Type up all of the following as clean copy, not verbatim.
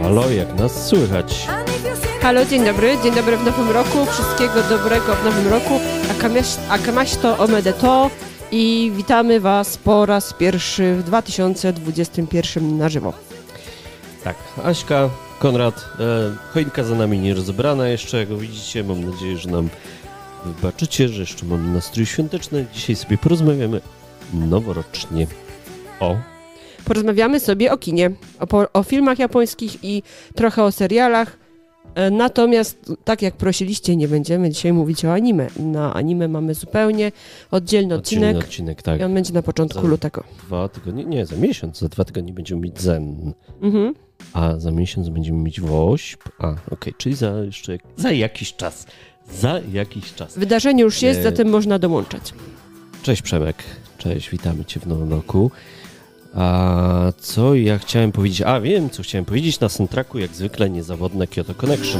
Halo, jak nas słychać? Halo, dzień dobry w nowym roku, wszystkiego dobrego w nowym roku, akamaśto omedeto i witamy Was po raz pierwszy w 2021 na żywo. Tak, Aśka, Konrad, choinka za nami nie rozebrana jeszcze, jak widzicie, mam nadzieję, że nam wybaczycie, że jeszcze mamy nastrój świąteczny. Dzisiaj sobie porozmawiamy noworocznie Porozmawiamy sobie o kinie, o filmach japońskich i trochę o serialach. Natomiast, tak jak prosiliście, nie będziemy dzisiaj mówić o anime. Na anime mamy zupełnie oddzielny odcinek, tak. I on będzie na początku lutego. 2 tygodnie, nie, za miesiąc, za 2 tygodnie będziemy mieć Zen. Mhm. A za miesiąc będziemy mieć WOŚP. Okej, czyli za jakiś czas. Wydarzenie już jest, zatem można dołączać. Cześć Przemek, cześć, witamy Cię w nowym roku. A co ja chciałem powiedzieć? Wiem, co chciałem powiedzieć. Na soundtracku jak zwykle niezawodne Kyoto Connection.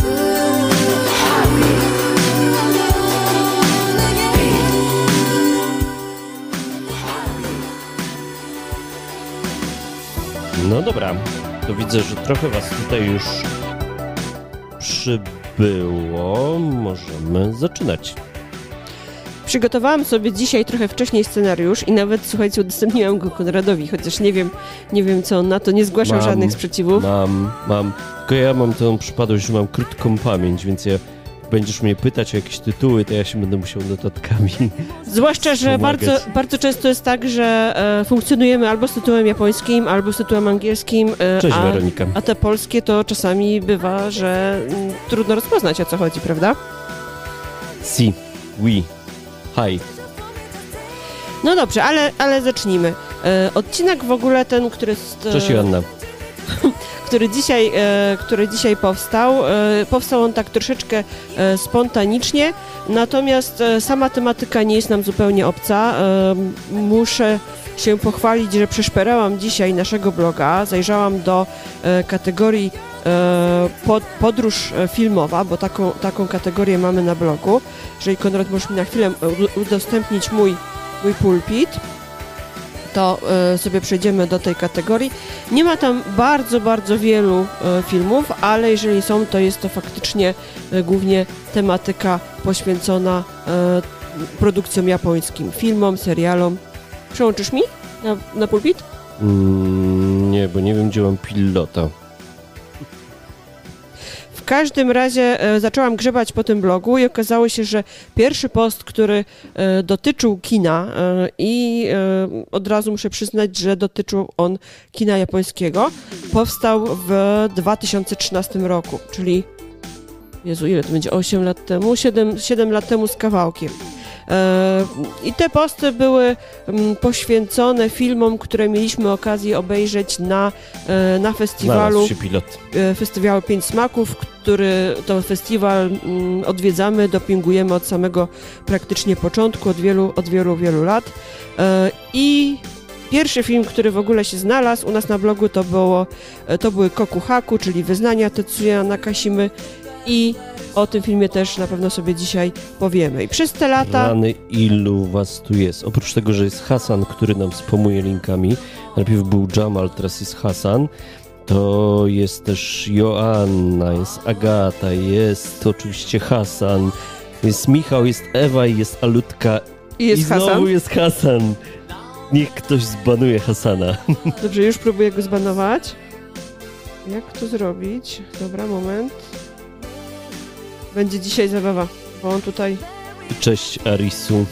No dobra, to widzę, że trochę Was tutaj już przybyło. Możemy zaczynać. Przygotowałam sobie dzisiaj trochę wcześniej scenariusz i nawet, słuchajcie, udostępniłam go Konradowi, chociaż nie wiem co on na to, nie zgłaszał żadnych sprzeciwów. Mam, tylko ja mam tę przypadłość, że mam krótką pamięć, więc jak będziesz mnie pytać o jakieś tytuły, to ja się będę musiał notatkami Zwłaszcza, że bardzo często jest tak, że funkcjonujemy albo z tytułem japońskim, albo z tytułem angielskim, Cześć Weronika. A te polskie to czasami bywa, że trudno rozpoznać, o co chodzi, prawda? Si, oui. Hi. No dobrze, ale zacznijmy. Odcinek w ogóle ten, który jest... Cześć Joanna. który dzisiaj powstał on tak troszeczkę spontanicznie, natomiast sama tematyka nie jest nam zupełnie obca. Muszę się pochwalić, że przeszperałam dzisiaj naszego bloga, zajrzałam do kategorii podróż filmowa, bo taką kategorię mamy na blogu. Jeżeli Konrad możesz mi na chwilę udostępnić mój pulpit, to sobie przejdziemy do tej kategorii. Nie ma tam bardzo, bardzo wielu filmów, ale jeżeli są, to jest to faktycznie głównie tematyka poświęcona produkcjom japońskim, filmom, serialom. Przełączysz mi na pulpit? Nie, bo nie wiem, gdzie mam pilota. W każdym razie zaczęłam grzebać po tym blogu i okazało się, że pierwszy post, który dotyczył kina i od razu muszę przyznać, że dotyczył on kina japońskiego, powstał w 2013 roku, czyli Jezu, ile to będzie? 8 lat temu? 7 lat temu z kawałkiem. I te posty były poświęcone filmom, które mieliśmy okazję obejrzeć na festiwalu Festiwalu Pięć Smaków, który to festiwal odwiedzamy, dopingujemy od samego praktycznie początku, od wielu lat. I pierwszy film, który w ogóle się znalazł u nas na blogu, to były Kokuhaku, czyli Wyznania Tetsuya Nakashimy, i o tym filmie też na pewno sobie dzisiaj powiemy. I przez te lata... Rany, ilu was tu jest? Oprócz tego, że jest Hasan, który nam spamuje linkami, najpierw był Jamal, teraz jest Hasan, to jest też Joanna, jest Agata, jest oczywiście Hasan, jest Michał, jest Ewa i jest Alutka. I znowu jest Hasan. Niech ktoś zbanuje Hasana. Dobrze, już próbuję go zbanować. Jak to zrobić? Dobra, moment. Będzie dzisiaj zabawa, bo on tutaj... Cześć Arisu.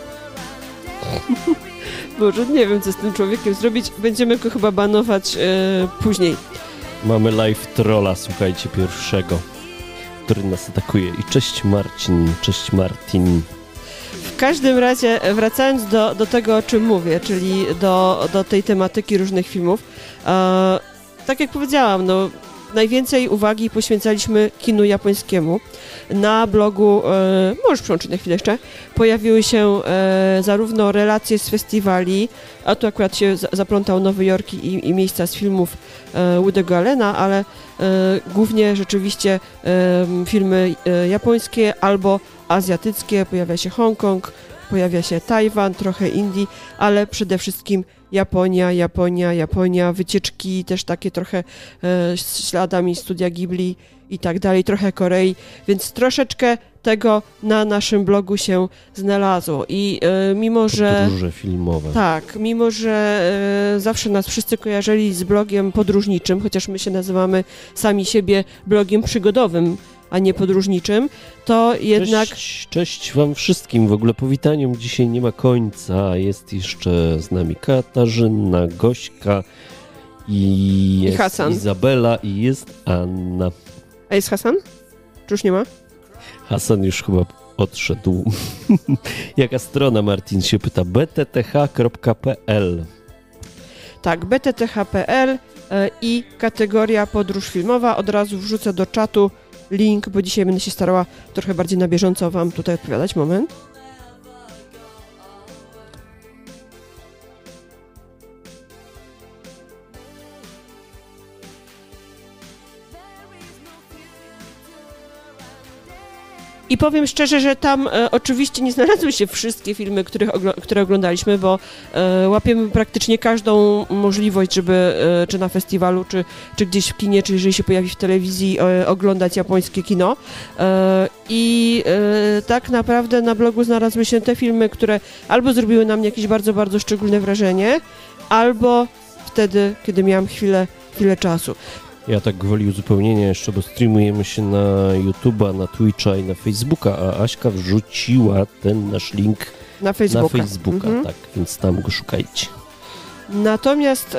Boże, nie wiem, co z tym człowiekiem zrobić. Będziemy go chyba banować później. Mamy live trolla, słuchajcie, pierwszego, który nas atakuje. I cześć Marcin, cześć Martin. W każdym razie, wracając do tego, o czym mówię, czyli do tej tematyki różnych filmów, tak jak powiedziałam, najwięcej uwagi poświęcaliśmy kinu japońskiemu. Na blogu, możesz przełączyć na chwilę jeszcze, pojawiły się zarówno relacje z festiwali, a tu akurat się zaplątał Nowy Jork i miejsca z filmów Woody'ego Allena, ale głównie rzeczywiście filmy japońskie albo azjatyckie, pojawia się Hongkong, pojawia się Tajwan, trochę Indii, ale przede wszystkim Japonia, wycieczki też takie trochę śladami Studia Ghibli i tak dalej, trochę Korei, więc troszeczkę tego na naszym blogu się znalazło i mimo, że... Podróże filmowe. Tak, mimo, że zawsze nas wszyscy kojarzyli z blogiem podróżniczym, chociaż my się nazywamy sami siebie blogiem przygodowym, a nie podróżniczym, to jednak... Cześć wam wszystkim, w ogóle powitaniom dzisiaj nie ma końca, jest jeszcze z nami Katarzyna, Gośka i jest Hasan. Izabela i jest Anna. A jest Hasan? Czy już nie ma? Hasan już chyba odszedł. Jaka strona, Martin się pyta? btth.pl. Tak, btth.pl i kategoria podróż filmowa. Od razu wrzucę do czatu link, bo dzisiaj będę się starała trochę bardziej na bieżąco wam tutaj odpowiadać. Moment. I powiem szczerze, że tam oczywiście nie znalazły się wszystkie filmy, które oglądaliśmy, bo łapiemy praktycznie każdą możliwość, żeby czy na festiwalu, czy gdzieś w kinie, czy jeżeli się pojawi w telewizji, oglądać japońskie kino. I tak naprawdę na blogu znalazły się te filmy, które albo zrobiły na mnie jakieś bardzo, bardzo szczególne wrażenie, albo wtedy, kiedy miałam chwilę czasu. Ja tak gwoli uzupełnienia jeszcze, bo streamujemy się na YouTube'a, na Twitcha i na Facebooka, a Aśka wrzuciła ten nasz link na Facebooka. Tak, więc tam go szukajcie. Natomiast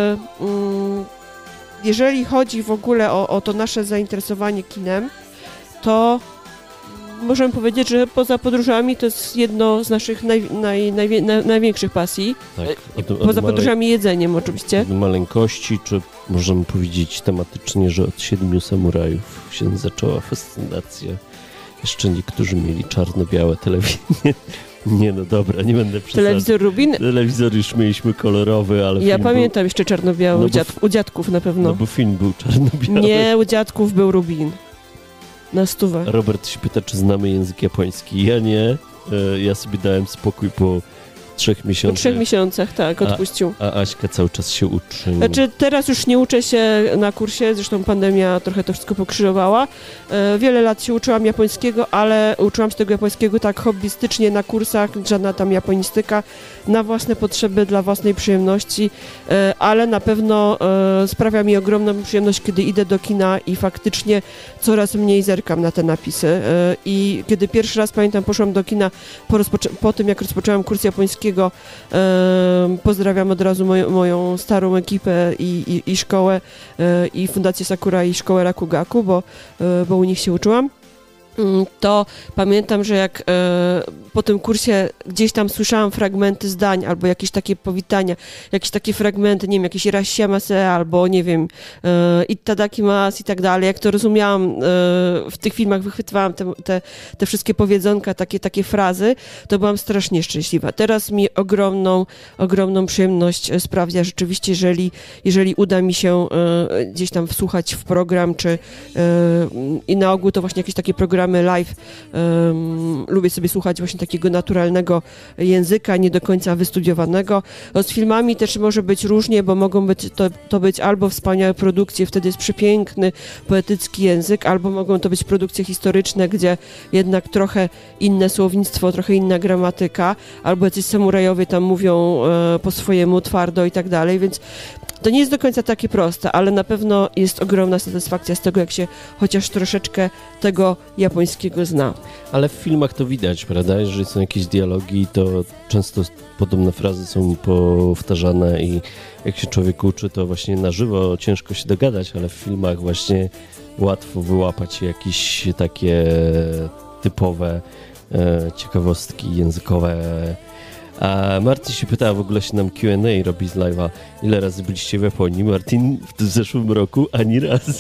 jeżeli chodzi w ogóle o to nasze zainteresowanie kinem, to możemy powiedzieć, że poza podróżami to jest jedno z naszych największych pasji. Tak, poza podróżami i jedzeniem oczywiście. Od maleńkości, czy możemy powiedzieć tematycznie, że od 7 samurajów się zaczęła fascynacja. Jeszcze niektórzy mieli czarno-białe telewizje. Nie, no dobra, nie będę przesadzał. Telewizor Rubin? Telewizor już mieliśmy kolorowy, ale ja pamiętam jeszcze czarno-biały, u dziadków na pewno. No bo film był czarno-biały. Nie, u dziadków był Rubin. Na 100. Robert się pyta, czy znamy język japoński. Ja nie. Ja sobie dałem spokój po 3 miesiącach. Po 3 miesiącach, tak, odpuścił. A Aśka cały czas się uczy. Znaczy teraz już nie uczę się na kursie, zresztą pandemia trochę to wszystko pokrzyżowała. Wiele lat się uczyłam japońskiego, ale uczyłam się tego japońskiego tak hobbystycznie na kursach, żadna tam japonistyka, na własne potrzeby, dla własnej przyjemności, ale na pewno sprawia mi ogromną przyjemność, kiedy idę do kina i faktycznie coraz mniej zerkam na te napisy. I kiedy pierwszy raz, pamiętam, poszłam do kina po tym, jak rozpoczęłam kurs japońskiego, pozdrawiam od razu moją starą ekipę i szkołę, i Fundację Sakura i szkołę Rakugaku, bo u nich się uczyłam. To pamiętam, że jak po tym kursie gdzieś tam słyszałam fragmenty zdań albo jakieś takie powitania, jakieś takie fragmenty, nie wiem, jakieś Irashiamase albo nie wiem, Ittadakimasu i tak dalej, jak to rozumiałam, w tych filmach wychwytywałam te wszystkie powiedzonka, takie frazy, to byłam strasznie szczęśliwa. Teraz mi ogromną przyjemność sprawia rzeczywiście, jeżeli uda mi się gdzieś tam wsłuchać w program, czy i na ogół to właśnie jakieś takie programy live, lubię sobie słuchać właśnie takiego naturalnego języka, nie do końca wystudiowanego. Z filmami też może być różnie, bo mogą być to być albo wspaniałe produkcje, wtedy jest przepiękny, poetycki język, albo mogą to być produkcje historyczne, gdzie jednak trochę inne słownictwo, trochę inna gramatyka, albo jacyś samurajowie tam mówią po swojemu twardo i tak dalej, więc to nie jest do końca takie proste, ale na pewno jest ogromna satysfakcja z tego, jak się chociaż troszeczkę tego japońskiego zna. Ale w filmach to widać, prawda? Jeżeli są jakieś dialogi, to często podobne frazy są powtarzane i jak się człowiek uczy, to właśnie na żywo ciężko się dogadać, ale w filmach właśnie łatwo wyłapać jakieś takie typowe ciekawostki językowe. A Martin się pyta, w ogóle się nam Q&A robi z live'a. Ile razy byliście w Japonii? Martin, w zeszłym roku ani razu.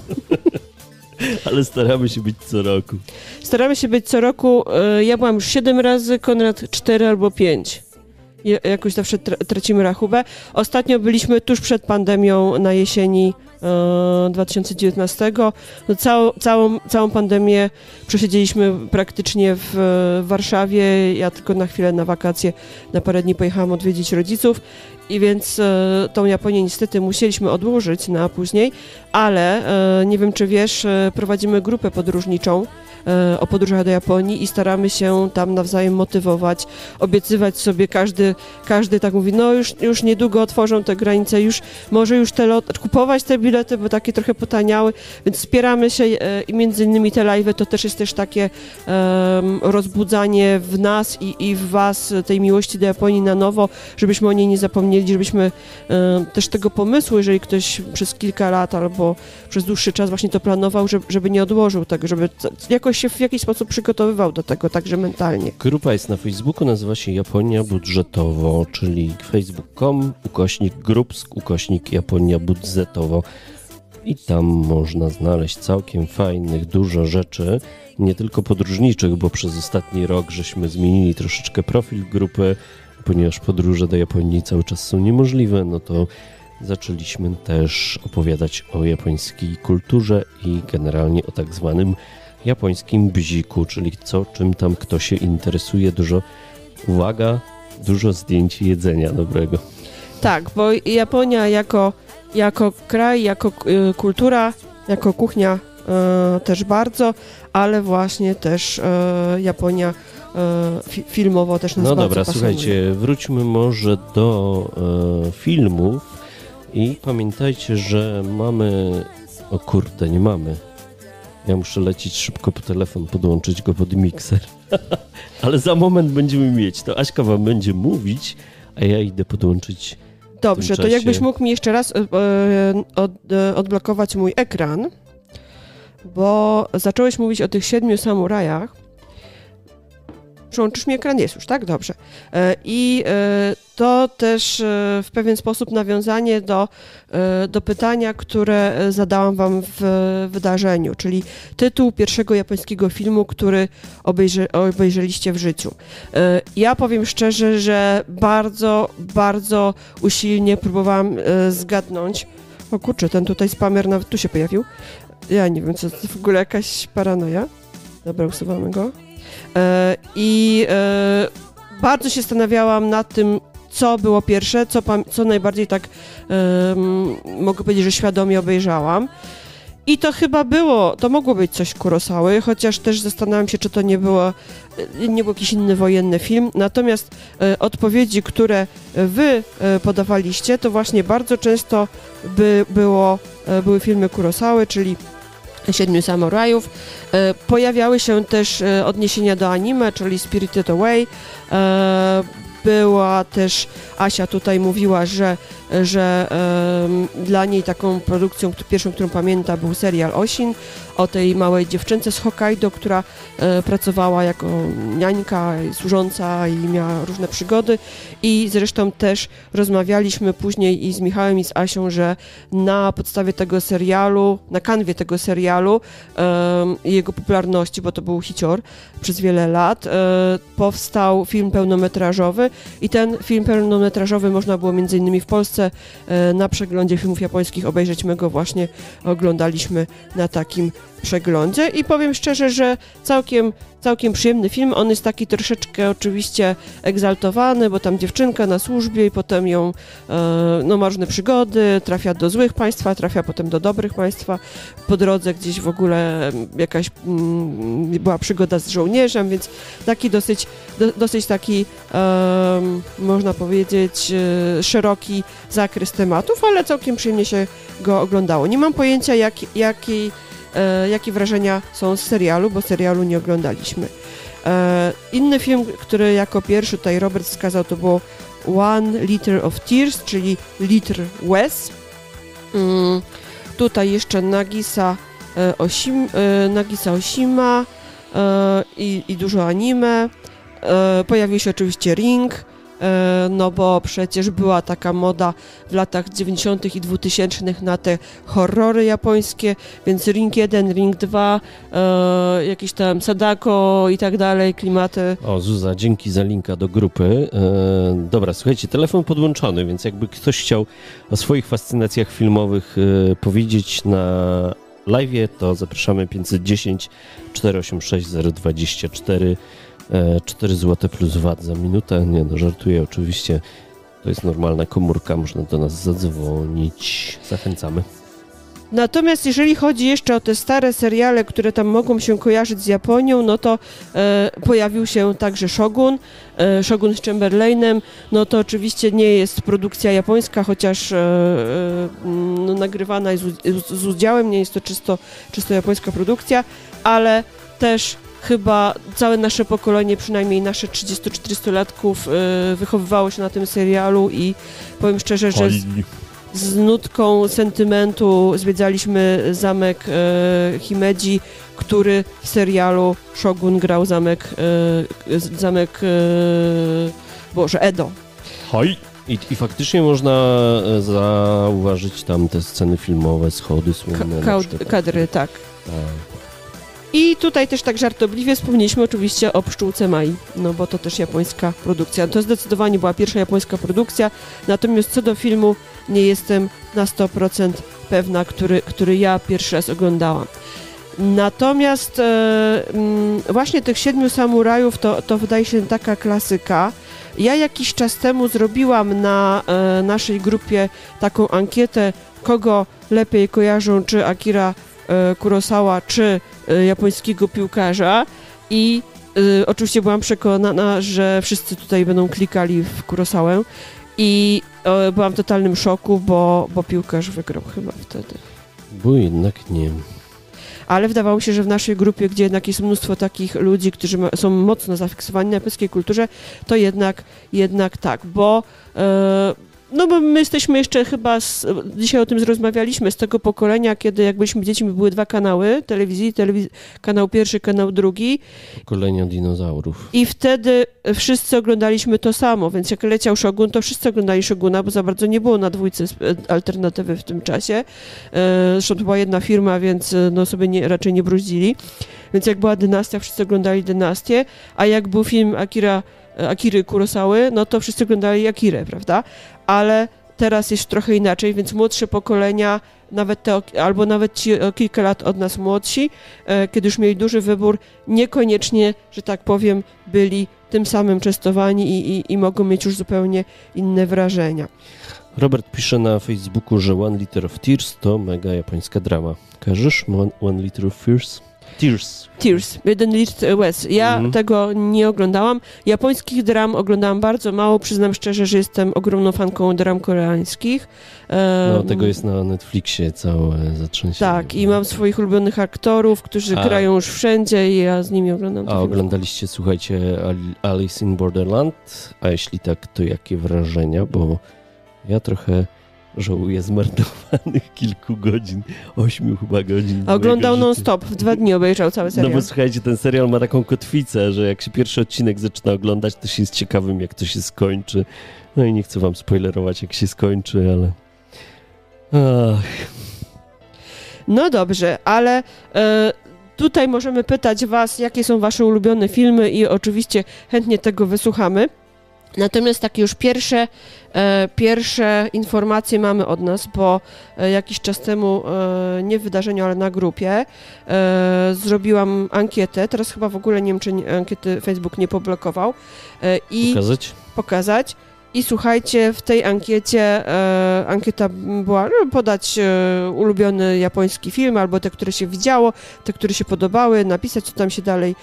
Ale staramy się być co roku. Staramy się być co roku. Ja byłam już 7 razy, Konrad 4 albo 5. Jakoś zawsze tracimy rachubę. Ostatnio byliśmy tuż przed pandemią na jesieni 2019. No całą pandemię przesiedzieliśmy praktycznie w Warszawie. Ja tylko na chwilę na wakacje, na parę dni pojechałam odwiedzić rodziców I więc tą Japonię niestety musieliśmy odłożyć na później, ale nie wiem, czy wiesz, prowadzimy grupę podróżniczą o podróżach do Japonii i staramy się tam nawzajem motywować, obiecywać sobie, każdy tak mówi, no już niedługo otworzą te granice, może już kupować te bilety, bo takie trochę potaniały, więc wspieramy się i między innymi te live'y to też jest też takie rozbudzanie w nas i w was tej miłości do Japonii na nowo, żebyśmy o niej nie zapomnieli, żebyśmy też tego pomysłu, jeżeli ktoś przez kilka lat albo przez dłuższy czas właśnie to planował, żeby nie odłożył tego, żeby jakoś się w jakiś sposób przygotowywał do tego, także mentalnie. Grupa jest na Facebooku, nazywa się Japonia Budżetowo, czyli facebook.com/groups/Japonia Budżetowo. I tam można znaleźć całkiem fajnych, dużo rzeczy, nie tylko podróżniczych, bo przez ostatni rok żeśmy zmienili troszeczkę profil grupy, ponieważ podróże do Japonii cały czas są niemożliwe, no to zaczęliśmy też opowiadać o japońskiej kulturze i generalnie o tak zwanym japońskim bziku, czyli czym tam kto się interesuje. Dużo zdjęć jedzenia dobrego. Tak, bo Japonia jako kraj, jako kultura, jako kuchnia też bardzo, ale właśnie też Japonia filmowo też nas bardzo pasuje. Słuchajcie, wróćmy może do filmów i pamiętajcie, że nie mamy. Ja muszę lecieć szybko po telefon, podłączyć go pod mikser. Ale za moment będziemy mieć. To Aśka wam będzie mówić, a ja idę podłączyć. Dobrze, to jakbyś mógł mi jeszcze raz odblokować mój ekran, bo zacząłeś mówić o tych 7 samurajach. Przyłączysz mi ekran? Jest już, tak? Dobrze. I to też w pewien sposób nawiązanie do pytania, które zadałam wam w wydarzeniu, czyli tytuł pierwszego japońskiego filmu, który obejrzeliście w życiu. Ja powiem szczerze, że bardzo, bardzo usilnie próbowałam zgadnąć. O kurczę, ten tutaj spamer nawet tu się pojawił. Ja nie wiem, co to w ogóle jakaś paranoja. Dobra, usuwamy go. I bardzo się zastanawiałam nad tym, co było pierwsze, co najbardziej tak mogę powiedzieć, że świadomie obejrzałam. I to chyba to mogło być coś Kurosawy, chociaż też zastanawiam się, czy to nie był jakiś inny wojenny film. Natomiast odpowiedzi, które wy podawaliście, to właśnie bardzo często były filmy Kurosawy, czyli 7 samurajów. Pojawiały się też odniesienia do anime, czyli Spirited Away. Była też, Asia tutaj mówiła, że dla niej taką produkcją, pierwszą, którą pamięta, był serial Osin o tej małej dziewczynce z Hokkaido, która pracowała jako niańka, służąca i miała różne przygody. I zresztą też rozmawialiśmy później i z Michałem i z Asią, że na podstawie tego serialu, na kanwie tego serialu i jego popularności, bo to był hicior przez wiele lat, powstał film pełnometrażowy i ten film pełnometrażowy można było między innymi w Polsce na przeglądzie filmów japońskich obejrzeć. My go właśnie oglądaliśmy na takim przeglądzie i powiem szczerze, że całkiem przyjemny film. On jest taki troszeczkę oczywiście egzaltowany, bo tam dziewczynka na służbie i potem ma różne przygody, trafia do złych państwa, trafia potem do dobrych państwa. Po drodze gdzieś w ogóle jakaś była przygoda z żołnierzem, więc taki dosyć taki można powiedzieć szeroki zakres tematów, ale całkiem przyjemnie się go oglądało. Nie mam pojęcia jakie wrażenia są z serialu, bo serialu nie oglądaliśmy. Inny film, który jako pierwszy tutaj Robert wskazał, to było One Liter of Tears, czyli litr łez. Tutaj jeszcze Nagisa Oshima i dużo anime. Pojawił się oczywiście Ring, no bo przecież była taka moda w latach 90. i 2000 na te horrory japońskie, więc Ring 1, Ring 2, jakieś tam Sadako i tak dalej, klimaty. O, Zuza, dzięki za linka do grupy. Dobra, słuchajcie, telefon podłączony, więc jakby ktoś chciał o swoich fascynacjach filmowych powiedzieć na live'ie, to zapraszamy 510 486 024 4 zł plus VAT za minutę. Nie no, żartuję oczywiście. To jest normalna komórka, można do nas zadzwonić. Zachęcamy. Natomiast jeżeli chodzi jeszcze o te stare seriale, które tam mogą się kojarzyć z Japonią, no to pojawił się także Shogun, Shogun z Chamberlainem. No to oczywiście nie jest produkcja japońska, chociaż no, nagrywana jest z udziałem, nie jest to czysto japońska produkcja, ale też chyba całe nasze pokolenie, przynajmniej nasze 30-40-latków wychowywało się na tym serialu i powiem szczerze, że z nutką sentymentu zwiedzaliśmy zamek Himeji, który w serialu Shogun grał zamek Edo. Hoj! I faktycznie można zauważyć tam te sceny filmowe, schody słynne. Kadry, tak. I tutaj też tak żartobliwie wspomnieliśmy oczywiście o Pszczółce Mai, no bo to też japońska produkcja. To zdecydowanie była pierwsza japońska produkcja, natomiast co do filmu nie jestem na 100% pewna, który ja pierwszy raz oglądałam. Natomiast właśnie tych 7 samurajów to wydaje się taka klasyka. Ja jakiś czas temu zrobiłam na naszej grupie taką ankietę, kogo lepiej kojarzą, czy Akira Kurosawa, czy japońskiego piłkarza i oczywiście byłam przekonana, że wszyscy tutaj będą klikali w Kurosałę i byłam w totalnym szoku, bo piłkarz wygrał chyba wtedy. Bo jednak nie. Ale wydawało się, że w naszej grupie, gdzie jednak jest mnóstwo takich ludzi, którzy są mocno zafiksowani na japońskiej kulturze, to jednak tak, bo no bo my jesteśmy jeszcze chyba, dzisiaj o tym rozmawialiśmy, z tego pokolenia, kiedy jak byliśmy dziećmi, były 2 kanały telewizji, kanał pierwszy, kanał drugi. Pokolenia dinozaurów. I wtedy wszyscy oglądaliśmy to samo, więc jak leciał Shogun, to wszyscy oglądali Shoguna, bo za bardzo nie było na dwójce alternatywy w tym czasie. Zresztą to była jedna firma, więc no sobie raczej nie bruździli. Więc jak była Dynastia, wszyscy oglądali Dynastię, a jak był film Akiry Kurosawy, no to wszyscy oglądali Akirę, prawda? Ale teraz jest trochę inaczej, więc młodsze pokolenia, albo nawet ci o kilka lat od nas młodsi, kiedy już mieli duży wybór, niekoniecznie, że tak powiem, byli tym samym częstowani i mogą mieć już zupełnie inne wrażenia. Robert pisze na Facebooku, że One Liter of Tears to mega japońska drama. Kojarzysz One Liter of Tears. 1 litr łez. Ja tego nie oglądałam. Japońskich dram oglądałam bardzo mało. Przyznam szczerze, że jestem ogromną fanką dram koreańskich. No, tego jest na Netflixie całe zatrzęsienie. Tak, i mam swoich ulubionych aktorów, którzy grają już wszędzie i ja z nimi oglądam. A oglądaliście, słuchajcie, Alice in Borderland? A jeśli tak, to jakie wrażenia? Bo ja trochę żałuję zmarnowanych kilku godzin, 8 chyba godzin. A oglądał non-stop, w 2 dni obejrzał cały serial. No bo słuchajcie, ten serial ma taką kotwicę, że jak się pierwszy odcinek zaczyna oglądać, to się jest ciekawym, jak to się skończy. No i nie chcę wam spoilerować, jak się skończy, ale... Ach. No dobrze, ale tutaj możemy pytać was, jakie są wasze ulubione filmy i oczywiście chętnie tego wysłuchamy. Natomiast takie już pierwsze informacje mamy od nas, bo jakiś czas temu, nie w wydarzeniu, ale na grupie, zrobiłam ankietę. Teraz chyba w ogóle nie wiem, czy ankiety Facebook nie poblokował. Pokazać. I słuchajcie, w tej ankiecie, ankieta była podać ulubiony japoński film, albo te, które się widziało, te, które się podobały, napisać, co tam się dalej,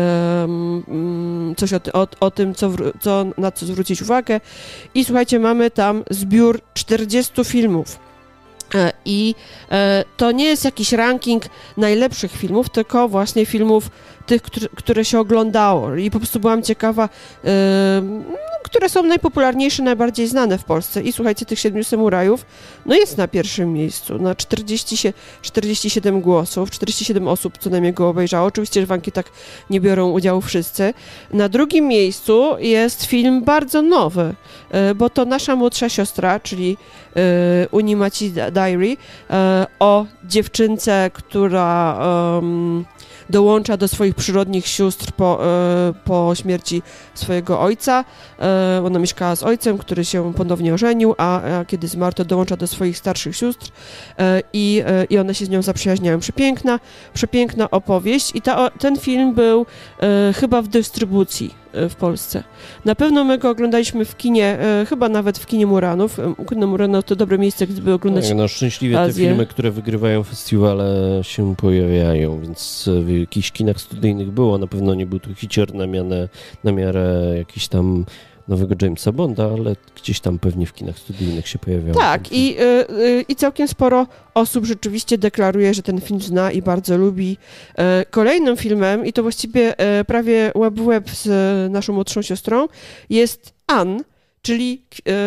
coś o tym, na co zwrócić uwagę. I słuchajcie, mamy tam zbiór 40 filmów. I to nie jest jakiś ranking najlepszych filmów, tylko właśnie filmów tych, które się oglądało. I po prostu byłam ciekawa, które są najpopularniejsze, najbardziej znane w Polsce. I słuchajcie, tych 7 samurajów, no jest na pierwszym miejscu, na 47 głosów, 47 osób co najmniej go obejrzało. Oczywiście, że w ankietach nie biorą udziału wszyscy. Na drugim miejscu jest film bardzo nowy, bo to Nasza młodsza siostra, czyli Unimachi Diary, o dziewczynce, która dołącza do swoich przyrodnich sióstr po śmierci swojego ojca. Ona mieszkała z ojcem, który się ponownie ożenił, a kiedy zmarł, to dołącza do swoich starszych sióstr i one się z nią zaprzyjaźniają. Przepiękna opowieść i ten film był chyba w dystrybucji w Polsce. Na pewno my go oglądaliśmy w kinie, chyba nawet w kinie Muranów. Kino Muranów to dobre miejsce, gdyby oglądać No szczęśliwie Azję. te filmy, które wygrywają festiwale, się pojawiają, więc w jakichś kinach studyjnych było. Na pewno nie był to hicior na miarę jakiś tam nowego Jamesa Bonda, ale gdzieś tam pewnie w kinach studyjnych się pojawiał. Tak, i całkiem sporo osób rzeczywiście deklaruje, że ten film zna i bardzo lubi. Kolejnym filmem, i to właściwie prawie łeb w łeb z naszą młodszą siostrą, jest An, czyli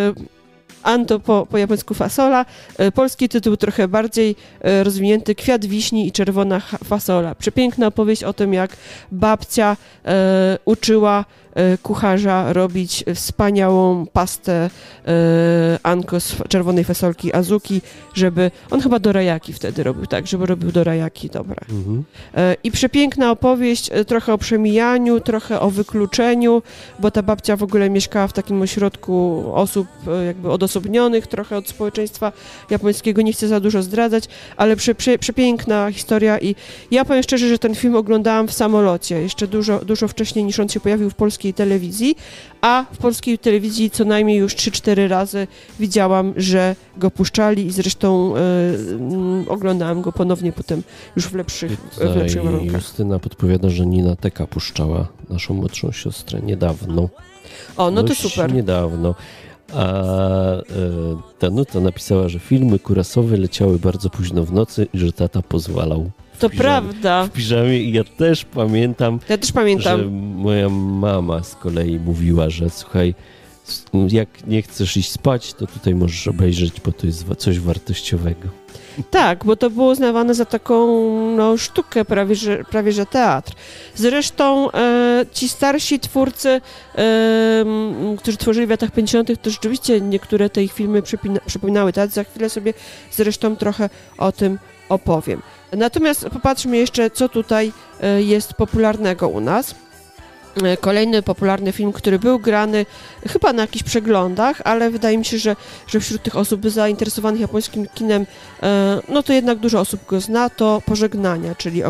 An to po japońsku fasola. Polski tytuł trochę bardziej rozwinięty, Kwiat wiśni i czerwona fasola. Przepiękna opowieść o tym, jak babcia uczyła kucharza robić wspaniałą pastę anko z czerwonej fasolki azuki, żeby... On chyba dorayaki wtedy robił, tak, żeby robił dorayaki dobre. Mhm. I przepiękna opowieść, trochę o przemijaniu, trochę o wykluczeniu, bo ta babcia w ogóle mieszkała w takim ośrodku osób jakby odosobnionych trochę od społeczeństwa japońskiego. Nie chcę za dużo zdradzać, ale przepiękna historia i ja powiem szczerze, że ten film oglądałam w samolocie jeszcze dużo wcześniej niż on się pojawił w polskiej telewizji, a w polskiej telewizji co najmniej już 3-4 razy widziałam, że go puszczali i zresztą oglądałam go ponownie potem już w lepszych warunkach. Justyna podpowiada, że Nina Teka puszczała naszą młodszą siostrę niedawno. O, no to super. Niedawno. A Danuta napisała, że filmy kurasowe leciały bardzo późno w nocy i że tata pozwalał. To prawda. W piżamie i ja też pamiętam, że moja mama z kolei mówiła, że słuchaj, jak nie chcesz iść spać, to tutaj możesz obejrzeć, bo to jest coś wartościowego. Tak, bo to było uznawane za taką sztukę, prawie że teatr. Zresztą ci starsi twórcy, którzy tworzyli w latach 50., to rzeczywiście niektóre te ich filmy przypominały teatr. Za chwilę sobie zresztą trochę o tym opowiem. Natomiast popatrzmy jeszcze, co tutaj jest popularnego u nas. Kolejny popularny film, który był grany chyba na jakichś przeglądach, ale wydaje mi się, że wśród tych osób zainteresowanych japońskim kinem, no to jednak dużo osób go zna, to Pożegnania, czyli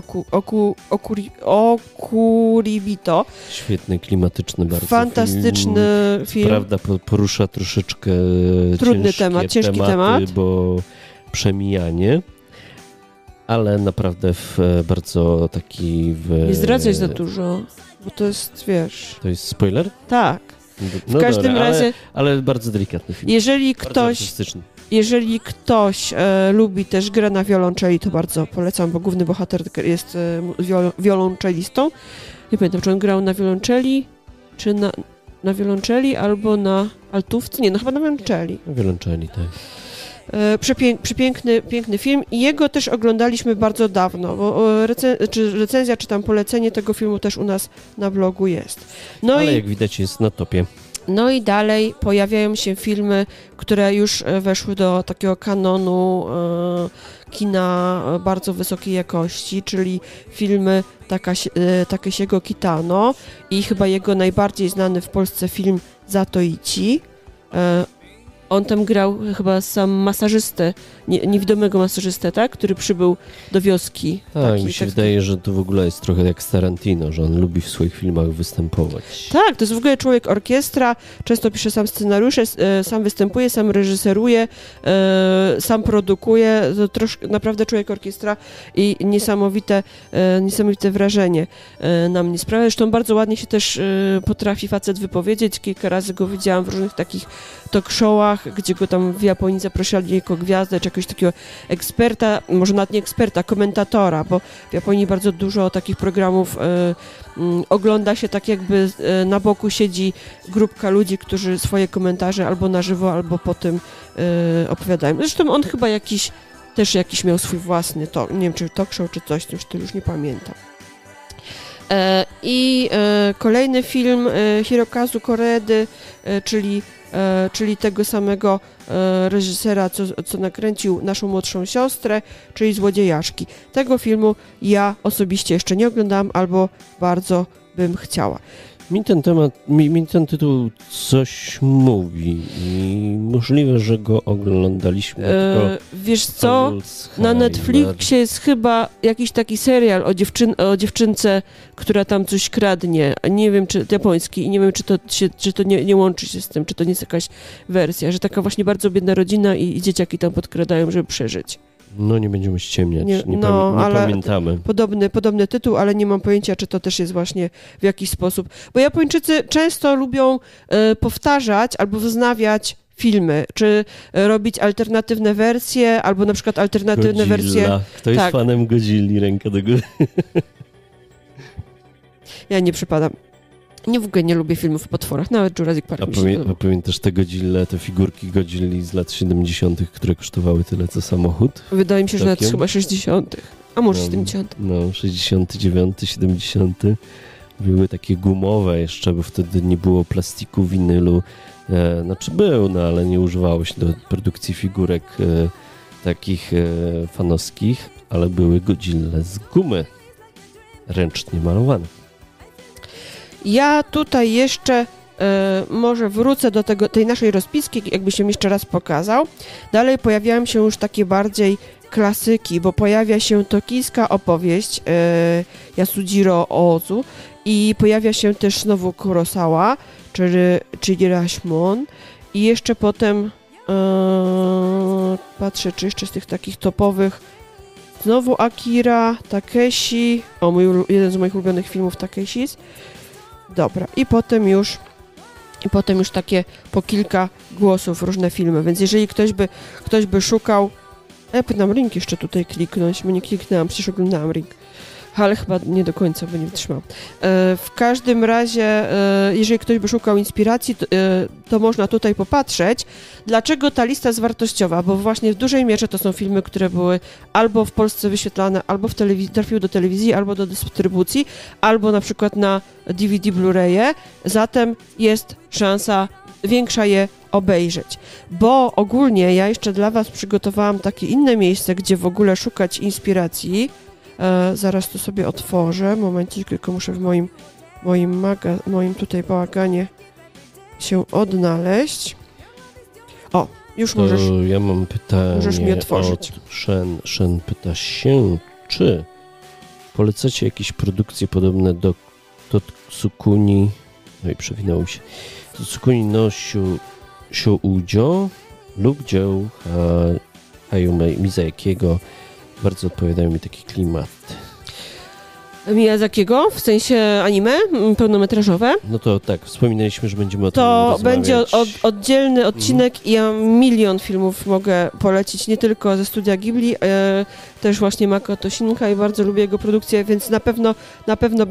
Okuribito. Świetny, klimatyczny bardzo fantastyczny film. Prawda, porusza troszeczkę ciężki temat, bo przemijanie. Ale naprawdę bardzo taki... Nie zdradzaj za dużo, bo to jest, wiesz... To jest spoiler? Tak. W każdym razie... Ale bardzo delikatny film. Jeżeli ktoś lubi też grę na wiolonczeli, to bardzo polecam, bo główny bohater jest wiolonczelistą. Nie pamiętam, czy on grał na wiolonczeli, czy na wiolonczeli, albo na altówce. Nie, no chyba na wiolonczeli. Na wiolonczeli, tak. Piękny film i jego też oglądaliśmy bardzo dawno, bo recenzja czy tam polecenie tego filmu też u nas na blogu jest. Ale jak widać jest na topie. No i dalej pojawiają się filmy, które już weszły do takiego kanonu kina bardzo wysokiej jakości, czyli filmy Takeshiego Kitano i chyba jego najbardziej znany w Polsce film Zatoichi. On tam grał chyba sam masażystę, niewidomego masażystę, tak? Który przybył do wioski. Tak, mi się wydaje, że to w ogóle jest trochę jak z Tarantino, że on lubi w swoich filmach występować. Tak, to jest w ogóle człowiek orkiestra, często pisze sam scenariusze, sam występuje, sam reżyseruje, sam produkuje. To naprawdę człowiek orkiestra i niesamowite wrażenie na mnie sprawia. Zresztą bardzo ładnie się też potrafi facet wypowiedzieć. Kilka razy go widziałam w różnych takich talk showach, gdzie go tam w Japonii zapraszali jako gwiazdę, czy jakiegoś takiego eksperta, może nawet nie eksperta, komentatora, bo w Japonii bardzo dużo takich programów ogląda się tak jakby na boku siedzi grupka ludzi, którzy swoje komentarze albo na żywo, albo po tym opowiadają. Zresztą on chyba jakiś miał swój własny, nie wiem, czy talk show, czy coś, już nie pamiętam. I kolejny film Hirokazu Koreedy, czyli tego samego reżysera, co nakręcił naszą młodszą siostrę, czyli Złodziejaszki. Tego filmu ja osobiście jeszcze nie oglądałam, albo bardzo bym chciała. Mi ten tytuł coś mówi i możliwe, że go oglądaliśmy. Wiesz co, na Netflixie jest chyba jakiś taki serial o dziewczynce, która tam coś kradnie. Nie wiem, czy japoński i nie wiem, czy to nie łączy się z tym, czy to nie jest jakaś wersja, że taka właśnie bardzo biedna rodzina i dzieciaki tam podkradają, żeby przeżyć. No nie będziemy ściemniać, nie pamiętamy. Podobny tytuł, ale nie mam pojęcia, czy to też jest właśnie w jakiś sposób. Bo Japończycy często lubią powtarzać albo wznawiać filmy, czy robić alternatywne wersje, albo na przykład alternatywne wersje... Kto jest fanem Godzilli? Ręka do góry. Ja nie przypadam. W ogóle nie lubię filmów o potworach, nawet Jurassic Park mi się A pamiętasz te Godzille, te figurki Godzilli z lat 70., które kosztowały tyle co samochód? Wydaje mi się, że nawet chyba 60., a może 70. No, 69, 70. Były takie gumowe jeszcze, bo wtedy nie było plastiku, winylu. Znaczy był, no ale nie używało się do produkcji figurek takich fanowskich, ale były Godzille z gumy, ręcznie malowane. Ja tutaj jeszcze może wrócę do tej naszej rozpiski, jakby się jeszcze raz pokazał. Dalej pojawiają się już takie bardziej klasyki, bo pojawia się tokijska opowieść Yasujiro Ozu i pojawia się też znowu Kurosawa, czyli Rashomon i jeszcze potem patrzę, czy jeszcze z tych takich topowych znowu Akira, Takeshi, jeden z moich ulubionych filmów Takeshis. Dobra, i potem już takie po kilka głosów, różne filmy, więc jeżeli ktoś by szukał, ja powinnam Ring jeszcze tutaj kliknąć, bo nie kliknęłam, przecież oglądałam Ring, ale chyba nie do końca, bo nie wytrzymam. W każdym razie, jeżeli ktoś by szukał inspiracji, to można tutaj popatrzeć, dlaczego ta lista jest wartościowa, bo właśnie w dużej mierze to są filmy, które były albo w Polsce wyświetlane, albo trafiły do telewizji, albo do dystrybucji, albo na przykład na DVD, Blu-raye, zatem jest szansa większa je obejrzeć, bo ogólnie ja jeszcze dla Was przygotowałam takie inne miejsce, gdzie w ogóle szukać inspiracji. Zaraz to sobie otworzę. Momencik, tylko muszę w moim tutaj bałaganie się odnaleźć. O, już to możesz. Ja mam pytanie. Możesz mi otworzyć. Shen pyta się, czy polecacie jakieś produkcje podobne do Tsukuni. No i przewinęło się. Tsukuni no Shoujo lub dzieł Hayao Miyazakiego. Bardzo odpowiadają mi taki klimat. Miyazakiego? W sensie anime? Pełnometrażowe? No to tak, wspominaliśmy, że będziemy o tym rozmawiać. To będzie oddzielny odcinek i ja milion filmów mogę polecić, nie tylko ze studia Ghibli, też właśnie Makoto Shinka i bardzo lubię jego produkcję, więc na pewno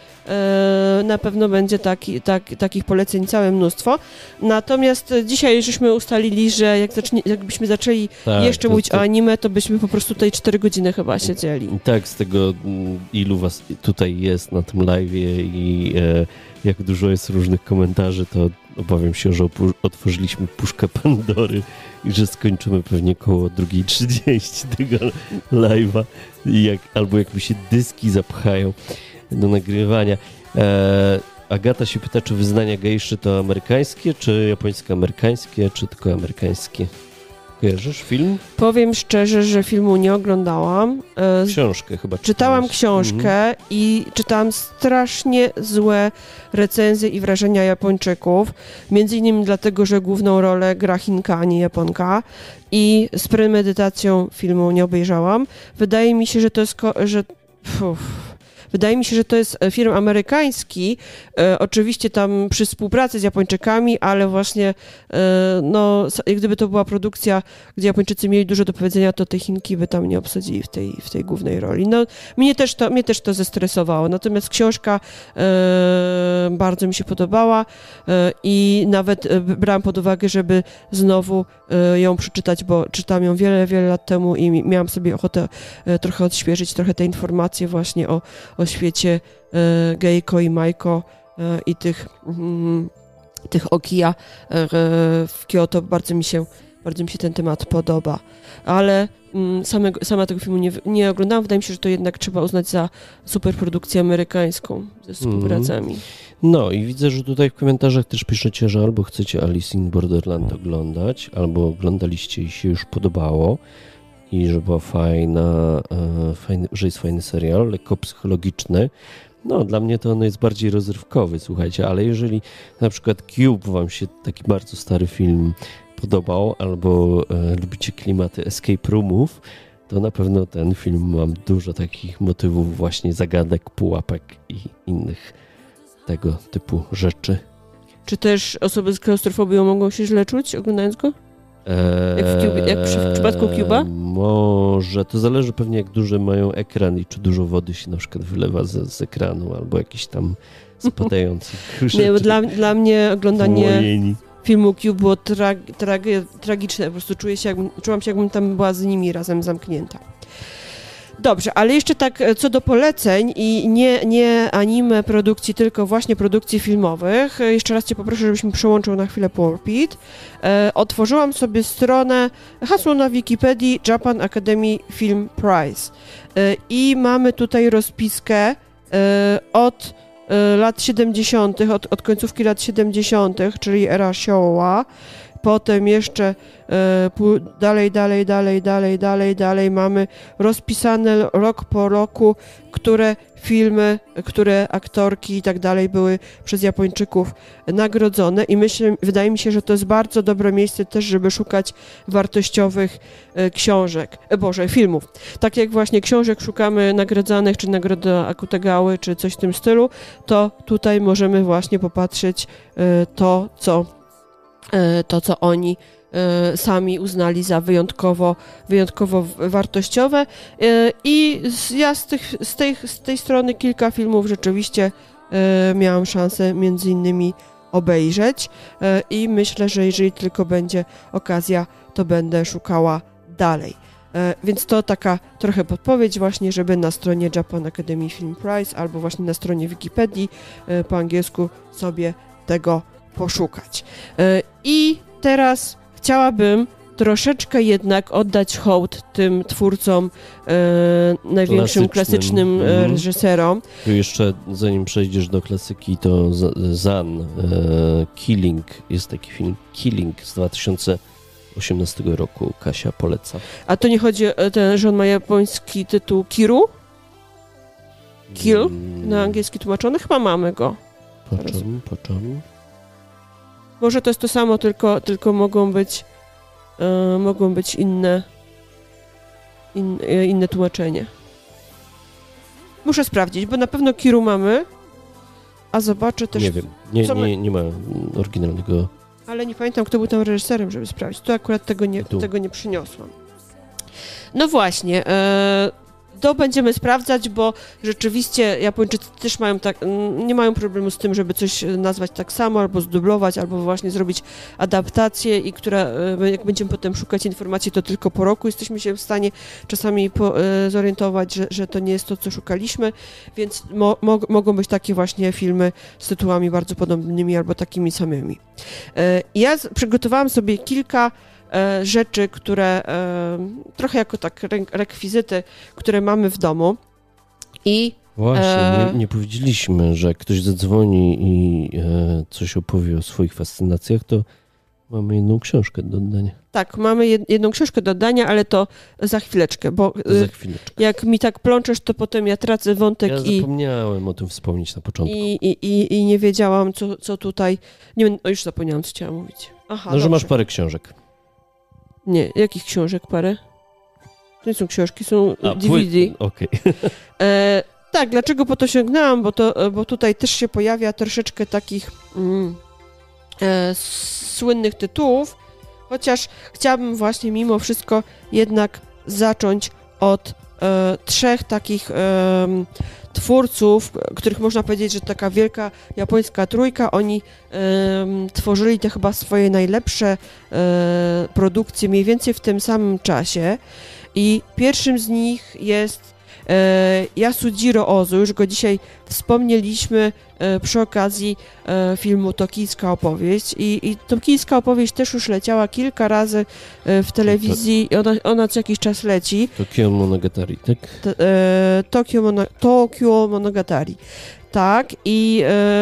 będzie takich poleceń całe mnóstwo. Natomiast dzisiaj żeśmy ustalili, że jakbyśmy zaczęli jeszcze mówić o anime, to byśmy po prostu tutaj 4 godziny chyba siedzieli. Tak, z tego ilu was tutaj jest na tym live'ie i jak dużo jest różnych komentarzy, to obawiam się, że otworzyliśmy puszkę Pandory i że skończymy pewnie koło 2:30 tego live'a, albo jak mi się dyski zapchają do nagrywania. Agata się pyta, czy wyznania gejszy to amerykańskie, czy japońsko-amerykańskie, czy tylko amerykańskie? Kojarzysz film? Powiem szczerze, że filmu nie oglądałam. Książkę chyba. Czytałam książkę i czytałam strasznie złe recenzje i wrażenia Japończyków. Między innymi dlatego, że główną rolę gra Chinka, a nie Japonka. I z premedytacją filmu nie obejrzałam. Wydaje mi się, że to jest... Wydaje mi się, że to jest film amerykański, oczywiście tam przy współpracy z Japończykami, ale właśnie gdyby to była produkcja, gdzie Japończycy mieli dużo do powiedzenia, to te Chinki by tam nie obsadzili w tej głównej roli. No, mnie też to zestresowało, natomiast książka bardzo mi się podobała i nawet brałam pod uwagę, żeby znowu ją przeczytać, bo czytałam ją wiele, wiele lat temu i miałam sobie ochotę trochę odświeżyć, trochę te informacje właśnie o świecie Geiko i Maiko i tych Okiya w Kyoto. Bardzo mi się bardzo mi się ten temat podoba. Ale sama tego filmu nie oglądałam. Wydaje mi się, że to jednak trzeba uznać za superprodukcję amerykańską ze współpracami. No i widzę, że tutaj w komentarzach też piszecie, że albo chcecie Alice in Borderland oglądać, albo oglądaliście i się już podobało i że była że jest fajny serial, lekko psychologiczny. No, dla mnie to on jest bardziej rozrywkowy, słuchajcie, ale jeżeli na przykład Cube wam się taki bardzo stary film podobał, albo lubicie klimaty escape roomów, to na pewno ten film mam dużo takich motywów właśnie zagadek, pułapek i innych tego typu rzeczy. Czy też osoby z klaustrofobią mogą się źle czuć oglądając go? Jak w przypadku Cube'a? Może, to zależy pewnie jak duży mają ekran i czy dużo wody się na przykład wylewa z ekranu, albo jakiś tam spadających rzeczy. Nie, bo dla mnie oglądanie filmu Cube było tragiczne, po prostu czułam się jakbym tam była z nimi razem zamknięta. Dobrze, ale jeszcze tak co do poleceń i nie anime produkcji, tylko właśnie produkcji filmowych. Jeszcze raz Cię poproszę, żebyś mi przełączył na chwilę Pulpit. Otworzyłam sobie stronę, hasło na Wikipedii Japan Academy Film Prize. I mamy tutaj rozpiskę od lat 70., od końcówki lat 70., czyli era Showa. Potem jeszcze dalej mamy rozpisane rok po roku, które filmy, które aktorki i tak dalej były przez Japończyków nagrodzone i wydaje mi się, że to jest bardzo dobre miejsce też, żeby szukać wartościowych filmów. Tak jak właśnie książek szukamy nagradzanych, czy nagroda Akutegały, czy coś w tym stylu, to tutaj możemy właśnie popatrzeć to, co oni sami uznali za wyjątkowo wartościowe. I ja z tej strony kilka filmów rzeczywiście miałam szansę między innymi obejrzeć i myślę, że jeżeli tylko będzie okazja, to będę szukała dalej. Więc to taka trochę podpowiedź właśnie, żeby na stronie Japan Academy Film Prize albo właśnie na stronie Wikipedii po angielsku sobie tego poszukać. I teraz chciałabym troszeczkę jednak oddać hołd tym twórcom, największym klasycznym reżyserom. Tu jeszcze zanim przejdziesz do klasyki, to Zan, Killing, jest taki film Killing z 2018 roku, Kasia poleca. A to nie chodzi o ten, że on ma japoński tytuł Kiru? Kill? Na angielski tłumaczony? Chyba mamy go. Poczam. Może to jest to samo, tylko mogą być inne tłumaczenie. Muszę sprawdzić, bo na pewno Kiru mamy, a zobaczę też... Nie wiem, nie ma oryginalnego... Ale nie pamiętam, kto był tam reżyserem, żeby sprawdzić. Tu akurat tego nie przyniosłam. No właśnie, to będziemy sprawdzać, bo rzeczywiście Japończycy też nie mają problemu z tym, żeby coś nazwać tak samo, albo zdublować, albo właśnie zrobić adaptację i jak będziemy potem szukać informacji, to tylko po roku jesteśmy się w stanie czasami zorientować, że to nie jest to, co szukaliśmy, więc mogą być takie właśnie filmy z tytułami bardzo podobnymi albo takimi samymi. Ja przygotowałam sobie kilka rzeczy, które trochę jako tak rekwizyty, które mamy w domu i... Właśnie, nie powiedzieliśmy, że jak ktoś zadzwoni i coś opowie o swoich fascynacjach, to mamy jedną książkę do oddania. Tak, mamy jedną książkę do oddania, ale to za chwileczkę, bo jak mi tak plączesz, to potem ja tracę wątek Ja zapomniałem o tym wspomnieć na początku. I nie wiedziałam, co tutaj... Nie, już zapomniałam, co chciałam mówić. Aha, no, że masz parę książek. Nie, jakich książek parę? To nie są książki, są DVD. Okej. Tak, dlaczego po to sięgnęłam? Bo tutaj też się pojawia troszeczkę takich słynnych tytułów, chociaż chciałabym właśnie mimo wszystko jednak zacząć od trzech takich twórców, których można powiedzieć, że taka wielka japońska trójka. Oni tworzyli te chyba swoje najlepsze produkcje mniej więcej w tym samym czasie i pierwszym z nich jest Yasujiro Ozu, już go dzisiaj wspomnieliśmy przy okazji filmu Tokijska opowieść i Tokijska opowieść też już leciała kilka razy w telewizji i ona co jakiś czas leci. Tokio Monogatari, tak? Tokio Monogatari, tak, i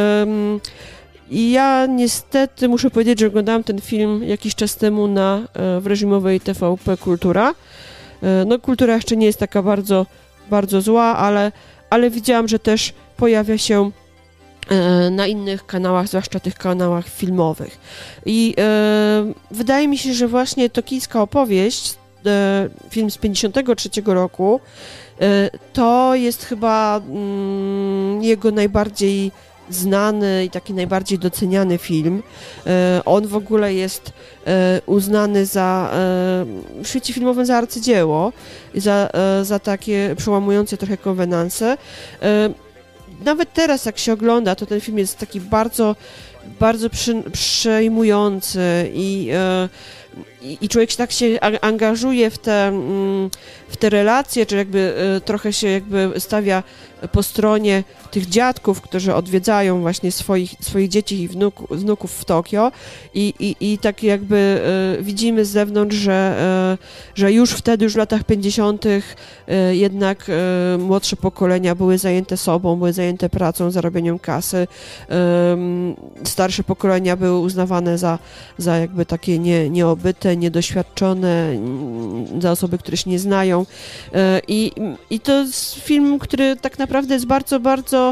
ja niestety muszę powiedzieć, że oglądałam ten film jakiś czas temu w reżimowej TVP Kultura. No Kultura jeszcze nie jest taka bardzo, bardzo zła, ale widziałam, że też pojawia się na innych kanałach, zwłaszcza tych kanałach filmowych. I wydaje mi się, że właśnie Tokijska opowieść, film z 1953 roku, to jest chyba jego najbardziej znany i taki najbardziej doceniany film. On w ogóle jest uznany w świecie filmowym za arcydzieło i za takie przełamujące trochę konwenanse. Nawet teraz, jak się ogląda, to ten film jest taki bardzo, bardzo przejmujący i człowiek tak się angażuje w te relacje, czy jakby trochę się jakby stawia po stronie tych dziadków, którzy odwiedzają właśnie swoich dzieci i wnuków w Tokio i tak jakby widzimy z zewnątrz, że już wtedy, już w latach 50. Jednak młodsze pokolenia były zajęte sobą, były zajęte pracą, zarobieniem kasy. Starsze pokolenia były uznawane za jakby takie nieobyte, niedoświadczone, za osoby, które się nie znają. I to jest film, który tak naprawdę jest bardzo, bardzo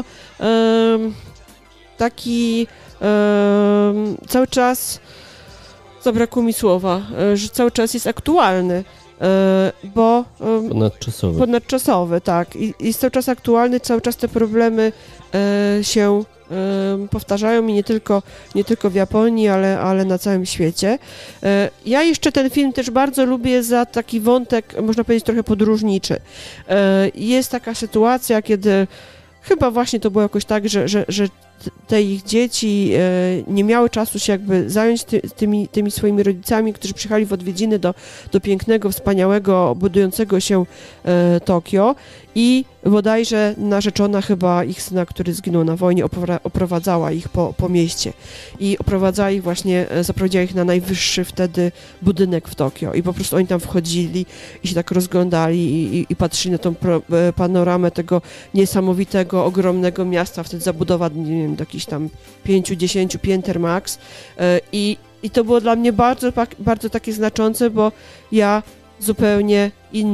taki cały czas, zabrakło mi słowa, że cały czas jest aktualny, bo ponadczasowy, tak. I jest cały czas aktualny, cały czas te problemy się powtarzają i nie tylko w Japonii, ale na całym świecie. Ja jeszcze ten film też bardzo lubię za taki wątek, można powiedzieć, trochę podróżniczy. Jest taka sytuacja, kiedy chyba właśnie to było jakoś tak, że te ich dzieci nie miały czasu się jakby zająć tymi swoimi rodzicami, którzy przyjechali w odwiedziny do pięknego, wspaniałego, budującego się Tokio i bodajże narzeczona chyba ich syna, który zginął na wojnie, oprowadzała ich po mieście i oprowadzała ich właśnie, zaprowadziła ich na najwyższy wtedy budynek w Tokio i po prostu oni tam wchodzili i się tak rozglądali i patrzyli na tą panoramę tego niesamowitego, ogromnego miasta, wtedy zabudowa, nie wiem, do jakichś tam 5-10 pięter max i to było dla mnie bardzo, bardzo takie znaczące, bo ja zupełnie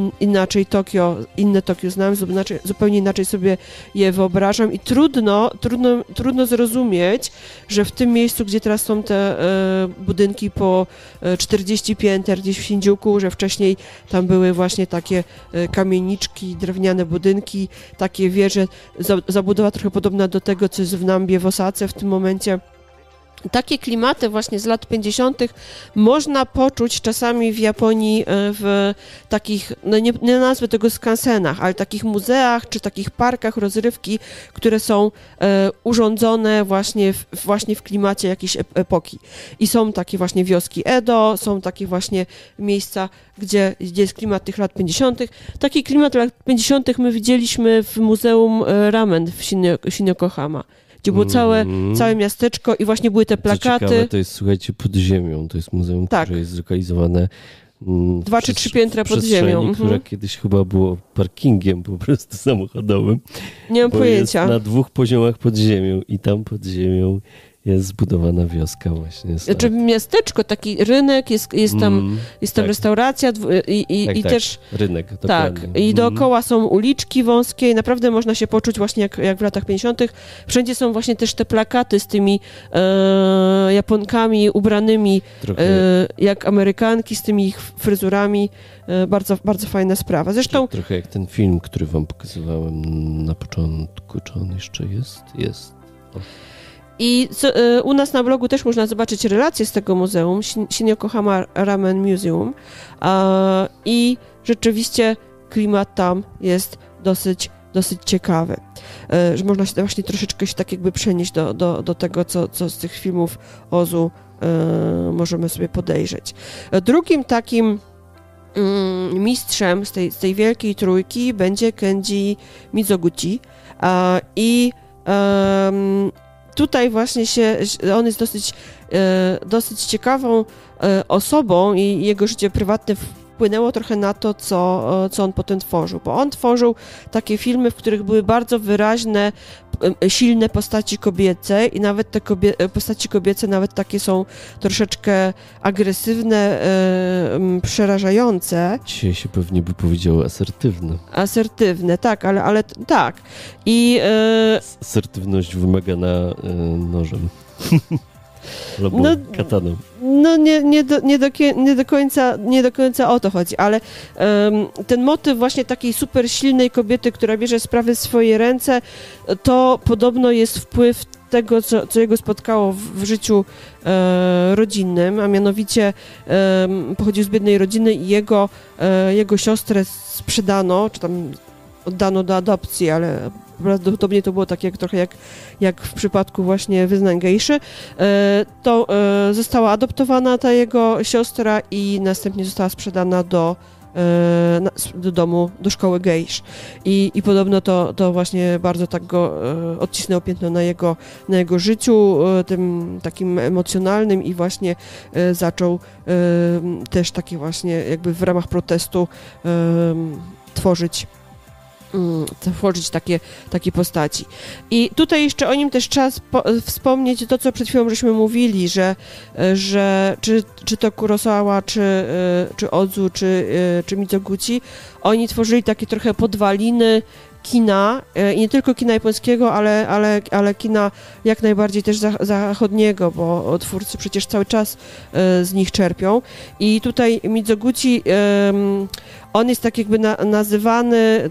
inne Tokio znam, zupełnie inaczej sobie je wyobrażam i trudno zrozumieć, że w tym miejscu, gdzie teraz są te budynki po 40 pięter gdzieś w Shinjuku, że wcześniej tam były właśnie takie kamieniczki, drewniane budynki, takie wieże, zabudowa trochę podobna do tego, co jest w Nambie w Osace w tym momencie. Takie klimaty właśnie z lat 50. można poczuć czasami w Japonii w takich, no nie nazwę tego skansenach, ale takich muzeach czy takich parkach rozrywki, które są urządzone właśnie w klimacie jakiejś epoki. I są takie właśnie wioski Edo, są takie właśnie miejsca, gdzie jest klimat tych lat 50. Taki klimat lat 50. my widzieliśmy w Muzeum Ramen w Shin-Yokohama, gdzie było całe miasteczko i właśnie były te plakaty. Co ciekawe, to jest, słuchajcie, pod ziemią. To jest muzeum, tak, które jest zlokalizowane 2 czy 3 piętra pod ziemią. Które kiedyś chyba było parkingiem po prostu samochodowym. Nie mam pojęcia. Jest na 2 poziomach pod ziemią i tam pod ziemią jest zbudowana wioska właśnie. Znaczy miasteczko, taki rynek, jest tam tak, restauracja i też... rynek, tak, i dookoła są uliczki wąskie i naprawdę można się poczuć właśnie jak w latach 50. Wszędzie są właśnie też te plakaty z tymi Japonkami ubranymi jak Amerykanki, z tymi ich fryzurami. Bardzo, bardzo fajna sprawa. Zresztą... Trochę jak ten film, który wam pokazywałem na początku. Czy on jeszcze jest? Jest. I u nas na blogu też można zobaczyć relacje z tego muzeum, Shin-Yokohama Ramen Museum, i rzeczywiście klimat tam jest dosyć ciekawy, że można się właśnie troszeczkę się tak jakby przenieść do tego, co z tych filmów Ozu możemy sobie podejrzeć. Drugim takim mistrzem z tej wielkiej trójki będzie Kenji Mizoguchi i tutaj właśnie on jest dosyć ciekawą osobą i jego życie prywatne wpłynęło trochę na to, co on potem tworzył, bo on tworzył takie filmy, w których były bardzo wyraźne, silne postaci kobiece i nawet te postaci kobiece nawet takie są troszeczkę agresywne, przerażające. Dzisiaj się pewnie by powiedziało asertywne. Asertywne, tak, ale tak. I asertywność wymagana nożem. Albo kataną. No nie do końca o to chodzi, ale ten motyw właśnie takiej super silnej kobiety, która bierze sprawy w swoje ręce, to podobno jest wpływ tego, co jego spotkało w życiu rodzinnym, a mianowicie pochodził z biednej rodziny i jego siostrę sprzedano, czy tam oddano do adopcji, ale prawdopodobnie to było tak trochę jak w przypadku właśnie wyznań gejszy. To została adoptowana ta jego siostra i następnie została sprzedana do domu, do szkoły gejsz. I podobno to właśnie bardzo tak go odcisnęło piętno na jego życiu, tym takim emocjonalnym i właśnie zaczął też takie właśnie jakby w ramach protestu tworzyć takie postaci. I tutaj jeszcze o nim też trzeba wspomnieć to, co przed chwilą żeśmy mówili, że czy to Kurosawa, czy Ozu, czy Mizoguchi, oni tworzyli takie trochę podwaliny kina, i nie tylko kina japońskiego, ale kina jak najbardziej też zachodniego, bo twórcy przecież cały czas z nich czerpią. I tutaj Mizoguchi, on jest tak jakby nazywany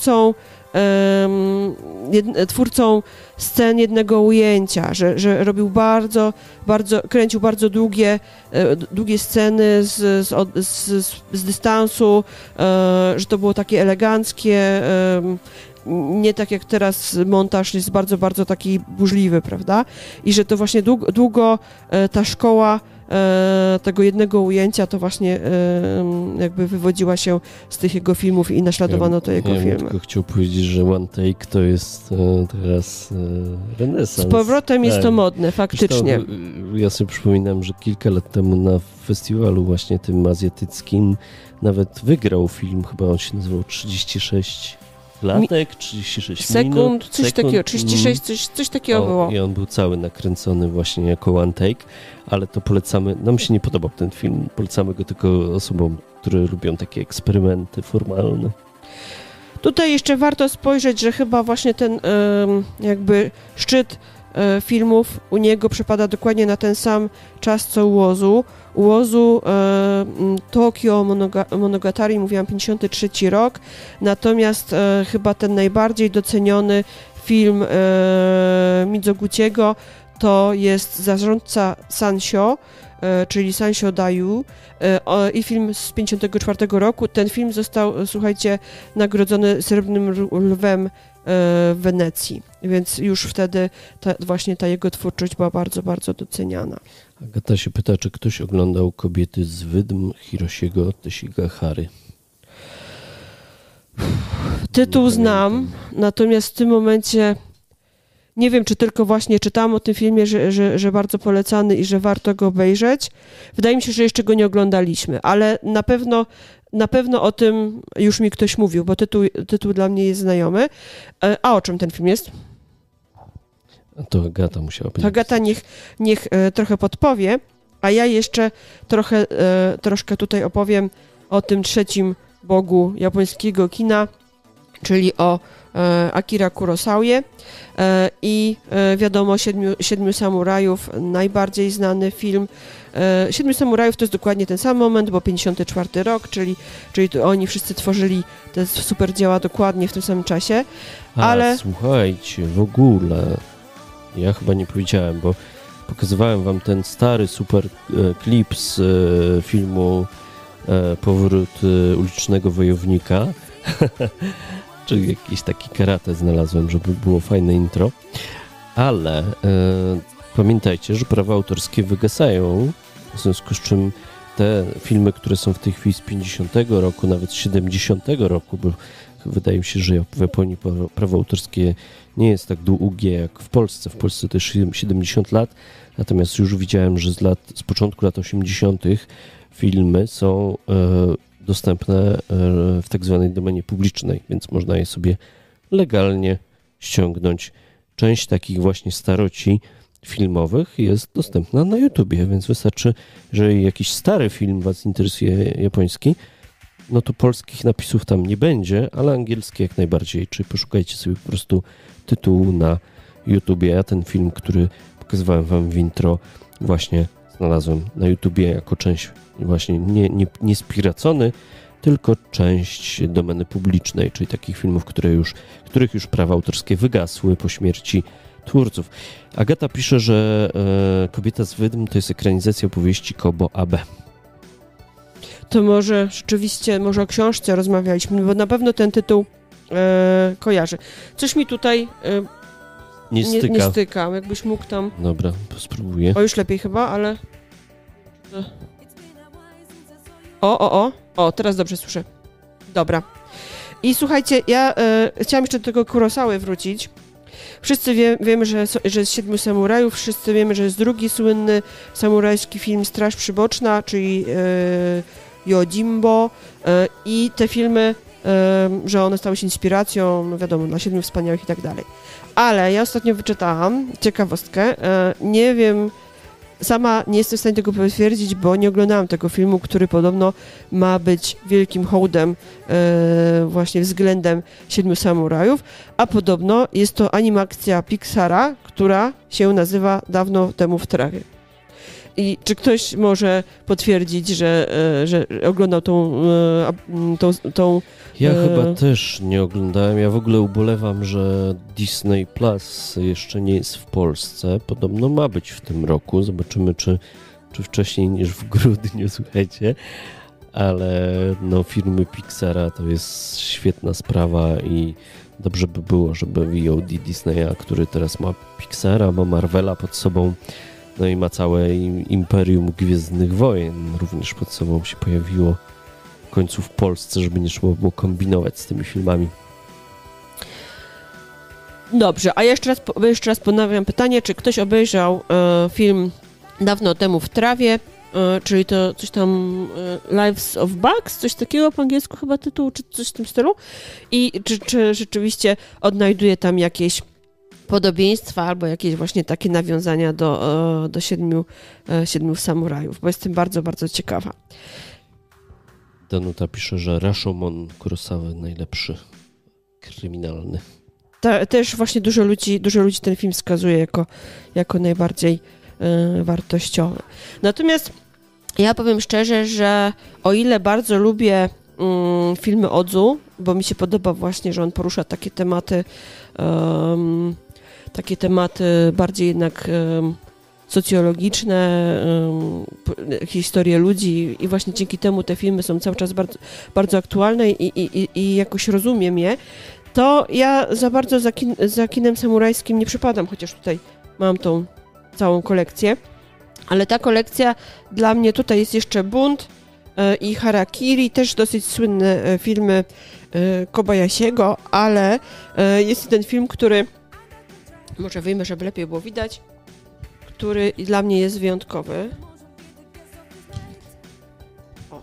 twórcą scen jednego ujęcia, że robił kręcił bardzo długie sceny z dystansu, że to było takie eleganckie, nie tak jak teraz montaż jest bardzo, bardzo taki burzliwy, prawda? I że to właśnie długo ta szkoła tego jednego ujęcia to właśnie jakby wywodziła się z tych jego filmów i naśladowano to jego filmy. Ja tylko chciał powiedzieć, że one take to jest teraz renesans. Z powrotem jest to modne, faktycznie. Zresztą, ja sobie przypominam, że kilka lat temu na festiwalu właśnie tym azjatyckim nawet wygrał film, chyba on się nazywał 36 klatek, 36 minut. Coś takiego, 36, coś takiego było. I on był cały nakręcony właśnie jako one take, ale to polecamy, nam się nie podobał ten film, polecamy go tylko osobom, które lubią takie eksperymenty formalne. Tutaj jeszcze warto spojrzeć, że chyba właśnie ten jakby szczyt filmów u niego przypada dokładnie na ten sam czas co u Ozu. U Ozu Tokio Monogatari, mówiłam, 53 rok, natomiast chyba ten najbardziej doceniony film Mizoguchiego to jest Zarządca Sansho, czyli Sansho Dayu, i film z 54 roku. Ten film został, słuchajcie, nagrodzony Srebrnym Lwem w Wenecji, więc już wtedy właśnie ta jego twórczość była bardzo, bardzo doceniana. Agata się pyta, czy ktoś oglądał Kobiety z Wydm Hirosiego Teshigahary. Tytuł znam, natomiast w tym momencie nie wiem, czy tylko właśnie czytałam o tym filmie, że bardzo polecany i że warto go obejrzeć. Wydaje mi się, że jeszcze go nie oglądaliśmy, ale na pewno o tym już mi ktoś mówił, bo tytuł dla mnie jest znajomy. A o czym ten film jest? To Agata musiała powiedzieć. To Agata niech trochę podpowie, a ja jeszcze troszkę tutaj opowiem o tym trzecim bogu japońskiego kina, czyli o Akira Kurosawie i wiadomo Siedmiu Samurajów, najbardziej znany film. Siedmiu Samurajów to jest dokładnie ten sam moment, bo 54 rok, czyli to oni wszyscy tworzyli te super dzieła dokładnie w tym samym czasie. Ale słuchajcie, w ogóle ja chyba nie powiedziałem, bo pokazywałem wam ten stary super klip z filmu Powrót ulicznego wojownika. Czyli jakiś taki karate znalazłem, żeby było fajne intro. Ale pamiętajcie, że prawa autorskie wygasają, w związku z czym te filmy, które są w tej chwili z 50 roku, nawet z 70 roku, bo wydaje mi się, że w Japonii prawo autorskie nie jest tak długie jak w Polsce. W Polsce to jest 70 lat, natomiast już widziałem, że z początku lat 80. filmy są dostępne w tak zwanej domenie publicznej, więc można je sobie legalnie ściągnąć. Część takich właśnie staroci filmowych jest dostępna na YouTubie, więc wystarczy, że jakiś stary film was interesuje japoński, no to polskich napisów tam nie będzie, ale angielskie jak najbardziej, czyli poszukajcie sobie po prostu tytułu na YouTubie. Ja ten film, który pokazywałem wam w intro, właśnie znalazłem na YouTubie jako część właśnie nie spiracony, tylko część domeny publicznej, czyli takich filmów, których już prawa autorskie wygasły po śmierci twórców. Agata pisze, że Kobieta z Wydm to jest ekranizacja opowieści Kobo Abe. To może rzeczywiście, może o książce rozmawialiśmy, bo na pewno ten tytuł kojarzy. Coś mi tutaj nie styka. Jakbyś mógł tam... Dobra, spróbuję. O, już lepiej chyba, ale... O, teraz dobrze słyszę. Dobra. I słuchajcie, ja chciałam jeszcze do tego Kurosawy wrócić. Wszyscy wiemy, że jest 7 samurajów, wszyscy wiemy, że jest drugi słynny samurajski film Straż Przyboczna, czyli Yojimbo i te filmy, że one stały się inspiracją, no wiadomo, dla 7 wspaniałych i tak dalej. Ale ja ostatnio wyczytałam ciekawostkę, nie wiem, sama nie jestem w stanie tego potwierdzić, bo nie oglądałam tego filmu, który podobno ma być wielkim hołdem właśnie względem 7 samurajów, a podobno jest to animacja Pixara, która się nazywa Dawno temu w trawie. I czy ktoś może potwierdzić, że oglądał tą Ja chyba też nie oglądałem. Ja w ogóle ubolewam, że Disney Plus jeszcze nie jest w Polsce. Podobno ma być w tym roku. Zobaczymy, czy wcześniej niż w grudniu, słuchajcie. Ale no, filmy Pixara to jest świetna sprawa i dobrze by było, żeby VOD Disneya, który teraz ma Pixara, ma Marvela pod sobą, no i ma całe imperium Gwiezdnych Wojen również pod sobą się pojawiło w końcu w Polsce, żeby nie trzeba było kombinować z tymi filmami. Dobrze, a jeszcze raz ponawiam pytanie, czy ktoś obejrzał film Dawno temu w trawie, czyli to coś tam Lives of Bugs, coś takiego po angielsku chyba tytuł, czy coś w tym stylu? I czy rzeczywiście odnajduje tam jakieś podobieństwa albo jakieś właśnie takie nawiązania do siedmiu samurajów, bo jestem bardzo, bardzo ciekawa. Danuta pisze, że Rashomon Kurosawy najlepszy kryminalny. Też właśnie dużo ludzi ten film wskazuje jako najbardziej wartościowy. Natomiast ja powiem szczerze, że o ile bardzo lubię filmy Odzu, bo mi się podoba właśnie, że on porusza takie tematy bardziej jednak socjologiczne, historie ludzi i właśnie dzięki temu te filmy są cały czas bardzo, bardzo aktualne i jakoś rozumiem je, to ja za bardzo za kinem samurajskim nie przypadam, chociaż tutaj mam tą całą kolekcję, ale ta kolekcja dla mnie tutaj jest jeszcze Bunt i Harakiri, też dosyć słynne filmy Kobayashiego, ale jest ten film, który może wyjmę, żeby lepiej było widać, który dla mnie jest wyjątkowy. O.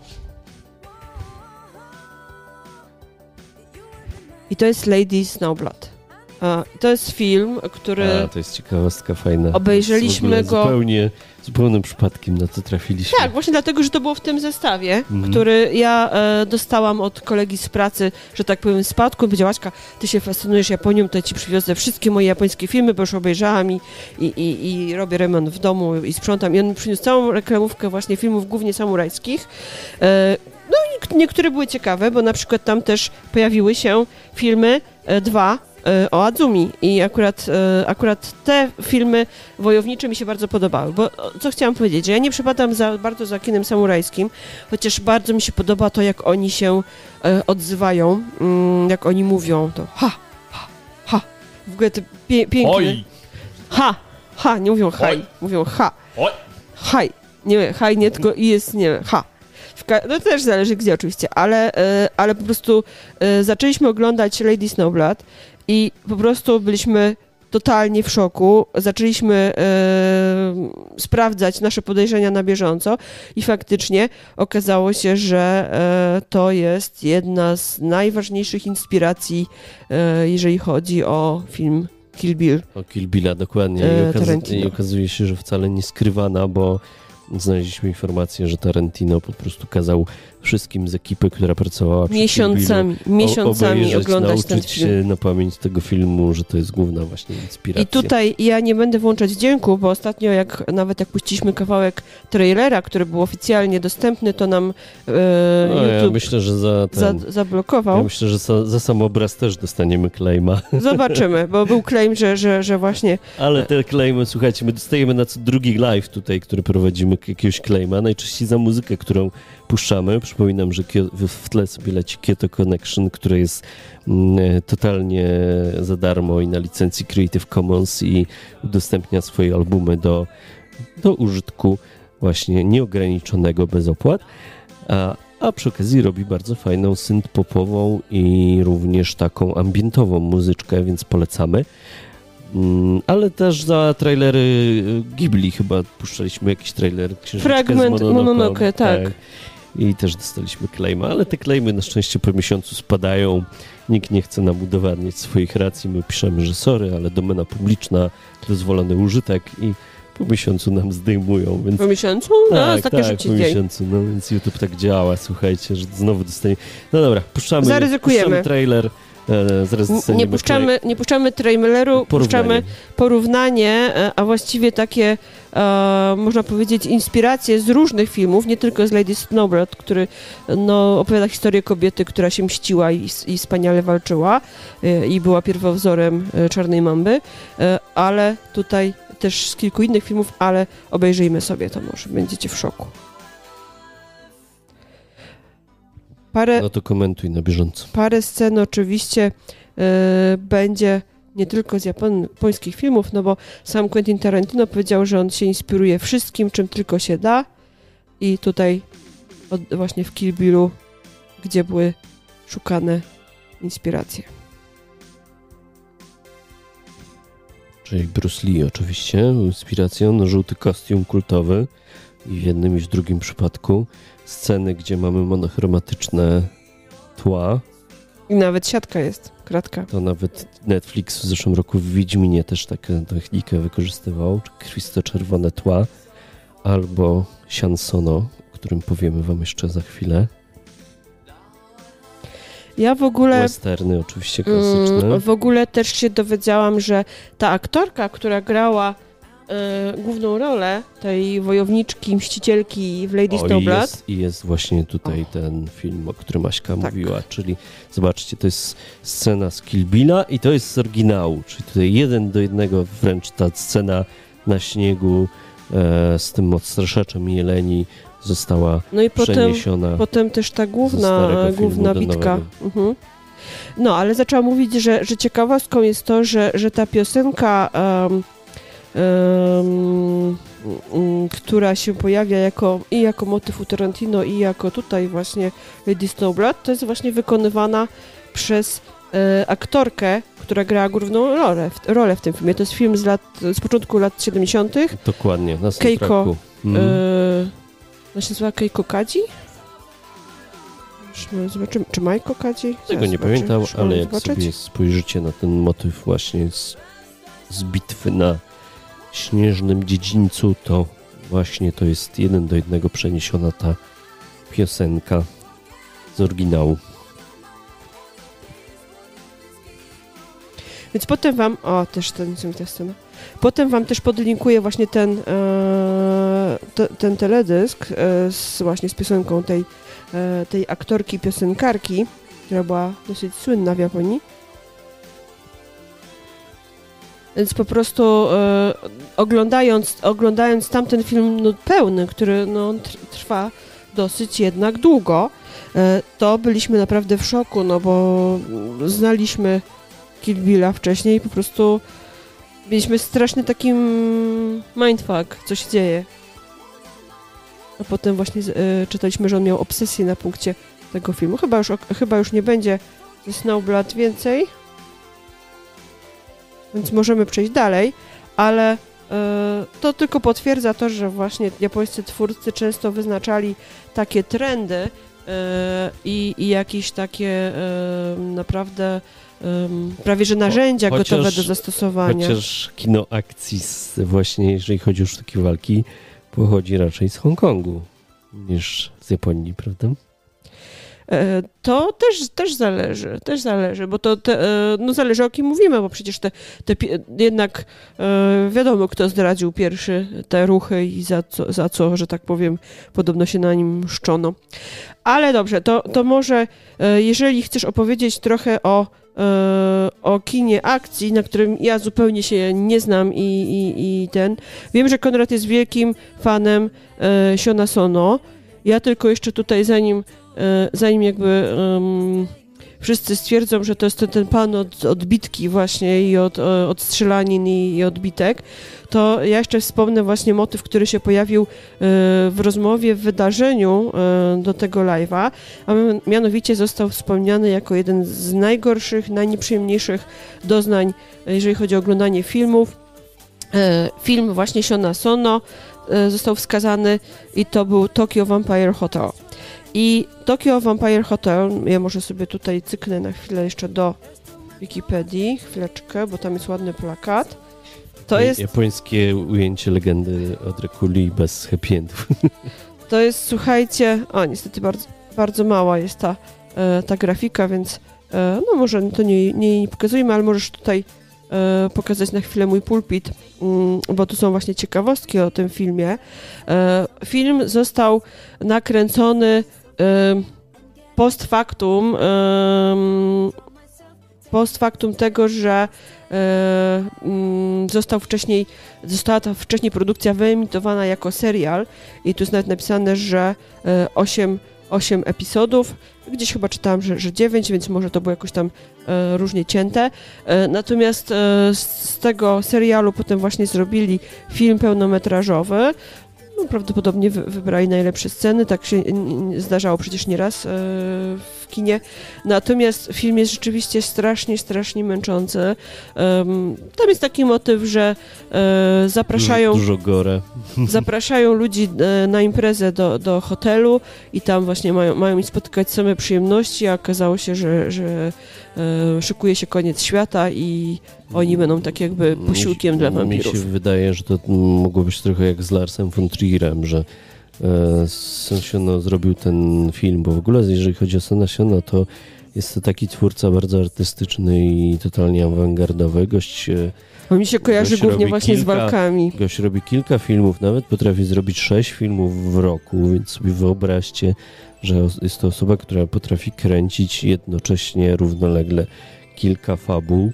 I to jest Lady Snowblood. To jest film, który... to jest ciekawostka fajna. Obejrzeliśmy go... Zupełnym przypadkiem na to trafiliśmy. Tak, właśnie dlatego, że to było w tym zestawie, który ja dostałam od kolegi z pracy, że tak powiem, spadku. Powiedziała: Aśka, ty się fascynujesz Japonią, to ja ci przywiozę wszystkie moje japońskie filmy, bo już obejrzałam i robię remont w domu i sprzątam. I on przyniósł całą reklamówkę właśnie filmów głównie samurajskich. No i niektóre były ciekawe, bo na przykład tam też pojawiły się filmy o Azumi i akurat te filmy wojownicze mi się bardzo podobały, bo co chciałam powiedzieć, że ja nie przypadam bardzo za kinem samurajskim, chociaż bardzo mi się podoba to, jak oni się odzywają, jak oni mówią, to ha, w ogóle te piękne... Oj! Ha, nie mówią haj, mówią ha, haj. Nie, H nie, tylko I jest, nie wiem, H. No to też zależy gdzie oczywiście, ale po prostu zaczęliśmy oglądać Lady Snowblood i po prostu byliśmy totalnie w szoku. Zaczęliśmy sprawdzać nasze podejrzenia na bieżąco i faktycznie okazało się, że to jest jedna z najważniejszych inspiracji, jeżeli chodzi o film Kill Bill. O Kill Billa, dokładnie. I okazuje się, że wcale nie skrywana, bo znaleźliśmy informację, że Tarantino po prostu kazał wszystkim z ekipy, która pracowała przy miesiącami oglądać ten film. Nauczyć się na pamięć tego filmu, że to jest główna właśnie inspiracja. I tutaj ja nie będę włączać dźwięku, bo ostatnio nawet jak puściliśmy kawałek trailera, który był oficjalnie dostępny, to nam YouTube ja myślę, że zablokował. Ja myślę, że za sam obraz też dostaniemy claima. Zobaczymy, bo był claim, że właśnie... Ale te claimy, słuchajcie, my dostajemy na co drugi live tutaj, który prowadzimy jakiegoś claima, najczęściej za muzykę, którą puszczamy. Przypominam, że w tle sobie leci Kyoto Connection, które jest totalnie za darmo i na licencji Creative Commons i udostępnia swoje albumy do użytku właśnie nieograniczonego, bez opłat. A przy okazji robi bardzo fajną synth-popową i również taką ambientową muzyczkę, więc polecamy. Ale też za trailery Ghibli chyba puszczaliśmy jakiś trailer. Fragment Mononoke, tak. I też dostaliśmy claima, ale te claimy na szczęście po miesiącu spadają. Nikt nie chce nam udowadniać swoich racji. My piszemy, że sorry, ale domena publiczna, dozwolony użytek i po miesiącu nam zdejmują. Więc... Po miesiącu? No, tak, po miesiącu. No więc YouTube tak działa, słuchajcie, że znowu dostanie... No dobra, puszczamy trailer. Nie puszczamy traileru, puszczamy porównanie, a właściwie takie, można powiedzieć, inspiracje z różnych filmów, nie tylko z Lady Snowblood, który opowiada historię kobiety, która się mściła i wspaniale walczyła i była pierwowzorem Czarnej Mamby, ale tutaj też z kilku innych filmów, ale obejrzyjmy sobie to, może będziecie w szoku. No to komentuj na bieżąco. Parę scen oczywiście będzie nie tylko z japońskich filmów, no bo sam Quentin Tarantino powiedział, że on się inspiruje wszystkim, czym tylko się da i tutaj właśnie w Kill Billu, gdzie były szukane inspiracje. Czyli Bruce Lee oczywiście, inspiracją, żółty kostium kultowy i w jednym i w drugim przypadku sceny, gdzie mamy monochromatyczne tła. I nawet siatka jest, kratka. To nawet Netflix w zeszłym roku w Wiedźminie też taką technikę wykorzystywał, krwisto-czerwone tła, albo Shansono, o którym powiemy wam jeszcze za chwilę. Ja w ogóle... Westerny oczywiście klasyczne. W ogóle też się dowiedziałam, że ta aktorka, która grała główną rolę tej wojowniczki, mścicielki w Lady Snowblood. I jest właśnie tutaj ten film, o którym Aśka mówiła, czyli zobaczcie, to jest scena z Kill Billa i to jest z oryginału, czyli tutaj 1:1 wręcz ta scena na śniegu z tym odstraszaczem jeleni została przeniesiona. Potem też ta główna bitka. Mhm. No, ale zaczęłam mówić, że ciekawostką jest to, że ta piosenka która się pojawia jako motyw u Tarantino i jako tutaj właśnie Lady Snowblood, to jest właśnie wykonywana przez aktorkę, która grała główną rolę w tym filmie. To jest film z początku lat 70. Dokładnie, na Keiko. Ona się nazywa Keiko Kadzi? Zobaczymy, czy Majko Kadzi? Tego nie pamiętam, ale jak sobie spojrzycie na ten motyw właśnie z bitwy na Śnieżnym Dziedzińcu, to właśnie to jest 1:1 przeniesiona ta piosenka z oryginału. Więc potem wam, też ta scena. Potem wam też podlinkuję właśnie ten teledysk właśnie z piosenką tej aktorki, piosenkarki, która była dosyć słynna w Japonii. Więc po prostu oglądając tamten film pełny, który trwa dosyć jednak długo, to byliśmy naprawdę w szoku, bo znaliśmy Kill Billa wcześniej i po prostu mieliśmy straszny taki mindfuck, co się dzieje. a potem właśnie czytaliśmy, że on miał obsesję na punkcie tego filmu. Chyba już nie będzie ze Snowblood więcej, więc możemy przejść dalej, ale to tylko potwierdza to, że właśnie japońscy twórcy często wyznaczali takie trendy i jakieś takie naprawdę prawie że narzędzia gotowe do zastosowania. Chociaż kino akcji właśnie, jeżeli chodzi o sztuki walki, pochodzi raczej z Hongkongu niż z Japonii, prawda? To też zależy, bo to zależy o kim mówimy, bo przecież jednak wiadomo, kto zdradził pierwszy te ruchy i za co, że tak powiem, podobno się na nim szczono. Ale dobrze, to może jeżeli chcesz opowiedzieć trochę o kinie akcji, na którym ja zupełnie się nie znam i wiem, że Konrad jest wielkim fanem Siona Sono. Ja tylko jeszcze tutaj, zanim jakby wszyscy stwierdzą, że to jest ten pan od bitki właśnie i od strzelanin i odbitek, to ja jeszcze wspomnę właśnie motyw, który się pojawił w rozmowie, w wydarzeniu do tego live'a, a mianowicie został wspomniany jako jeden z najgorszych, najnieprzyjemniejszych doznań, jeżeli chodzi o oglądanie filmów. Film właśnie Siona Sono został wskazany i to był Tokyo Vampire Hotel. I Tokyo Vampire Hotel, ja może sobie tutaj cyknę na chwilę jeszcze do Wikipedii, chwileczkę, bo tam jest ładny plakat. To jest japońskie ujęcie legendy o Drakuli bez happy endów. To jest, słuchajcie, niestety bardzo, bardzo mała jest ta grafika, więc no może to nie pokazujmy, ale możesz tutaj pokazać na chwilę mój pulpit, bo tu są właśnie ciekawostki o tym filmie. Film został nakręcony post factum tego, że została ta wcześniej produkcja wyemitowana jako serial i tu jest nawet napisane, że 8 epizodów, gdzieś chyba czytałam, że 9, więc może to było jakoś tam różnie cięte. Natomiast z tego serialu potem właśnie zrobili film pełnometrażowy. No, prawdopodobnie wybrali najlepsze sceny, tak się zdarzało przecież nieraz w kinie. Natomiast film jest rzeczywiście strasznie, strasznie męczący. Tam jest taki motyw, że zapraszają... Dużo gore. Zapraszają ludzi na imprezę do hotelu i tam właśnie mają ich spotykać same przyjemności, a okazało się, że szykuje się koniec świata i oni będą tak jakby posiłkiem dla wampirów. Mi się wydaje, że to mogło być trochę jak z Larsem von Trierem, że Sonsiono zrobił ten film, bo w ogóle jeżeli chodzi o Sonsiono, to jest to taki twórca bardzo artystyczny i totalnie awangardowy. On mi się kojarzy głównie właśnie z walkami. Gość robi kilka filmów, nawet potrafi zrobić 6 filmów w roku, więc sobie wyobraźcie, że jest to osoba, która potrafi kręcić jednocześnie, równolegle kilka fabuł.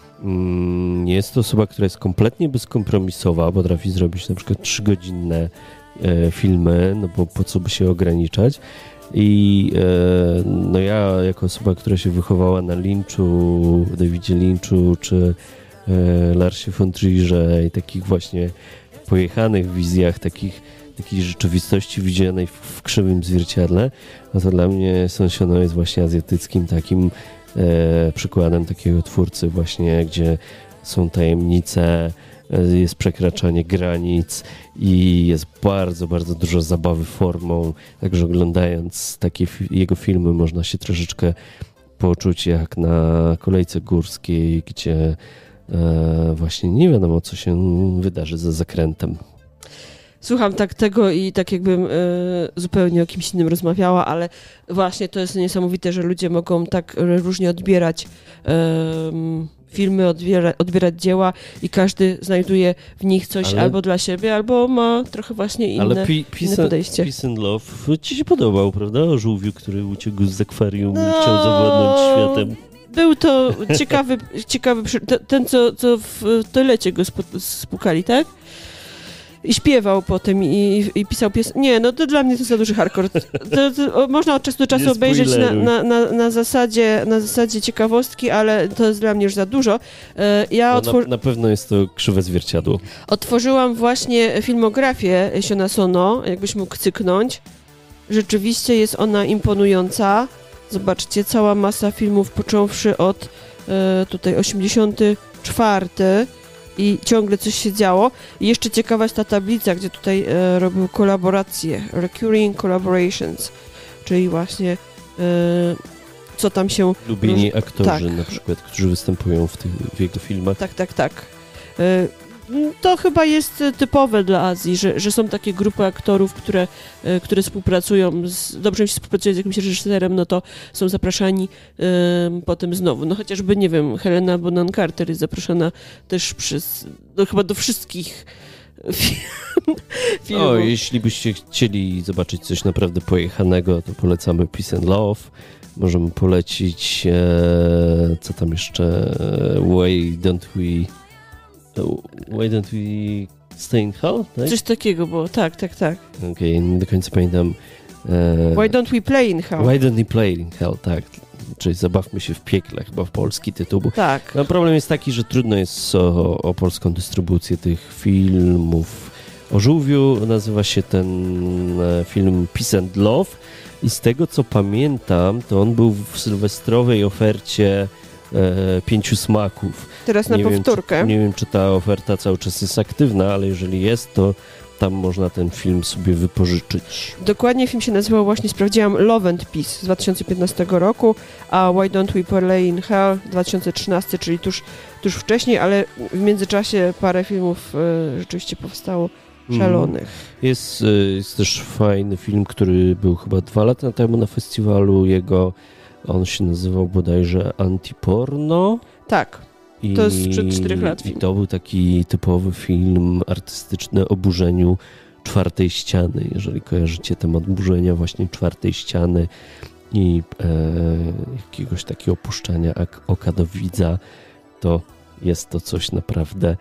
Nie jest to osoba, która jest kompletnie bezkompromisowa, potrafi zrobić na przykład 3-godzinne filmy, no bo po co by się ograniczać. I no ja jako osoba, która się wychowała na Lynchu, Davidzie Lynchu czy Larsie von Trierze i takich właśnie pojechanych wizjach, takiej rzeczywistości widzianej w krzywym zwierciadle, no to dla mnie Sonsiono jest właśnie azjatyckim takim przykładem takiego twórcy właśnie, gdzie są tajemnice, jest przekraczanie granic i jest bardzo, bardzo dużo zabawy formą, także oglądając takie jego filmy można się troszeczkę poczuć jak na kolejce górskiej, gdzie właśnie nie wiadomo, co się wydarzy za zakrętem. Słucham tego i tak jakbym zupełnie o kimś innym rozmawiała, ale właśnie to jest niesamowite, że ludzie mogą tak różnie odbierać filmy, odbierać dzieła i każdy znajduje w nich coś albo dla siebie, albo ma trochę właśnie inne podejście. Peace and Love ci się podobał, prawda? O żółwiu, który uciekł z akwarium i chciał zawładnąć światem. Był to ciekawy ten, co w toalecie go spukali, tak? I śpiewał potem i pisał piosenki. Nie, no to dla mnie to za duży hardcore. Można od czasu do czasu obejrzeć na zasadzie ciekawostki, ale to jest dla mnie już za dużo. Na pewno jest to krzywe zwierciadło. Otworzyłam właśnie filmografię Siona Sono, jakbyś mógł cyknąć. Rzeczywiście jest ona imponująca. Zobaczcie, cała masa filmów, począwszy od tutaj 84 i ciągle coś się działo. I jeszcze ciekawa jest ta tablica, gdzie tutaj robił kolaboracje, recurring collaborations, czyli właśnie co tam się... Lubieni aktorzy na przykład, którzy występują w jego filmach. Tak. To chyba jest typowe dla Azji, że są takie grupy aktorów, które współpracują, dobrze mi się współpracuje z jakimś reżyserem, no to są zapraszani potem znowu. No chociażby, nie wiem, Helena Bonham Carter jest zapraszana też chyba do wszystkich filmów. O, jeśli byście chcieli zobaczyć coś naprawdę pojechanego, to polecamy Peace and Love. Możemy polecić, co tam jeszcze, Why Don't We Stay in Hell? Tak? Coś takiego było, tak. Okej, nie do końca pamiętam. Why Don't We Play in Hell? Why Don't We Play in Hell, tak. Czyli Zabawmy się w piekle, chyba w polski tytuł. Tak. No, problem jest taki, że trudno jest o polską dystrybucję tych filmów. O żółwiu nazywa się ten film Peace and Love i z tego co pamiętam, to on był w sylwestrowej ofercie 5 smaków. Teraz na powtórkę. Nie wiem, czy ta oferta cały czas jest aktywna, ale jeżeli jest, to tam można ten film sobie wypożyczyć. Dokładnie film się nazywał, właśnie sprawdziłam, Love and Peace z 2015 roku, a Why Don't We Play in Hell 2013, czyli tuż wcześniej, ale w międzyczasie parę filmów rzeczywiście powstało szalonych. Jest też fajny film, który był chyba 2 lata temu na festiwalu jego. On się nazywał bodajże Antiporno. Tak, to jest sprzed 4 lat film. I to był taki typowy film artystyczny o burzeniu czwartej ściany. Jeżeli kojarzycie temat burzenia właśnie czwartej ściany i jakiegoś takiego opuszczania oka do widza, to jest to coś naprawdę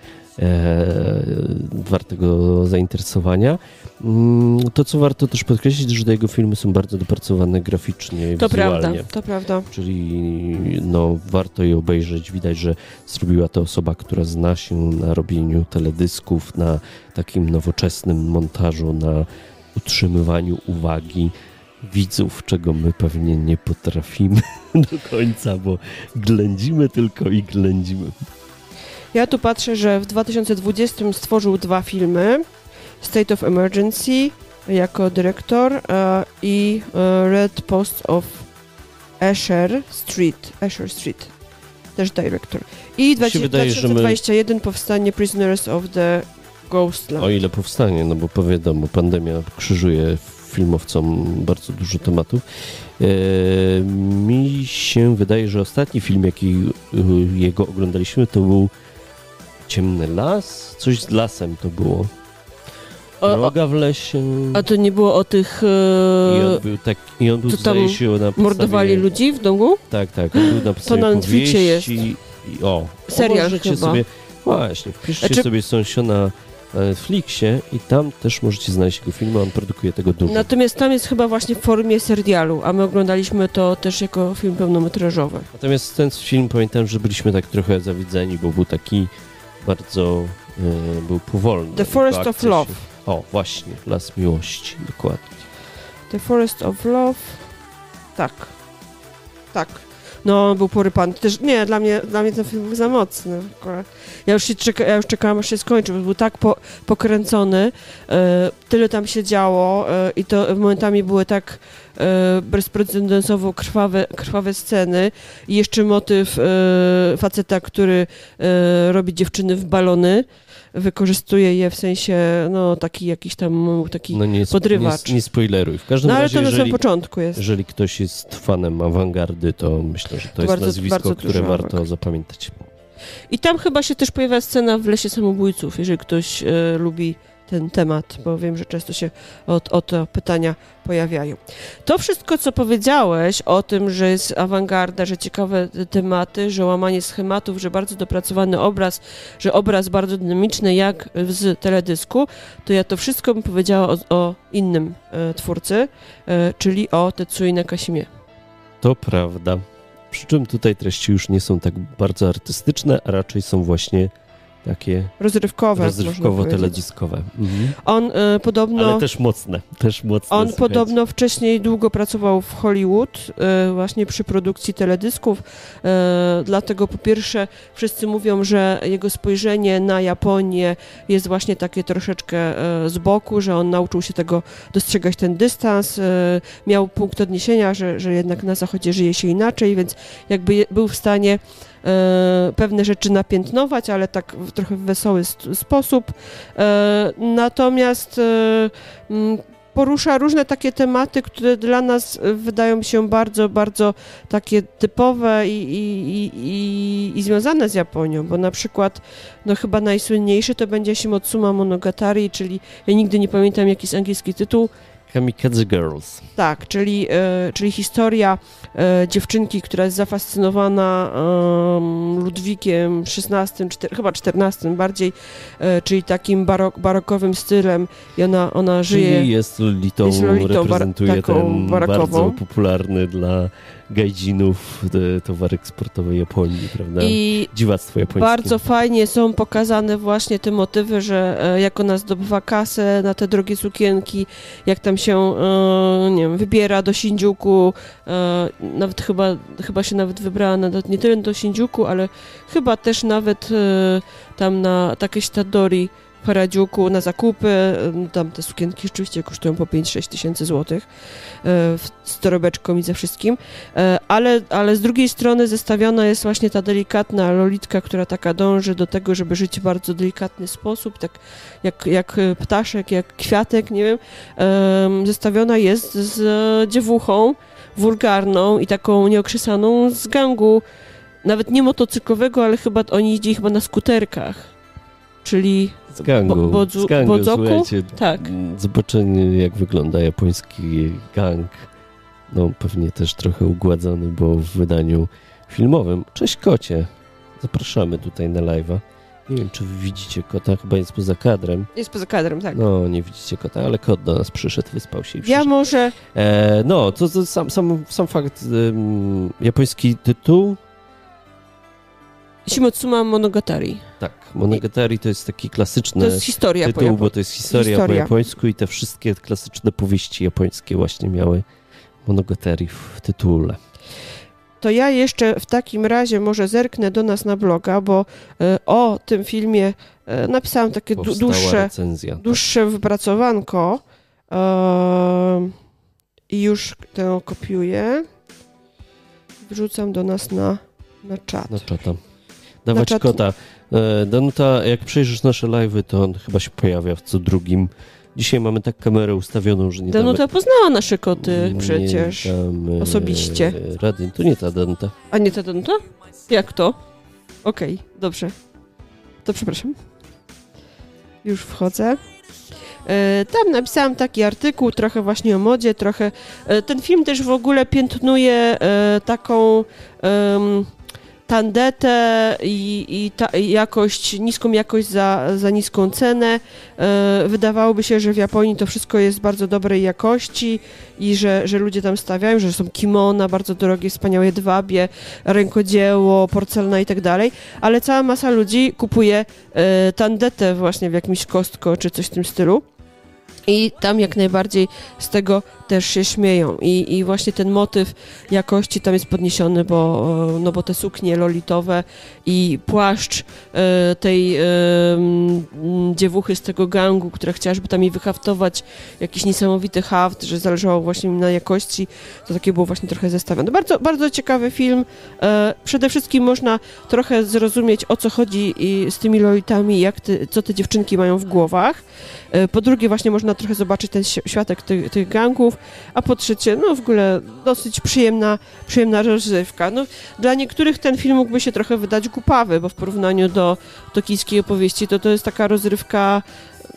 wartego zainteresowania. To, co warto też podkreślić, że te jego filmy są bardzo dopracowane graficznie i wizualnie. To prawda. Czyli warto je obejrzeć. Widać, że zrobiła to osoba, która zna się na robieniu teledysków, na takim nowoczesnym montażu, na utrzymywaniu uwagi widzów, czego my pewnie nie potrafimy do końca, bo ględzimy tylko i ględzimy. Ja tu patrzę, że w 2020 stworzył 2 filmy. State of Emergency jako dyrektor i Red Post of Asher Street też dyrektor. I 2021 powstanie Prisoners of the Ghostland. O ile powstanie, no bo wiadomo, pandemia krzyżuje filmowcom bardzo dużo tematów. Mi się wydaje, że ostatni film, jaki jego oglądaliśmy, to był Ciemny las? Coś z lasem to było. Droga w lesie. A to nie było o tych... I on był zdaje się na podstawie... Mordowali ludzi w domu? Tak. On był na podstawie to na Netflixie jest. Serial chyba. Sobie, właśnie, wpiszcie sobie Sąsio na Netflixie i tam też możecie znaleźć jego filmy, on produkuje tego dużo. Natomiast tam jest chyba właśnie w formie serialu, a my oglądaliśmy to też jako film pełnometrażowy. Natomiast ten film, pamiętam, że byliśmy tak trochę zawiedzeni, bo był taki bardzo... był powolny. The Forest of Love. O, właśnie, Las Miłości, dokładnie. The Forest of Love. Tak. No, był porypany. Też, nie, dla mnie ten film był za mocny. Ja już czekałam, aż się skończy, bo był tak pokręcony. Tyle tam się działo i to momentami były tak bezprecedensowo krwawe sceny. I jeszcze motyw faceta, który robi dziewczyny w balony. Wykorzystuje je w sensie, taki jakiś tam podrywacz. Nie spoileruj. W każdym razie, ale to na samym początku jest. Jeżeli ktoś jest fanem awangardy, to myślę, że to jest nazwisko, które warto zapamiętać. I tam chyba się też pojawia scena w Lesie Samobójców, jeżeli ktoś lubi ten temat, bo wiem, że często się o te pytania pojawiają. To wszystko, co powiedziałeś o tym, że jest awangarda, że ciekawe tematy, że łamanie schematów, że bardzo dopracowany obraz, że obraz bardzo dynamiczny, jak z teledysku, to ja to wszystko bym powiedziała o innym twórcy, czyli o Tetsuya Nakasimie. To prawda. Przy czym tutaj treści już nie są tak bardzo artystyczne, a raczej są właśnie takie rozrywkowo-teledyskowe. On podobno... Ale też mocne. On podobno wcześniej długo pracował w Hollywood, właśnie przy produkcji teledysków, dlatego po pierwsze wszyscy mówią, że jego spojrzenie na Japonię jest właśnie takie troszeczkę z boku, że on nauczył się tego dostrzegać ten dystans, miał punkt odniesienia, że jednak na Zachodzie żyje się inaczej, więc jakby był w stanie pewne rzeczy napiętnować, ale tak w trochę wesoły sposób. Natomiast porusza różne takie tematy, które dla nas wydają się bardzo, bardzo takie typowe i związane z Japonią, bo na przykład chyba najsłynniejszy to będzie Shimotsuma Monogatari, czyli ja nigdy nie pamiętam, jaki jest angielski tytuł. Kamikaze Girls. Tak, czyli historia dziewczynki, która jest zafascynowana Ludwikiem XVI, chyba XIV bardziej, czyli takim barokowym stylem i ona żyje... Czyli jest Lolitą reprezentuje ten barakową. Bardzo popularny dla gajdzinów towar eksportowy Japonii, prawda? I dziwactwo japońskie. Bardzo fajnie są pokazane właśnie te motywy, że jak ona zdobywa kasę na te drogie sukienki, jak tam się, nie wiem, wybiera do Shinjuku, nawet chyba się nawet wybrała nie tyle do Shinjuku, ale chyba też nawet tam na Takeshita-dori w Harajuku na zakupy, tam te sukienki rzeczywiście kosztują po 5-6 tysięcy złotych z torebeczką i ze wszystkim, ale z drugiej strony zestawiona jest właśnie ta delikatna lolitka, która taka dąży do tego, żeby żyć w bardzo delikatny sposób, tak jak ptaszek, jak kwiatek, nie wiem, zestawiona jest z dziewuchą wulgarną i taką nieokrzesaną z gangu, nawet nie motocyklowego, ale chyba oni jeździli chyba na skuterkach. Czyli z gangu, Bodzoku? Słuchajcie, tak. Zobaczenie, jak wygląda japoński gang, no pewnie też trochę ugładzony, bo w wydaniu filmowym. Cześć kocie, zapraszamy tutaj na live'a. Nie wiem, czy wy widzicie kota, chyba jest poza kadrem. Jest poza kadrem, tak. No, nie widzicie kota, ale kot do nas przyszedł, wyspał się i przyszedł. Ja może... No, to sam fakt, japoński tytuł. Shimotsuma Monogatari. Tak, Monogatari to jest taki klasyczny to jest historia tytuł, bo to jest historia po japońsku i te wszystkie klasyczne powieści japońskie właśnie miały Monogatari w tytule. To ja jeszcze w takim razie może zerknę do nas na bloga, bo o tym filmie napisałam takie dłuższe wypracowanko i już tę kopiuję. Wrzucam do nas na czat. Na czata. Dawać kota. Danuta, jak przejrzysz nasze live'y, to on chyba się pojawia w co drugim. Dzisiaj mamy tak kamerę ustawioną, że nie Danuta poznała nasze koty przecież. Osobiście. Rady. To nie ta Danuta. A nie ta Danuta? Jak to? Okej, dobrze. To przepraszam. Już wchodzę. Tam napisałam taki artykuł, trochę właśnie o modzie, trochę... Ten film też w ogóle piętnuje taką... tandetę i jakość, niską jakość za niską cenę. Wydawałoby się, że w Japonii to wszystko jest bardzo dobrej jakości i że ludzie tam stawiają, że są kimona, bardzo drogie, wspaniałe jedwabie, rękodzieło, porcelana i tak dalej, ale cała masa ludzi kupuje tandetę właśnie w jakimś Costco czy coś w tym stylu. I tam jak najbardziej z tego też się śmieją. I właśnie ten motyw jakości tam jest podniesiony, bo te suknie lolitowe i płaszcz tej dziewuchy z tego gangu, która chciała, żeby tam jej wyhaftować jakiś niesamowity haft, że zależało właśnie na jakości, to takie było właśnie trochę zestawione. Bardzo, bardzo ciekawy film. Przede wszystkim można trochę zrozumieć, o co chodzi z tymi lolitami, co te dziewczynki mają w głowach. Po drugie właśnie można trochę zobaczyć ten światek tych gangów, a po trzecie, no w ogóle dosyć przyjemna rozrywka. No, dla niektórych ten film mógłby się trochę wydać głupawy, bo w porównaniu do tokijskiej opowieści to jest taka rozrywka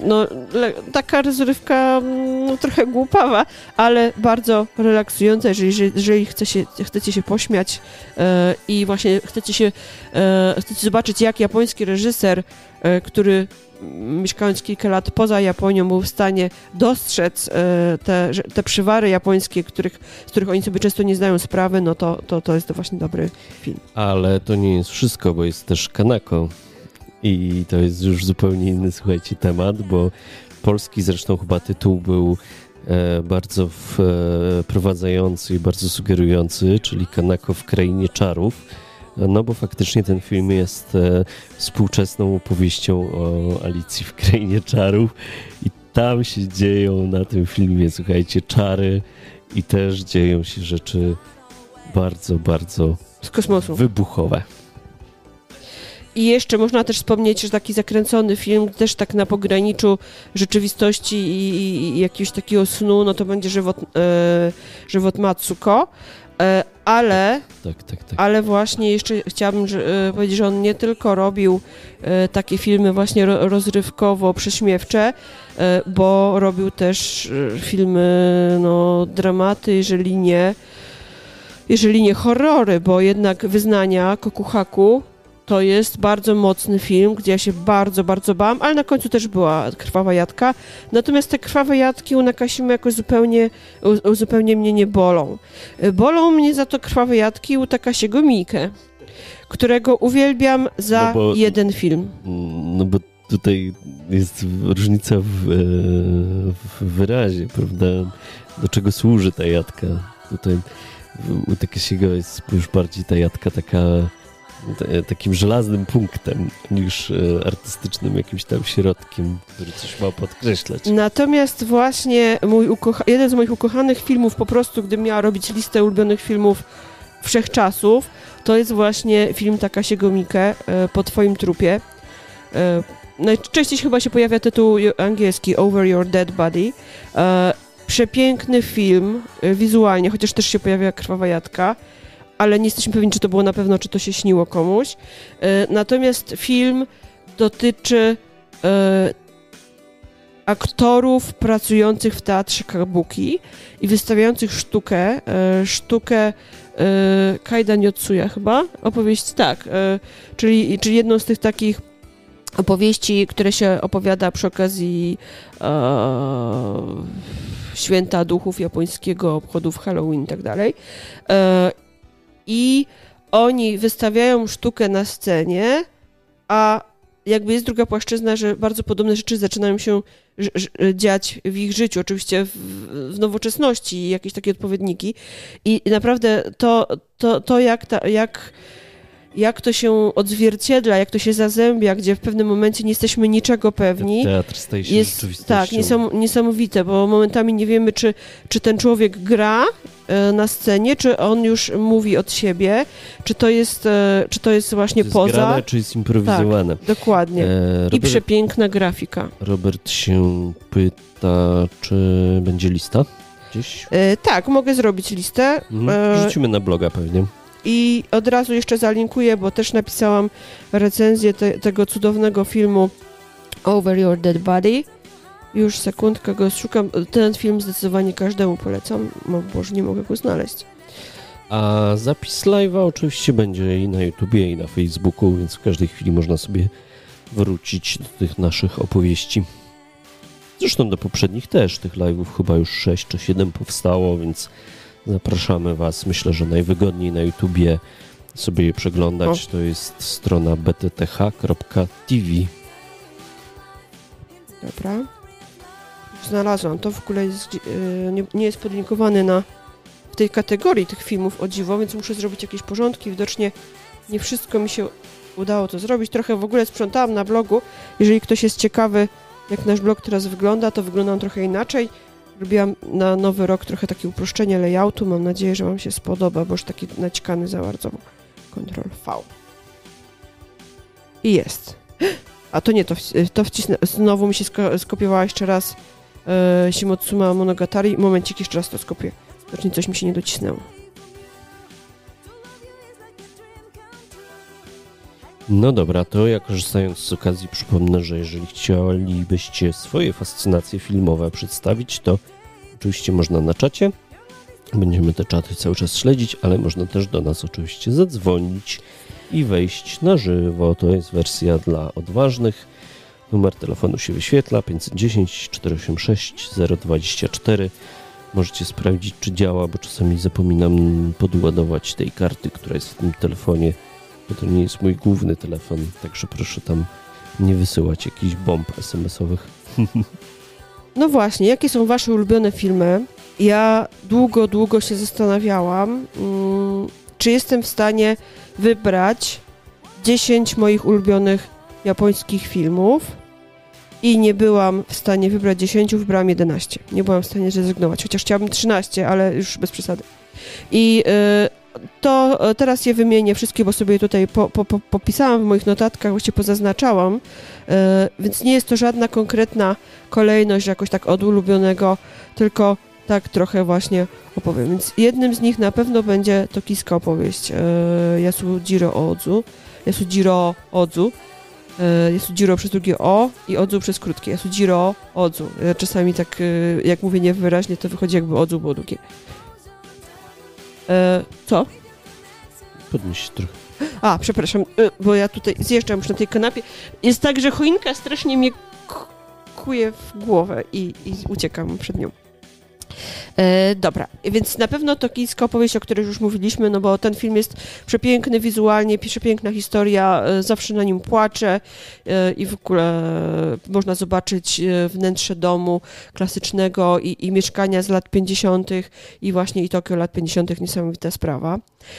taka rozrywka trochę głupawa, ale bardzo relaksująca, jeżeli chcecie się pośmiać i właśnie chcecie zobaczyć, jak japoński reżyser, który mieszkając kilka lat poza Japonią był w stanie dostrzec te przywary japońskie, z których oni sobie często nie zdają sprawy, no to jest to właśnie dobry film. Ale to nie jest wszystko, bo jest też Kanako. I to jest już zupełnie inny, słuchajcie, temat, bo polski zresztą chyba tytuł był bardzo wprowadzający i bardzo sugerujący, czyli Kanako w Krainie Czarów, no bo faktycznie ten film jest współczesną opowieścią o Alicji w Krainie Czarów i tam się dzieją na tym filmie, słuchajcie, czary i też dzieją się rzeczy bardzo, bardzo z kosmosu wybuchowe. I jeszcze można też wspomnieć, że taki zakręcony film, też tak na pograniczu rzeczywistości i jakiegoś takiego snu, no to będzie żywot Matsuko, ale ale właśnie jeszcze chciałabym powiedzieć, że on nie tylko robił takie filmy właśnie rozrywkowo-prześmiewcze, bo robił też filmy, dramaty, jeżeli nie horrory, bo jednak Wyznania Kokuhaku to jest bardzo mocny film, gdzie ja się bardzo, bardzo bałam, ale na końcu też była krwawa jadka. Natomiast te krwawe jadki u Nakashimy jakoś zupełnie mnie nie bolą. Bolą mnie za to krwawe jadki u Takashiego Miike, którego uwielbiam za jeden film. No bo tutaj jest różnica w wyrazie, prawda? Do czego służy ta jadka? Tutaj u Takashiego jest już bardziej ta jadka takim żelaznym punktem niż artystycznym jakimś tam środkiem, który coś ma podkreślać. Natomiast właśnie jeden z moich ukochanych filmów, po prostu gdybym miała robić listę ulubionych filmów wszechczasów, to jest właśnie film Takashiego Miike Po twoim trupie. Najczęściej chyba się pojawia tytuł angielski Over Your Dead Body. Przepiękny film wizualnie, chociaż też się pojawia krwawa jadka, ale nie jesteśmy pewni, czy to było na pewno, czy to się śniło komuś. Natomiast film dotyczy aktorów pracujących w teatrze kabuki i wystawiających sztukę Kaidan Yotsuya chyba, opowieść, tak, czyli jedną z tych takich opowieści, które się opowiada przy okazji święta duchów japońskiego, obchodów Halloween i tak dalej. I oni wystawiają sztukę na scenie, a jakby jest druga płaszczyzna, że bardzo podobne rzeczy zaczynają się dziać w ich życiu, oczywiście w nowoczesności, jakieś takie odpowiedniki. I naprawdę to jak to się odzwierciedla, jak to się zazębia, gdzie w pewnym momencie nie jesteśmy niczego pewni. Teatr staje się rzeczywistością. Tak, niesamowite, bo momentami nie wiemy, czy ten człowiek gra na scenie, czy on już mówi od siebie, czy to jest właśnie poza. Zgrane, czy jest improwizowane. Tak, dokładnie. I przepiękna grafika. Robert się pyta, czy będzie lista gdzieś? Tak, mogę zrobić listę. Rzucimy na bloga pewnie. I od razu jeszcze zalinkuję, bo też napisałam recenzję tego cudownego filmu Over Your Dead Body. Już sekundkę go szukam. Ten film zdecydowanie każdemu polecam, bo już nie mogę go znaleźć. A zapis live'a oczywiście będzie i na YouTubie, i na Facebooku, więc w każdej chwili można sobie wrócić do tych naszych opowieści. Zresztą do poprzednich też, tych live'ów chyba już 6 czy 7 powstało, więc zapraszamy Was. Myślę, że najwygodniej na YouTubie sobie je przeglądać. To jest strona btth.tv. Dobra. Znalazłam. To w ogóle nie jest podlinkowane w tej kategorii tych filmów, o dziwo, więc muszę zrobić jakieś porządki. Widocznie nie wszystko mi się udało to zrobić. Trochę w ogóle sprzątałam na blogu. Jeżeli ktoś jest ciekawy, jak nasz blog teraz wygląda, to wygląda on trochę inaczej. Robiłam na nowy rok trochę takie uproszczenie layoutu. Mam nadzieję, że Wam się spodoba, bo już taki naćkany za bardzo. Ctrl-V. I jest. A to nie, to wcisnę. Znowu mi się skopiowała jeszcze raz Shimotsuma Monogatari. Momencik, jeszcze raz to skopię. Znaczy coś mi się nie docisnęło. No dobra, to ja korzystając z okazji przypomnę, że jeżeli chcielibyście swoje fascynacje filmowe przedstawić, to oczywiście można na czacie. Będziemy te czaty cały czas śledzić, ale można też do nas oczywiście zadzwonić i wejść na żywo. To jest wersja dla odważnych. Numer telefonu się wyświetla 510 486 024. Możecie sprawdzić, czy działa, bo czasami zapominam podładować tej karty, która jest w tym telefonie, bo to nie jest mój główny telefon, także proszę tam nie wysyłać jakichś bomb SMS-owych. No właśnie, jakie są wasze ulubione filmy? Ja długo się zastanawiałam, czy jestem w stanie wybrać 10 moich ulubionych japońskich filmów i nie byłam w stanie wybrać 10, wybrałam 11. Nie byłam w stanie zrezygnować, chociaż chciałabym 13, ale już bez przesady. I to teraz je wymienię wszystkie, bo sobie tutaj popisałam w moich notatkach, właściwie pozaznaczałam, więc nie jest to żadna konkretna kolejność jakoś tak od ulubionego, tylko tak trochę właśnie opowiem. Więc jednym z nich na pewno będzie tokijska opowieść Yasujiro Odzu. Yasujiro przez drugie O i Odzu przez krótkie. Yasujiro Odzu. Czasami tak, jak mówię niewyraźnie, to wychodzi jakby Odzu było długie. Co? Podnieś się trochę. A, przepraszam, bo ja tutaj zjeżdżam już na tej kanapie. Jest tak, że choinka strasznie mnie kuje w głowę i uciekam przed nią. Dobra, więc na pewno tokijska opowieść, o której już mówiliśmy, no bo ten film jest przepiękny wizualnie, przepiękna historia, zawsze na nim płaczę i w ogóle można zobaczyć wnętrze domu klasycznego i mieszkania z lat 50. i właśnie i Tokio lat 50. Niesamowita sprawa.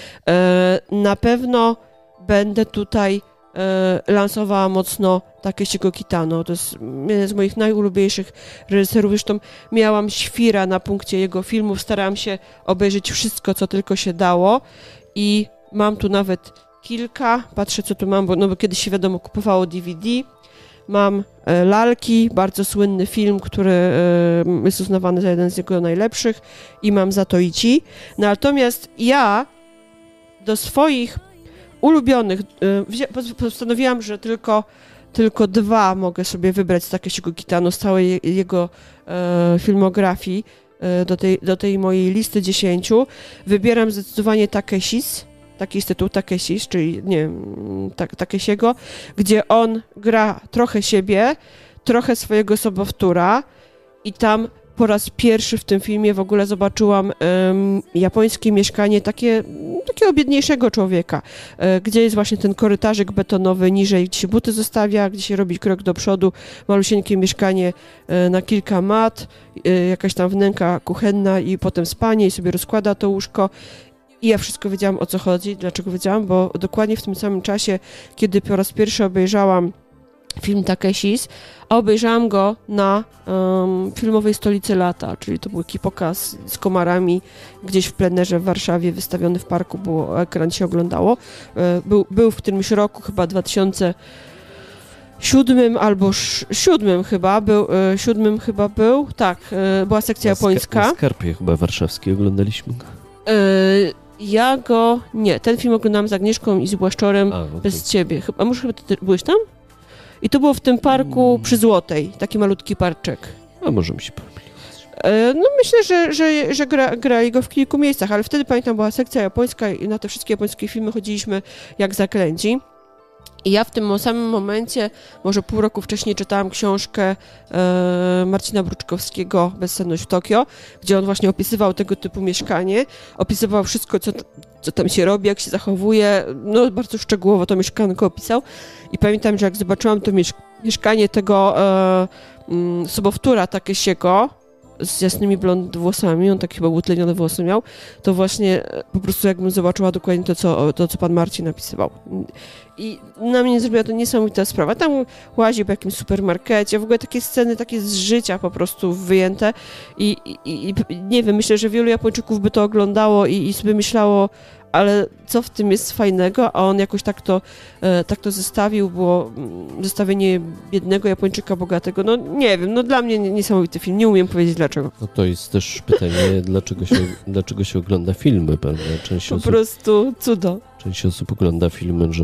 Na pewno będę tutaj lansowała mocno Takeshiego Kitano. To jest jeden z moich najulubieńszych reżyserów. Zresztą miałam świra na punkcie jego filmów. Starałam się obejrzeć wszystko, co tylko się dało i mam tu nawet kilka. Patrzę, co tu mam, bo kiedyś się wiadomo kupowało DVD. Mam Lalki, bardzo słynny film, który jest uznawany za jeden z jego najlepszych i mam Zatoichi. Natomiast ja do swoich ulubionych, postanowiłam, że tylko 2 mogę sobie wybrać z Takeshiego Kitano, z całej jego filmografii do tej mojej listy 10. Wybieram zdecydowanie Takeshis, taki jest tytuł Takeshis, czyli nie wiem, Takeshiego, gdzie on gra trochę siebie, trochę swojego sobowtóra i tam po raz pierwszy w tym filmie w ogóle zobaczyłam japońskie mieszkanie takiego biedniejszego człowieka, gdzie jest właśnie ten korytarzyk betonowy niżej, gdzie się buty zostawia, gdzie się robi krok do przodu, malusieńkie mieszkanie na kilka mat, jakaś tam wnęka kuchenna i potem spanie i sobie rozkłada to łóżko. I ja wszystko wiedziałam, o co chodzi. Dlaczego wiedziałam? Bo dokładnie w tym samym czasie, kiedy po raz pierwszy obejrzałam film Takeshis, a obejrzałam go na filmowej Stolicy Lata, czyli to był taki pokaz z komarami gdzieś w plenerze w Warszawie, wystawiony w parku, było ekran się oglądało. Był w którymś roku, chyba 2007 albo 7 chyba był, tak, była sekcja japońska. Na Skarpie chyba warszawskiej oglądaliśmy go. Nie, ten film oglądałam z Agnieszką i z Błaszczorem bez ciebie. A może chyba ty byłeś tam? I to było w tym parku przy Złotej, taki malutki parczek. A może mi się pomyliło. No myślę, że grali go w kilku miejscach, ale wtedy pamiętam, była sekcja japońska i na te wszystkie japońskie filmy chodziliśmy jak zaklęci. I ja w tym samym momencie, może pół roku wcześniej, czytałam książkę Marcina Bruczkowskiego Bezsenność w Tokio, gdzie on właśnie opisywał tego typu mieszkanie, opisywał wszystko, co tam się robi, jak się zachowuje, no bardzo szczegółowo to mieszkanko opisał i pamiętam, że jak zobaczyłam to mieszkanie tego sobowtóra Takeshiego z jasnymi blond włosami, on tak chyba utlenione włosy miał, to właśnie po prostu jakbym zobaczyła dokładnie to, co pan Marcin napisywał. I na mnie zrobiła to niesamowita sprawa. Tam łazi po jakimś supermarkecie, w ogóle takie sceny takie z życia po prostu wyjęte i nie wiem, myślę, że wielu Japończyków by to oglądało i sobie myślało, ale co w tym jest fajnego, a on jakoś tak to zestawił, było zestawienie biednego Japończyka bogatego, no nie wiem, no dla mnie niesamowity film, nie umiem powiedzieć dlaczego. No to jest też pytanie, dlaczego się ogląda filmy, pewnie. Po prostu cudo. Część osób ogląda filmy, żeby się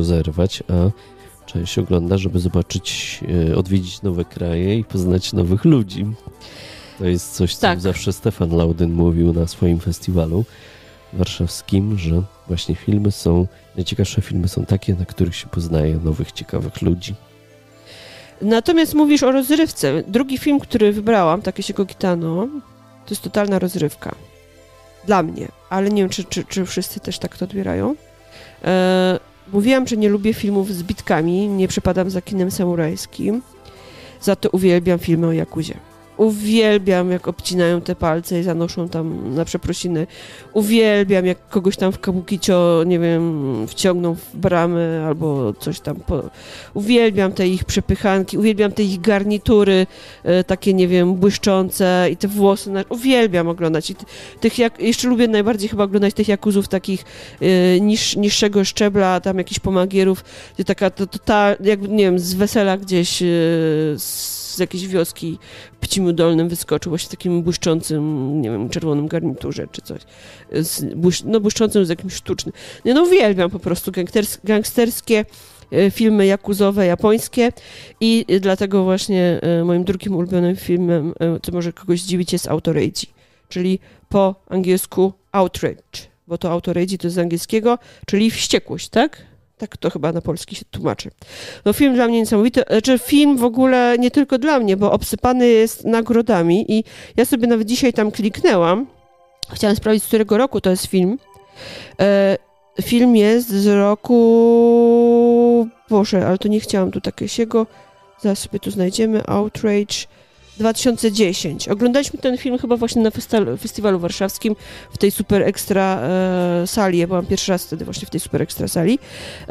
zerwać, a część ogląda, żeby zobaczyć, odwiedzić nowe kraje i poznać nowych ludzi. To jest coś, co zawsze Stefan Laudyn mówił na swoim festiwalu warszawskim, że właśnie najciekawsze filmy są takie, na których się poznaje nowych, ciekawych ludzi. Natomiast mówisz o rozrywce. Drugi film, który wybrałam, Takeshiego Kitano, to jest totalna rozrywka. Dla mnie, ale nie wiem, czy wszyscy też tak to odbierają. Mówiłam, że nie lubię filmów z bitkami, nie przepadam za kinem samurajskim, za to uwielbiam filmy o Jakuzie. Uwielbiam, jak obcinają te palce i zanoszą tam na przeprosiny. Uwielbiam, jak kogoś tam w kabukicio, nie wiem, wciągną w bramę albo coś tam. Uwielbiam te ich przepychanki, uwielbiam te ich garnitury, takie, nie wiem, błyszczące i te włosy. Uwielbiam oglądać. I jeszcze lubię najbardziej chyba oglądać tych jakuzów takich niższego szczebla, tam jakichś pomagierów, gdzie taka, jakby, nie wiem, z wesela gdzieś z jakiejś wioski Pcimiu Dolnym wyskoczył właśnie w takim błyszczącym, nie wiem, czerwonym garniturze czy coś. Błyszczącym z jakimś sztucznym. Uwielbiam po prostu gangsterskie filmy jakuzowe, japońskie i dlatego właśnie moim drugim ulubionym filmem, co może kogoś zdziwić, jest Outrage, czyli po angielsku outrage, bo to outrage to jest z angielskiego, czyli wściekłość, tak? Tak to chyba na polski się tłumaczy. Film dla mnie niesamowity. Film w ogóle nie tylko dla mnie, bo obsypany jest nagrodami i ja sobie nawet dzisiaj tam kliknęłam. Chciałam sprawdzić, z którego roku to jest film. Film jest z roku... Boże, ale to nie chciałam tu Takeshiego. Zaraz sobie tu znajdziemy. Outrage 2010. Oglądaliśmy ten film chyba właśnie na festiwalu warszawskim w tej super ekstra sali. Ja byłam pierwszy raz wtedy właśnie w tej super ekstra sali.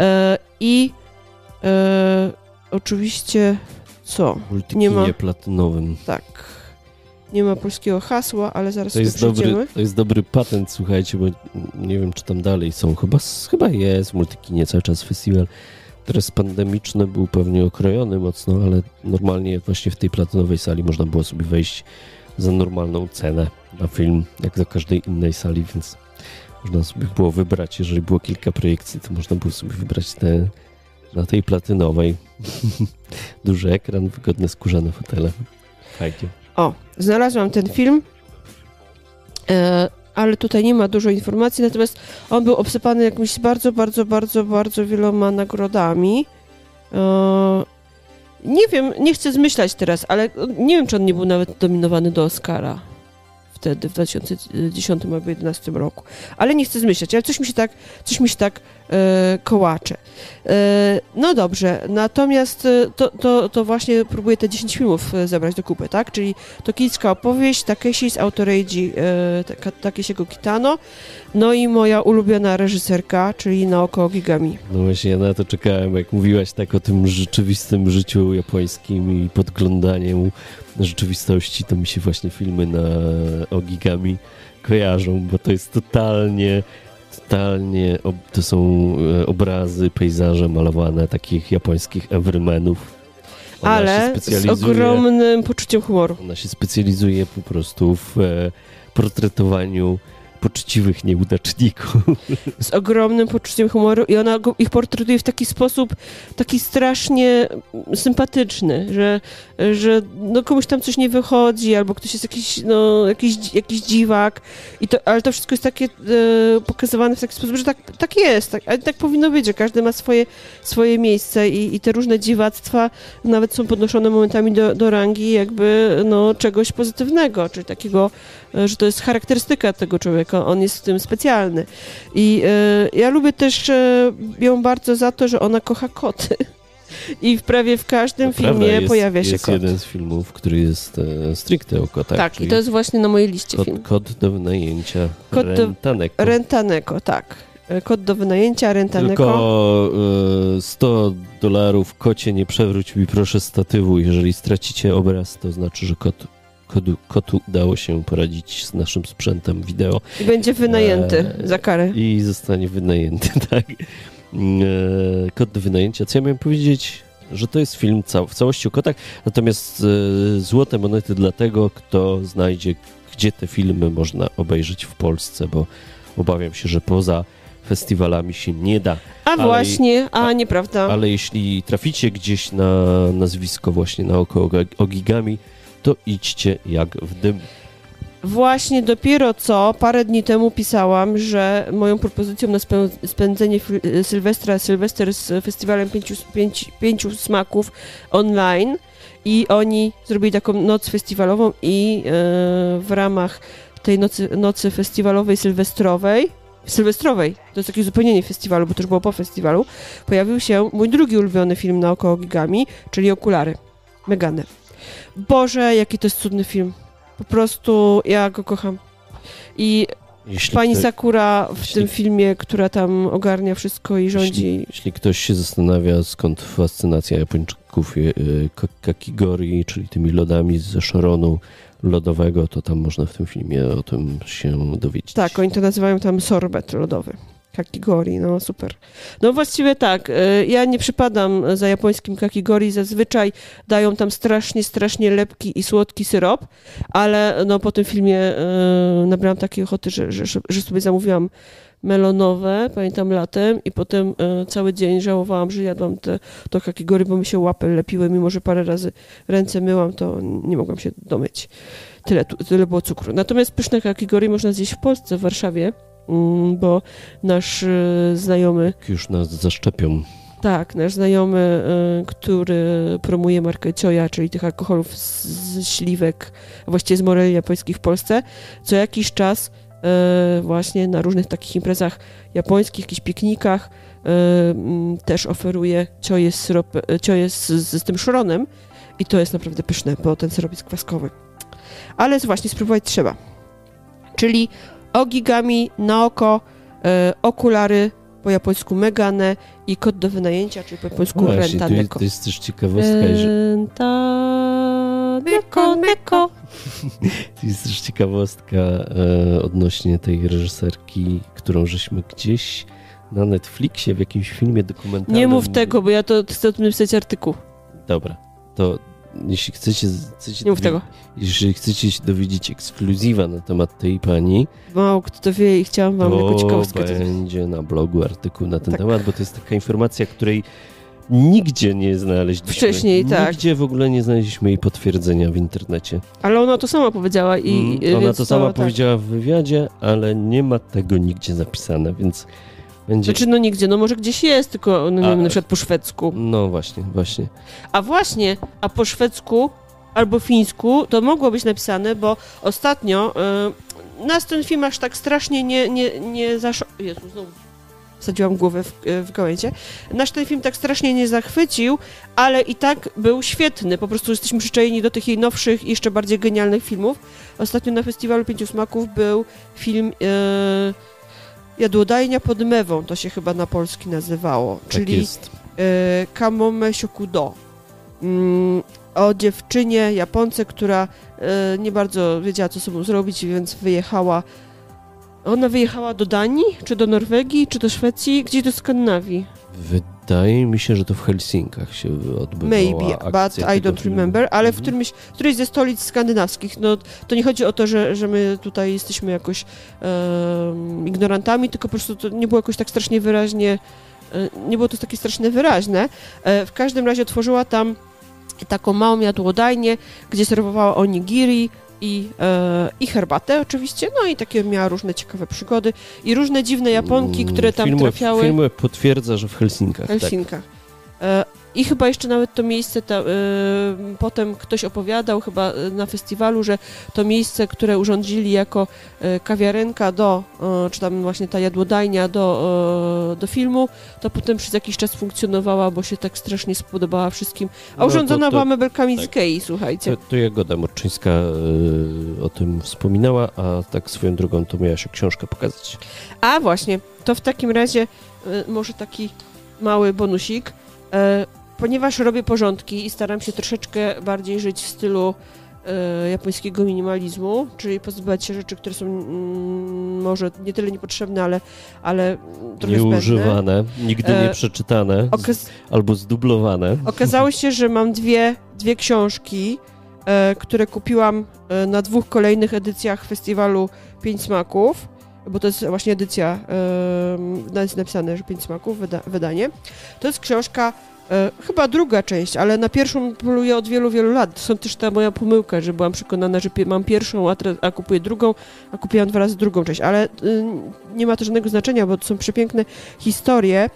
Oczywiście nie ma platynowym. Tak. Nie ma polskiego hasła, ale zaraz sobie przejdziemy. To jest dobry patent, słuchajcie, bo nie wiem, czy tam dalej są. Chyba jest w Multikinie cały czas festiwal. Teraz pandemiczny był pewnie okrojony mocno, ale normalnie właśnie w tej platynowej sali można było sobie wejść za normalną cenę na film, jak za każdej innej sali, więc można sobie było wybrać, jeżeli było kilka projekcji, to można było sobie wybrać na tej platynowej. Duży ekran, wygodne skórzane fotele. Fajnie. Znalazłam ten film, ale tutaj nie ma dużo informacji, natomiast on był obsypany jakimiś bardzo wieloma nagrodami. Nie wiem, nie chcę zmyślać teraz, ale nie wiem, czy on nie był nawet nominowany do Oscara wtedy, w 2010 albo 2011 roku. Ale nie chcę zmyślać, ale coś mi się tak kołacze. No dobrze, natomiast to właśnie próbuję te 10 filmów zebrać do kupy, tak? Czyli Tokijska opowieść, Takeshi z Outrage, Takeshiego Kitano, no i moja ulubiona reżyserka, czyli Naoko Ogigami. No właśnie, ja na to czekałem, jak mówiłaś tak o tym rzeczywistym życiu japońskim i podglądaniu rzeczywistości, to mi się właśnie filmy na Ogigami kojarzą, bo to jest totalnie to są obrazy, pejzaże malowane takich japońskich everymanów. Ale z ogromnym poczuciem humoru. Ona się specjalizuje po prostu w portretowaniu poczciwych nieudaczników. Z ogromnym poczuciem humoru i ona ich portretuje w taki sposób, taki strasznie sympatyczny, że komuś tam coś nie wychodzi, albo ktoś jest jakiś dziwak, ale to wszystko jest takie pokazywane w taki sposób, że tak jest, tak powinno być, że każdy ma swoje miejsce i te różne dziwactwa nawet są podnoszone momentami do rangi jakby czegoś pozytywnego, czyli takiego, że to jest charakterystyka tego człowieka, on jest w tym specjalny. I ja lubię też ją bardzo za to, że ona kocha koty. I prawie w każdym filmie pojawia się kot. Jest jeden z filmów, który jest stricte o kotach. Tak, i to jest właśnie na mojej liście film. Kod do wynajęcia Rentaneko. Rentaneko, tak. Kod do wynajęcia Rentaneko. Tylko $100 kocie, nie przewróć mi proszę statywu. Jeżeli stracicie obraz, to znaczy, że kotu udało się poradzić z naszym sprzętem wideo. I będzie wynajęty za karę. I zostanie wynajęty, tak. Kod do wynajęcia. Co ja miałem powiedzieć? Że to jest film w całości o kotach, natomiast złote monety dla tego, kto znajdzie, gdzie te filmy można obejrzeć w Polsce, bo obawiam się, że poza festiwalami się nie da. Nieprawda. Ale jeśli traficie gdzieś na nazwisko właśnie naokoło Ogigami, to idźcie jak w dym. Właśnie dopiero co parę dni temu pisałam, że moją propozycją na spędzenie Sylwester z festiwalem pięciu smaków online i oni zrobili taką noc festiwalową i w ramach tej nocy festiwalowej sylwestrowej, to jest takie uzupełnienie festiwalu, bo to już było po festiwalu, pojawił się mój drugi ulubiony film naokoło Gigami, czyli Okulary, Megane. Boże, jaki to jest cudny film. Po prostu ja go kocham. I pani Sakura w tym filmie, która tam ogarnia wszystko i rządzi. Jeśli ktoś się zastanawia, skąd fascynacja Japończyków kakigori, czyli tymi lodami ze szaronu lodowego, to tam można w tym filmie o tym się dowiedzieć. Tak, oni to nazywają tam sorbet lodowy. Kakigori, no super. No właściwie tak, ja nie przypadam za japońskim kakigori, zazwyczaj dają tam strasznie lepki i słodki syrop, ale no po tym filmie nabrałam takiej ochoty, że sobie zamówiłam melonowe, pamiętam latem i potem cały dzień żałowałam, że jadłam to kakigori, bo mi się łapy lepiły, mimo że parę razy ręce myłam, to nie mogłam się domyć. Tyle było cukru. Natomiast pyszne kakigori można zjeść w Polsce, w Warszawie, bo nasz znajomy... Już nas zaszczepią. Tak, nasz znajomy, który promuje markę Choya, czyli tych alkoholów z śliwek, właściwie z moreli japońskich w Polsce, co jakiś czas właśnie na różnych takich imprezach japońskich, jakichś piknikach też oferuje Choyę z tym szronem i to jest naprawdę pyszne, bo ten syrop jest kwaskowy. Ale właśnie spróbować trzeba. Czyli Ogigami, Naoko, Okulary, po japońsku Megane i kod do wynajęcia, czyli po japońsku Renta Neko. To jest też ciekawostka. Renta Neko. To jest też ciekawostka odnośnie tej reżyserki, którą żeśmy gdzieś na Netflixie w jakimś filmie dokumentalnym... Nie mów tego, bo ja to chcę o tym napisać artykuł. Dobra, to jeśli chcecie nie mów tego. Jeśli chcecie się dowiedzieć ekskluzywa na temat tej pani, mało kto to wie i chciałam wam jako ciekawostkę. To będzie na blogu artykuł na ten temat, bo to jest taka informacja, której nigdzie nie znaleźliśmy. Wcześniej, tak. Nigdzie w ogóle nie znaleźliśmy jej potwierdzenia w internecie. Ale ona to sama powiedziała. Ona to sama powiedziała w wywiadzie, ale nie ma tego nigdzie zapisane, więc będzie... Znaczy, no nigdzie, no może gdzieś jest, tylko no, nie wiem, na przykład po szwedzku. No właśnie. A po szwedzku albo fińsku to mogło być napisane, bo ostatnio nas ten film aż tak strasznie nie Jezu, znowu wsadziłam głowę w gałęzie. Nasz ten film tak strasznie nie zachwycił, ale i tak był świetny. Po prostu jesteśmy przyczajeni do tych jej nowszych i jeszcze bardziej genialnych filmów. Ostatnio na Festiwalu Pięciu Smaków był film Jadłodajnia pod Mewą, to się chyba na polski nazywało. Tak czyli jest. Kamome Shokudo. O dziewczynie Japonce, która nie bardzo wiedziała, co sobą zrobić, więc wyjechała. Ona wyjechała do Danii, czy do Norwegii, czy do Szwecji, gdzieś do Skandynawii. Wydaje mi się, że to w Helsinkach się odbywała Maybe, but I don't remember, ale w którejś ze stolic skandynawskich. No, to nie chodzi o to, że my tutaj jesteśmy jakoś ignorantami, tylko po prostu to nie było jakoś tak strasznie wyraźnie, nie było to takie strasznie wyraźne. W każdym razie otworzyła tam taką małą jadłodajnię, gdzie serwowała onigiri i herbatę oczywiście, no i takie miała różne ciekawe przygody i różne dziwne Japonki, które tam trafiały. Film potwierdza, że w Helsinkach. Tak. I chyba jeszcze nawet to miejsce, potem ktoś opowiadał chyba na festiwalu, że to miejsce, które urządzili jako kawiarenka czy tam właśnie ta jadłodajnia do filmu, to potem przez jakiś czas funkcjonowała, bo się tak strasznie spodobała wszystkim. A urządzona była mebelkami z Ikei, słuchajcie. To Jagoda Morczyńska o tym wspominała, a tak swoją drogą to miała się książkę pokazać. A właśnie, to w takim razie może taki mały bonusik. Ponieważ robię porządki i staram się troszeczkę bardziej żyć w stylu japońskiego minimalizmu, czyli pozbywać się rzeczy, które są może nie tyle niepotrzebne, ale trochę nieużywane, nigdy nie przeczytane, albo zdublowane. Okazało się, że mam dwie książki, które kupiłam na 2 kolejnych edycjach festiwalu Pięć Smaków. bo to jest właśnie edycja, jest napisane, że 5 smaków, wydanie. To jest książka, chyba druga część, ale na pierwszą poluję od wielu, wielu lat. Stąd też ta moja pomyłka, że byłam przekonana, że mam pierwszą, a kupuję drugą, a kupiłam 2 razy drugą część, ale nie ma to żadnego znaczenia, bo to są przepiękne historie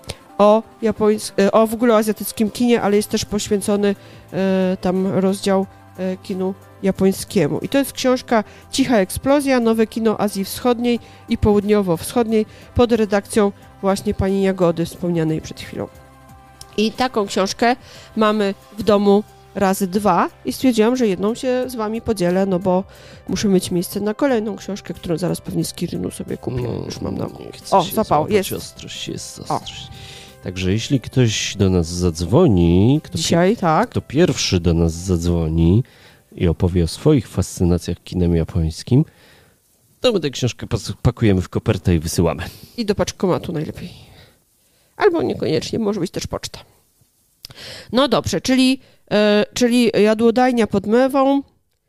o w ogóle o azjatyckim kinie, ale jest też poświęcony tam rozdział kinu japońskiemu. I to jest książka Cicha eksplozja, nowe kino Azji Wschodniej i Południowo-Wschodniej pod redakcją właśnie pani Jagody, wspomnianej przed chwilą. I taką książkę mamy w domu razy 2 i stwierdziłam, że jedną się z wami podzielę, no bo muszę mieć miejsce na kolejną książkę, którą zaraz pewnie z Kirynu sobie kupię. Już mam na oku. O, zapał, jest. Ostrość. Także jeśli ktoś do nas zadzwoni, kto pierwszy do nas zadzwoni i opowie o swoich fascynacjach kinem japońskim, to my tę książkę pakujemy w kopertę i wysyłamy. I do paczkomatu najlepiej. Albo niekoniecznie, może być też poczta. No dobrze, czyli jadłodajnia pod Mewą,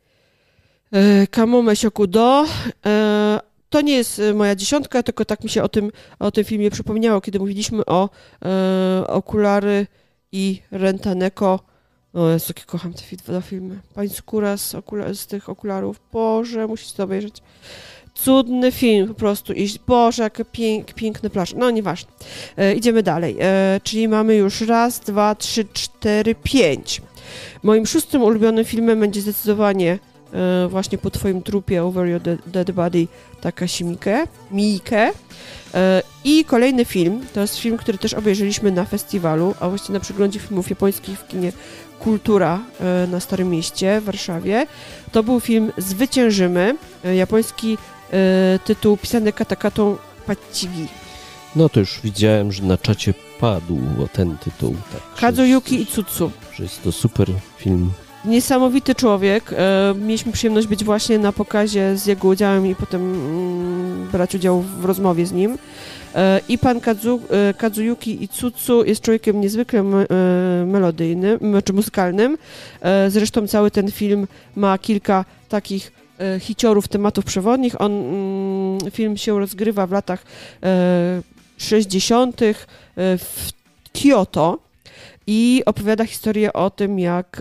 Kamome Shokudo. To nie jest moja 10, tylko tak mi się o tym filmie przypomniało, kiedy mówiliśmy o Okulary i Rentaneko. O Jezu, jakie kocham te dwa filmy. Pani Skóra z tych okularów. Boże, musicie to obejrzeć. Cudny film po prostu. I Boże, jakie piękne plaże. No, nieważne. Idziemy dalej. Czyli mamy już 1, 2, 3, 4, 5. Moim 6. ulubionym filmem będzie zdecydowanie właśnie po twoim trupie Over Your Dead Body Takashi Miike. I kolejny film, to jest film, który też obejrzeliśmy na festiwalu, a właściwie na przeglądzie filmów japońskich w kinie Kultura na Starym Mieście w Warszawie. To był film Zwyciężymy, japoński tytuł pisany katakatą Pachigi. No to już widziałem, że na czacie padł ten tytuł. Tak, Kazuyuki Itsutsu. Że jest to super film. Niesamowity człowiek. Mieliśmy przyjemność być właśnie na pokazie z jego udziałem i potem brać udział w rozmowie z nim. I pan Kazuyuki Itsutsu jest człowiekiem niezwykle melodyjnym, czy muzykalnym. Zresztą cały ten film ma kilka takich hiciorów, tematów przewodnich. Film się rozgrywa w latach 60. w Kyoto. I opowiada historię o tym, jak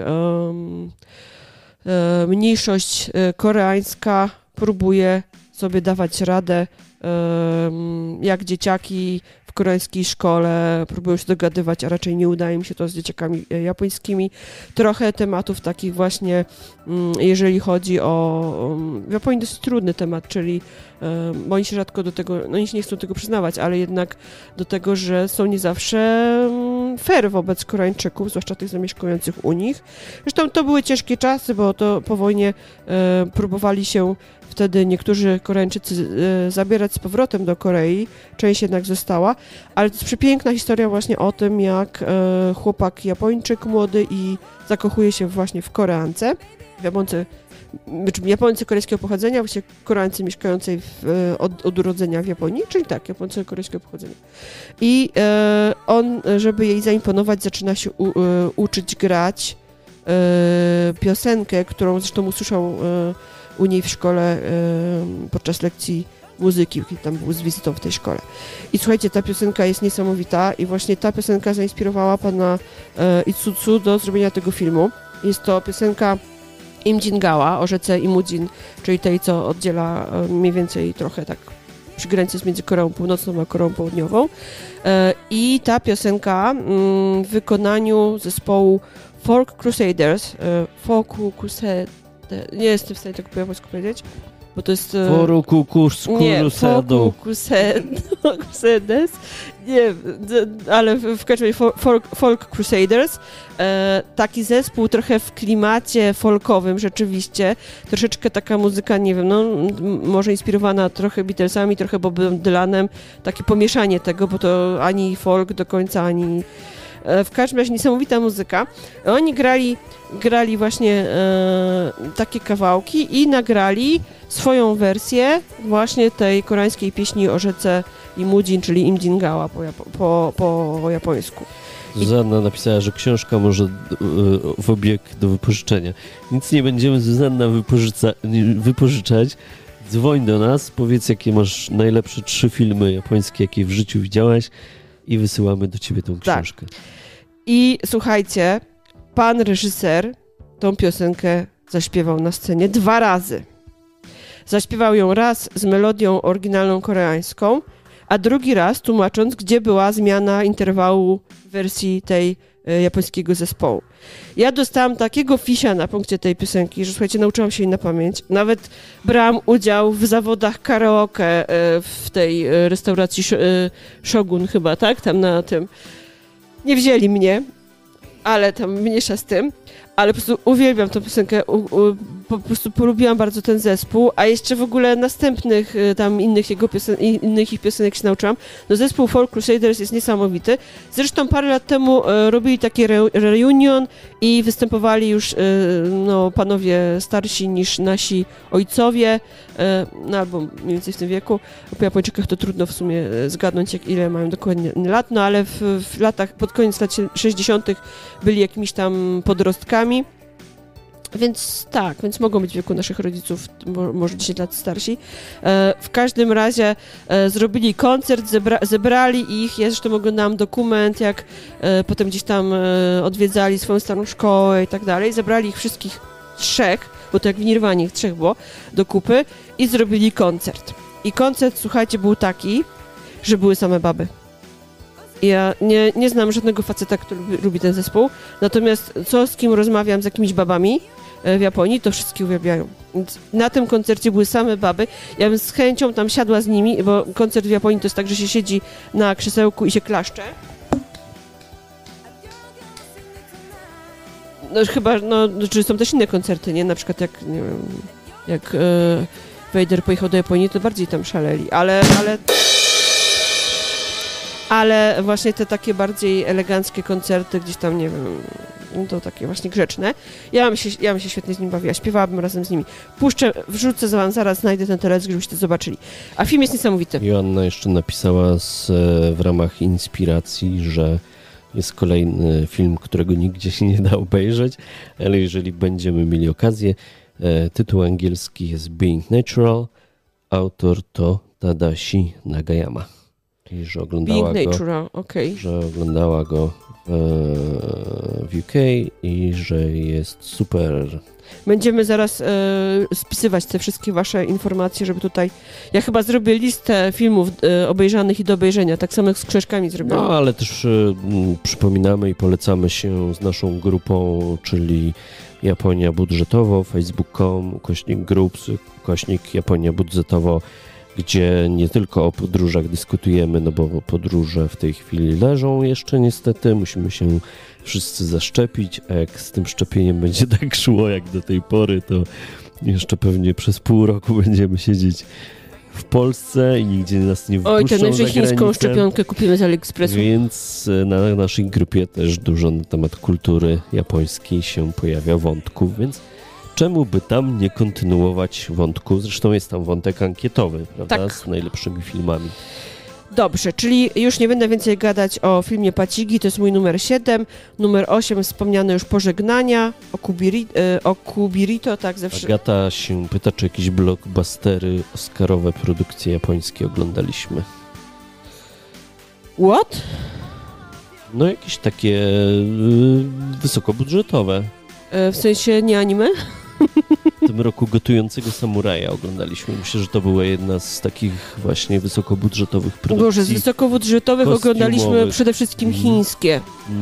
mniejszość koreańska próbuje sobie dawać radę, jak dzieciaki w koreańskiej szkole próbują się dogadywać, a raczej nie udaje mi się to z dzieciakami japońskimi. Trochę tematów takich właśnie, jeżeli chodzi o... W Japonii dosyć trudny temat, czyli bo oni się rzadko do tego, no oni się nie chcą tego przyznawać, ale jednak do tego, że są nie zawsze fair wobec Koreańczyków, zwłaszcza tych zamieszkujących u nich. Zresztą to były ciężkie czasy, bo to po wojnie próbowali się wtedy niektórzy Koreańczycy zabierać z powrotem do Korei, część jednak została, ale to jest przepiękna historia właśnie o tym, jak chłopak Japończyk młody i zakochuje się właśnie w Koreance, Japońcy korejskiego pochodzenia, właśnie Koreańcy mieszkającej od urodzenia w Japonii, czyli tak, Japońcy korejskiego pochodzenia. I on, żeby jej zaimponować, zaczyna się uczyć grać piosenkę, którą zresztą usłyszał u niej w szkole podczas lekcji muzyki, kiedy tam był z wizytą w tej szkole. I słuchajcie, ta piosenka jest niesamowita i właśnie ta piosenka zainspirowała pana Itsutsu do zrobienia tego filmu. Jest to piosenka Imjingawa o rzece Imujin, czyli tej, co oddziela mniej więcej trochę tak przy granicy między Koreą Północną a Koreą Południową. I ta piosenka w wykonaniu zespołu Folk Crusaders, nie jestem w stanie tego po japońsku powiedzieć, bo to jest... Crusaders, nie, ale w każdym razie Folk Crusaders, taki zespół trochę w klimacie folkowym rzeczywiście, troszeczkę taka muzyka, nie wiem, no może inspirowana trochę Beatlesami, trochę Bobem Dylanem, takie pomieszanie tego, bo to ani folk do końca, ani... W każdym razie niesamowita muzyka. Oni grali właśnie takie kawałki i nagrali swoją wersję właśnie tej koreańskiej pieśni o rzece Imujin, czyli Imjingawa po japońsku. Zuzanna napisała, że książka może w obieg do wypożyczenia. Nic nie będziemy, Zuzanna, wypożyczać. Dzwoń do nas, powiedz, jakie masz najlepsze 3 filmy japońskie, jakie w życiu widziałaś i wysyłamy do ciebie tą książkę. Tak. I słuchajcie, pan reżyser tą piosenkę zaśpiewał na scenie 2 razy. Zaśpiewał ją raz z melodią oryginalną koreańską, a drugi raz tłumacząc, gdzie była zmiana interwału wersji tej japońskiego zespołu. Ja dostałam takiego fisia na punkcie tej piosenki, że słuchajcie, nauczyłam się jej na pamięć. Nawet brałam udział w zawodach karaoke w tej restauracji Shogun chyba, tak? Tam na tym. Nie wzięli mnie, ale tam mniejsza z tym. Ale po prostu uwielbiam tę piosenkę, po prostu polubiłam bardzo ten zespół, a jeszcze w ogóle następnych tam innych ich piosenek się nauczyłam. No zespół Folk Crusaders jest niesamowity. Zresztą parę lat temu robili taki reunion i występowali już panowie starsi niż nasi ojcowie, no albo mniej więcej w tym wieku. Po Japończykach to trudno w sumie zgadnąć, ile mają dokładnie lat, no ale w latach, pod koniec lat 60. byli jakimiś tam podrostkami. Więc tak, więc mogą być w wieku naszych rodziców, może 10 lat starsi. W każdym razie zrobili koncert, zebrali ich. Ja zresztą oglądałam dokument, jak potem gdzieś tam odwiedzali swoją starą szkołę i tak dalej. Zebrali ich wszystkich 3, bo to jak w Nirwanie ich 3 było, do kupy i zrobili koncert. I koncert, słuchajcie, był taki, że były same baby. Ja nie znam żadnego faceta, który lubi ten zespół, natomiast z kim rozmawiam z jakimiś babami w Japonii, to wszystkie uwielbiają. Więc na tym koncercie były same baby. Ja bym z chęcią tam siadła z nimi, bo koncert w Japonii to jest tak, że się siedzi na krzesełku i się klaszcze. No chyba, czy są też inne koncerty, nie? Na przykład jak Vader pojechał do Japonii, to bardziej tam szaleli, ale właśnie te takie bardziej eleganckie koncerty, gdzieś tam, nie wiem, to takie właśnie grzeczne. Ja bym się świetnie z nimi bawiła, śpiewałabym razem z nimi. Wrzucę wam, zaraz znajdę ten teledysk, żebyście zobaczyli. A film jest niesamowity. Joanna jeszcze napisała w ramach inspiracji, że jest kolejny film, którego nigdzie się nie da obejrzeć, ale jeżeli będziemy mieli okazję, tytuł angielski jest Being Natural, autor to Tadashi Nagayama. I że oglądała go w UK i że jest super. Będziemy zaraz spisywać te wszystkie wasze informacje, żeby tutaj... Ja chyba zrobię listę filmów obejrzanych i do obejrzenia, tak samo jak z książkami zrobię. No, ale też przypominamy i polecamy się z naszą grupą, czyli Japonia Budżetowo, facebook.com/groups, Japonia Budżetowo, gdzie nie tylko o podróżach dyskutujemy, no bo podróże w tej chwili leżą jeszcze niestety, musimy się wszyscy zaszczepić, a jak z tym szczepieniem będzie tak szło jak do tej pory, to jeszcze pewnie przez pół roku będziemy siedzieć w Polsce i nigdzie nas nie wpuszczą. Oj, tę najwcześniejszą szczepionkę kupimy z AliExpressu. Więc na naszej grupie też dużo na temat kultury japońskiej się pojawia wątków, więc czemu by tam nie kontynuować wątku? Zresztą jest tam wątek ankietowy, prawda? Tak. Z najlepszymi filmami. Dobrze, czyli już nie będę więcej gadać o filmie Pacigi, to jest mój numer 7. Numer 8, wspomniane już Pożegnania, Okubirito, tak zawsze. Agata się pyta, czy jakieś blockbustery, oscarowe produkcje japońskie oglądaliśmy. What? No jakieś takie wysokobudżetowe. W sensie nie anime? W tym roku Gotującego samuraja oglądaliśmy. Myślę, że to była jedna z takich właśnie wysokobudżetowych produkcji. Boże, z wysokobudżetowych oglądaliśmy przede wszystkim chińskie.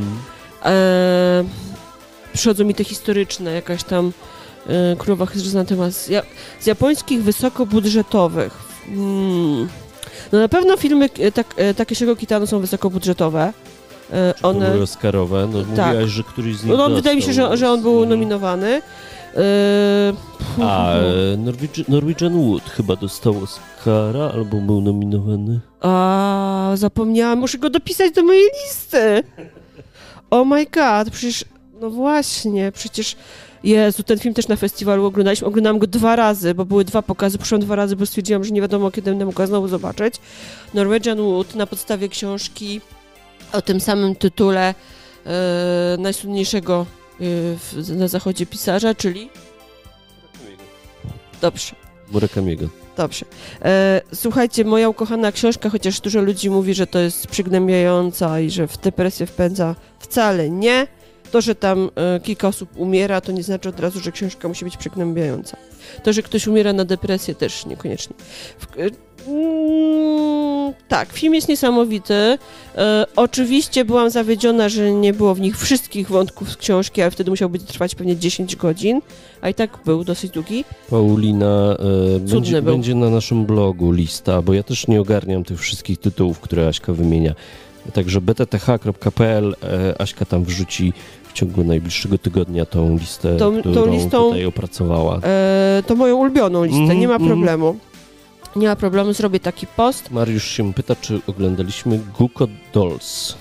Przychodzą mi te historyczne, jakaś tam Królowa Chryzantema. Z japońskich wysokobudżetowych. No na pewno filmy Takeshiego Kitano są wysokobudżetowe. One były oscarowe. No tak. Mówiłaś, że któryś z nich dostał. Wydaje mi się, że on był nominowany. Norwegian Wood chyba dostał Oscara, albo był nominowany. Zapomniałam, muszę go dopisać do mojej listy. Oh my god, przecież Jezu, ten film też na festiwalu oglądałam go 2 razy, bo były 2 pokazy, poszłam 2 razy, bo stwierdziłam, że nie wiadomo, kiedy będę mogła znowu zobaczyć. Norwegian Wood na podstawie książki o tym samym tytule najsłynniejszego na zachodzie pisarza, czyli... Dobrze. Murakamiego. Dobrze. Słuchajcie, moja ukochana książka, chociaż dużo ludzi mówi, że to jest przygnębiająca i że w depresję wpędza, wcale nie. To, że tam kilka osób umiera, to nie znaczy od razu, że książka musi być przygnębiająca. To, że ktoś umiera na depresję, też niekoniecznie. Tak, film jest niesamowity. Oczywiście byłam zawiedziona, że nie było w nich wszystkich wątków z książki, ale wtedy musiał trwać pewnie 10 godzin, a i tak był dosyć długi. Paulina, będzie na naszym blogu lista, bo ja też nie ogarniam tych wszystkich tytułów, które Aśka wymienia. Także btth.pl, Aśka tam wrzuci w ciągu najbliższego tygodnia tą listę, którą tutaj opracowała. To moją ulubioną listę, nie ma problemu. Nie ma problemu, zrobię taki post. Mariusz się pyta, czy oglądaliśmy Guco Dolls.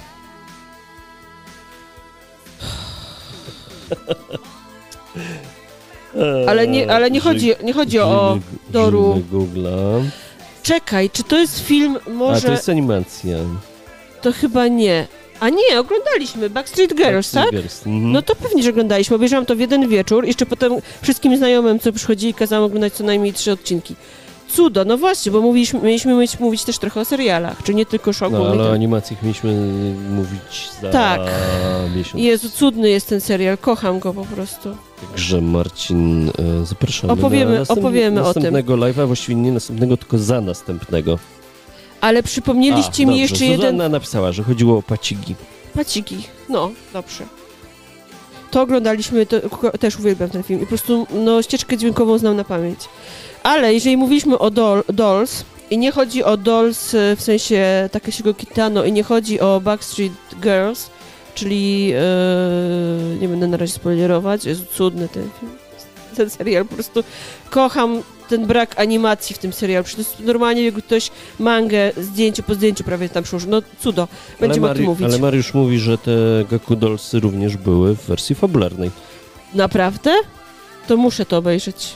Ale nie chodzi o Doru. Google'a. Czekaj, czy to jest film może... A, to jest animacja. To chyba nie. A nie, oglądaliśmy Backstreet Girls, tak? No to pewnie, że oglądaliśmy. Obejrzałam to w jeden wieczór. Jeszcze potem wszystkim znajomym, co przychodzili, kazałam oglądać co najmniej 3 odcinki. Cudo, no właśnie, bo mieliśmy mówić też trochę o serialach, czy nie tylko Shogun. No, ale o animacjach mieliśmy mówić za miesiąc. Jezu, cudny jest ten serial, kocham go po prostu. Także Marcin, zapraszamy opowiemy o tym. Następnego live'a, właściwie nie następnego, tylko za następnego. Ale przypomnieliście mi jeszcze Zuzanna jeden... napisała, że chodziło o pacigi. Pacigi, no, dobrze. To oglądaliśmy, też uwielbiam ten film i po prostu, ścieżkę dźwiękową znam na pamięć. Ale jeżeli mówiliśmy o Dolls i nie chodzi o Dolls w sensie Takeshi'ego Kitano i nie chodzi o Backstreet Girls, czyli nie będę na razie spoilerować, jest cudny ten film, ten serial, po prostu kocham ten brak animacji w tym serialu, przecież normalnie jakby ktoś mangę zdjęcie po zdjęciu prawie tam przyłożył, no cudo, będziemy o tym mówić. Ale Mariusz mówi, że te Gaku Dollsy również były w wersji fabularnej. Naprawdę? To muszę to obejrzeć.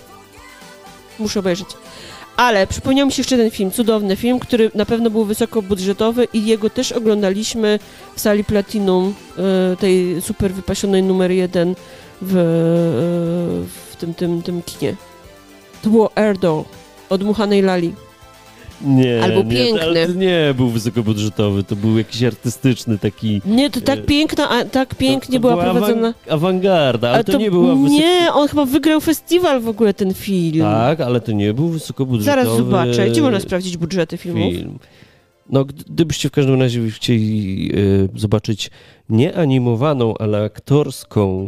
Ale przypomniał mi się jeszcze ten film, cudowny film, który na pewno był wysokobudżetowy i jego też oglądaliśmy w sali Platinum, tej super wypasionej numer 1 w tym kinie. To było Erdo, od Dmuchanej Lali. Albo piękny. Ale to nie był wysokobudżetowy, to był jakiś artystyczny taki... Nie, to tak piękna, tak pięknie była prowadzona... Awangarda, ale to nie była Nie, on chyba wygrał festiwal w ogóle, ten film. Tak, ale to nie był wysokobudżetowy... Zaraz zobaczę, gdzie można sprawdzić budżety filmów? No, gdybyście w każdym razie chcieli zobaczyć nieanimowaną, ale aktorską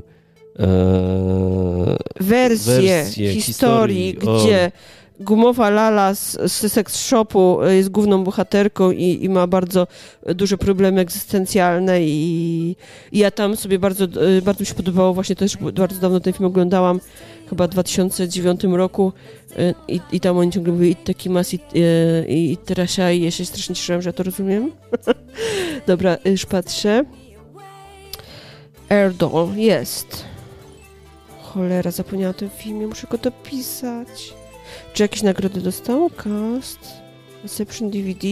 wersję historii, gdzie gumowa Lala z Sex Shopu jest główną bohaterką i ma bardzo duże problemy egzystencjalne i ja tam sobie bardzo mi się podobało, właśnie też bardzo dawno ten film oglądałam, chyba w 2009 roku i tam oni ciągle mówili Itakimas i Terasiai, ja się strasznie cieszyłam, że ja to rozumiem. Dobra, już patrzę. Erdo, jest. Cholera, zapomniałam o tym filmie, muszę go dopisać. Czy jakieś nagrody dostał? Cast, Reception DVD.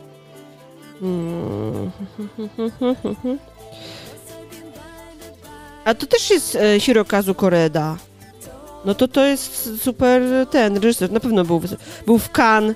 A to też jest Hirokazu Koreda. No to jest super ten reżyser, na pewno był w Cannes.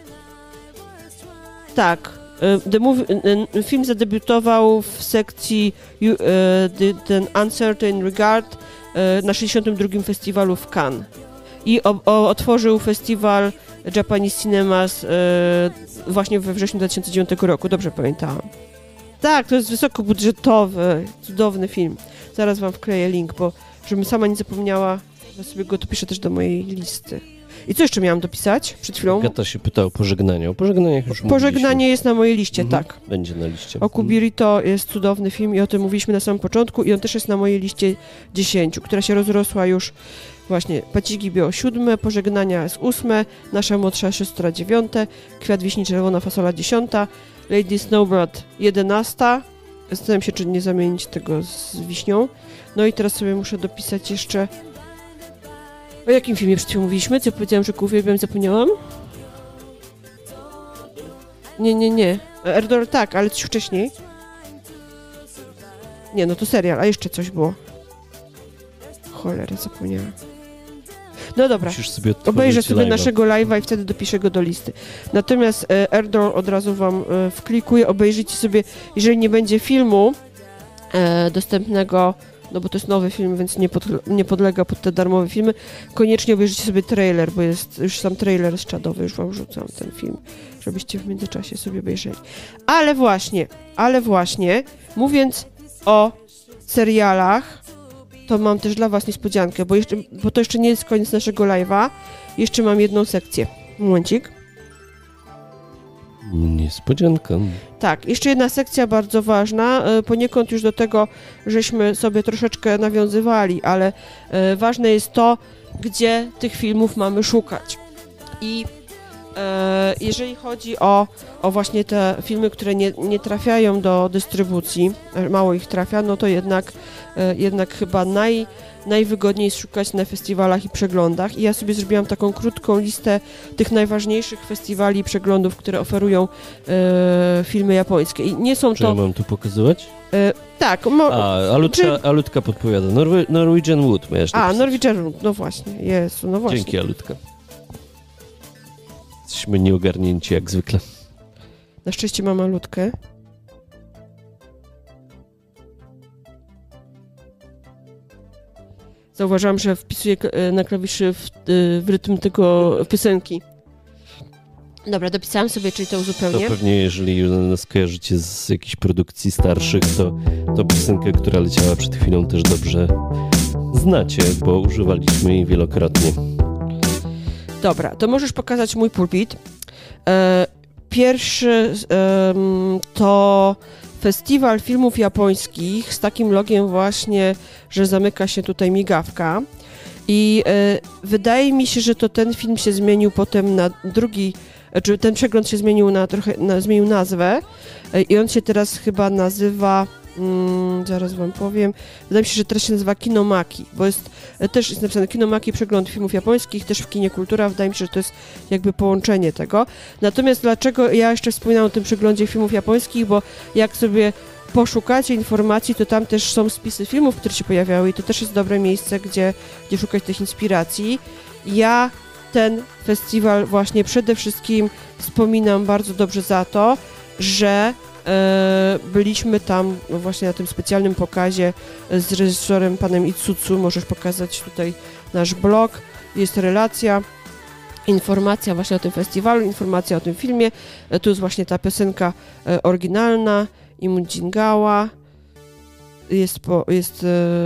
Tak. Film zadebiutował w sekcji ten Uncertain Regard na 62. festiwalu w Cannes. I otworzył festiwal Japanese Cinemas właśnie we wrześniu 2009 roku, dobrze pamiętałam. Tak, to jest wysokobudżetowy, cudowny film. Zaraz wam wkleję link, bo żebym sama nie zapomniała, ja sobie go dopiszę też do mojej listy. I co jeszcze miałam dopisać przed chwilą? Gata się pyta o pożegnanie. O pożegnaniach już Pożegnanie jest na mojej liście, tak. Będzie na liście. Okubiri to jest cudowny film i o tym mówiliśmy na samym początku i on też jest na mojej liście 10, która się rozrosła już właśnie. Pacigi Bio 7, Pożegnania jest 8, Nasza młodsza siostra 9, Kwiat wiśni czerwona fasola 10, Lady Snowbird 11. Zastanawiam się, czy nie zamienić tego z wiśnią. No i teraz sobie muszę dopisać jeszcze... O jakim filmie przed chwilą mówiliśmy? Co powiedziałam, że go uwielbiam, zapomniałam? Nie. Erdor tak, ale coś wcześniej. Nie, no to serial, a jeszcze coś było. Cholera, zapomniałam. No dobra, Musisz sobie obejrzę sobie live'a. naszego live'a i wtedy dopiszę go do listy. Natomiast Erdor od razu wam wklikuję, obejrzyjcie sobie, jeżeli nie będzie filmu dostępnego, no bo to jest nowy film, więc nie podlega pod te darmowe filmy, koniecznie obejrzyjcie sobie trailer, bo jest już sam trailer z Czadowy, już wam wrzucam ten film, żebyście w międzyczasie sobie obejrzeli. Ale właśnie, mówiąc o serialach, to mam też dla was niespodziankę, bo to jeszcze nie jest koniec naszego live'a, jeszcze mam jedną sekcję. Momencik. Niespodzianka. Tak, jeszcze jedna sekcja bardzo ważna, poniekąd już do tego, żeśmy sobie troszeczkę nawiązywali, ale ważne jest to, gdzie tych filmów mamy szukać. I jeżeli chodzi o właśnie te filmy, które nie trafiają do dystrybucji, mało ich trafia, no to jednak chyba najwygodniej jest szukać na festiwalach i przeglądach. I ja sobie zrobiłam taką krótką listę tych najważniejszych festiwali i przeglądów, które oferują filmy japońskie. I nie są Czy to... ja mam tu pokazywać? Tak. Alutka podpowiada. Norwegian Wood miałeś napisać. Norwegian Wood, no właśnie. Jezu, no właśnie. Dzięki, Alutka. Jesteśmy nieogarnięci jak zwykle. Na szczęście mam malutkę. Zauważyłam, że wpisuję na klawiszy w rytm tego piosenki. Dobra, dopisałam sobie, czyli to uzupełnię. To pewnie, jeżeli nas kojarzycie z jakichś produkcji starszych, to piosenkę, która leciała przed chwilą, też dobrze znacie, bo używaliśmy jej wielokrotnie. Dobra, to możesz pokazać mój pulpit. Pierwszy to festiwal filmów japońskich z takim logiem właśnie, że zamyka się tutaj migawka. I wydaje mi się, że to ten film się zmienił potem na drugi, czy ten przegląd się zmienił zmienił nazwę i on się teraz chyba nazywa, zaraz wam powiem, wydaje mi się, że teraz się nazywa Kinomaki, bo też jest napisane Kinomaki, przegląd filmów japońskich, też w kinie Kultura, wydaje mi się, że to jest jakby połączenie tego. Natomiast dlaczego ja jeszcze wspominałam o tym przeglądzie filmów japońskich, bo jak sobie poszukacie informacji, to tam też są spisy filmów, które się pojawiały i to też jest dobre miejsce, gdzie szukać tych inspiracji. Ja ten festiwal właśnie przede wszystkim wspominam bardzo dobrze za to, że byliśmy tam właśnie na tym specjalnym pokazie z reżyserem panem Itsutsu. Możesz pokazać tutaj nasz blog, jest relacja, informacja właśnie o tym festiwalu, informacja o tym filmie. Tu jest właśnie ta piosenka oryginalna Imujingawa. Jest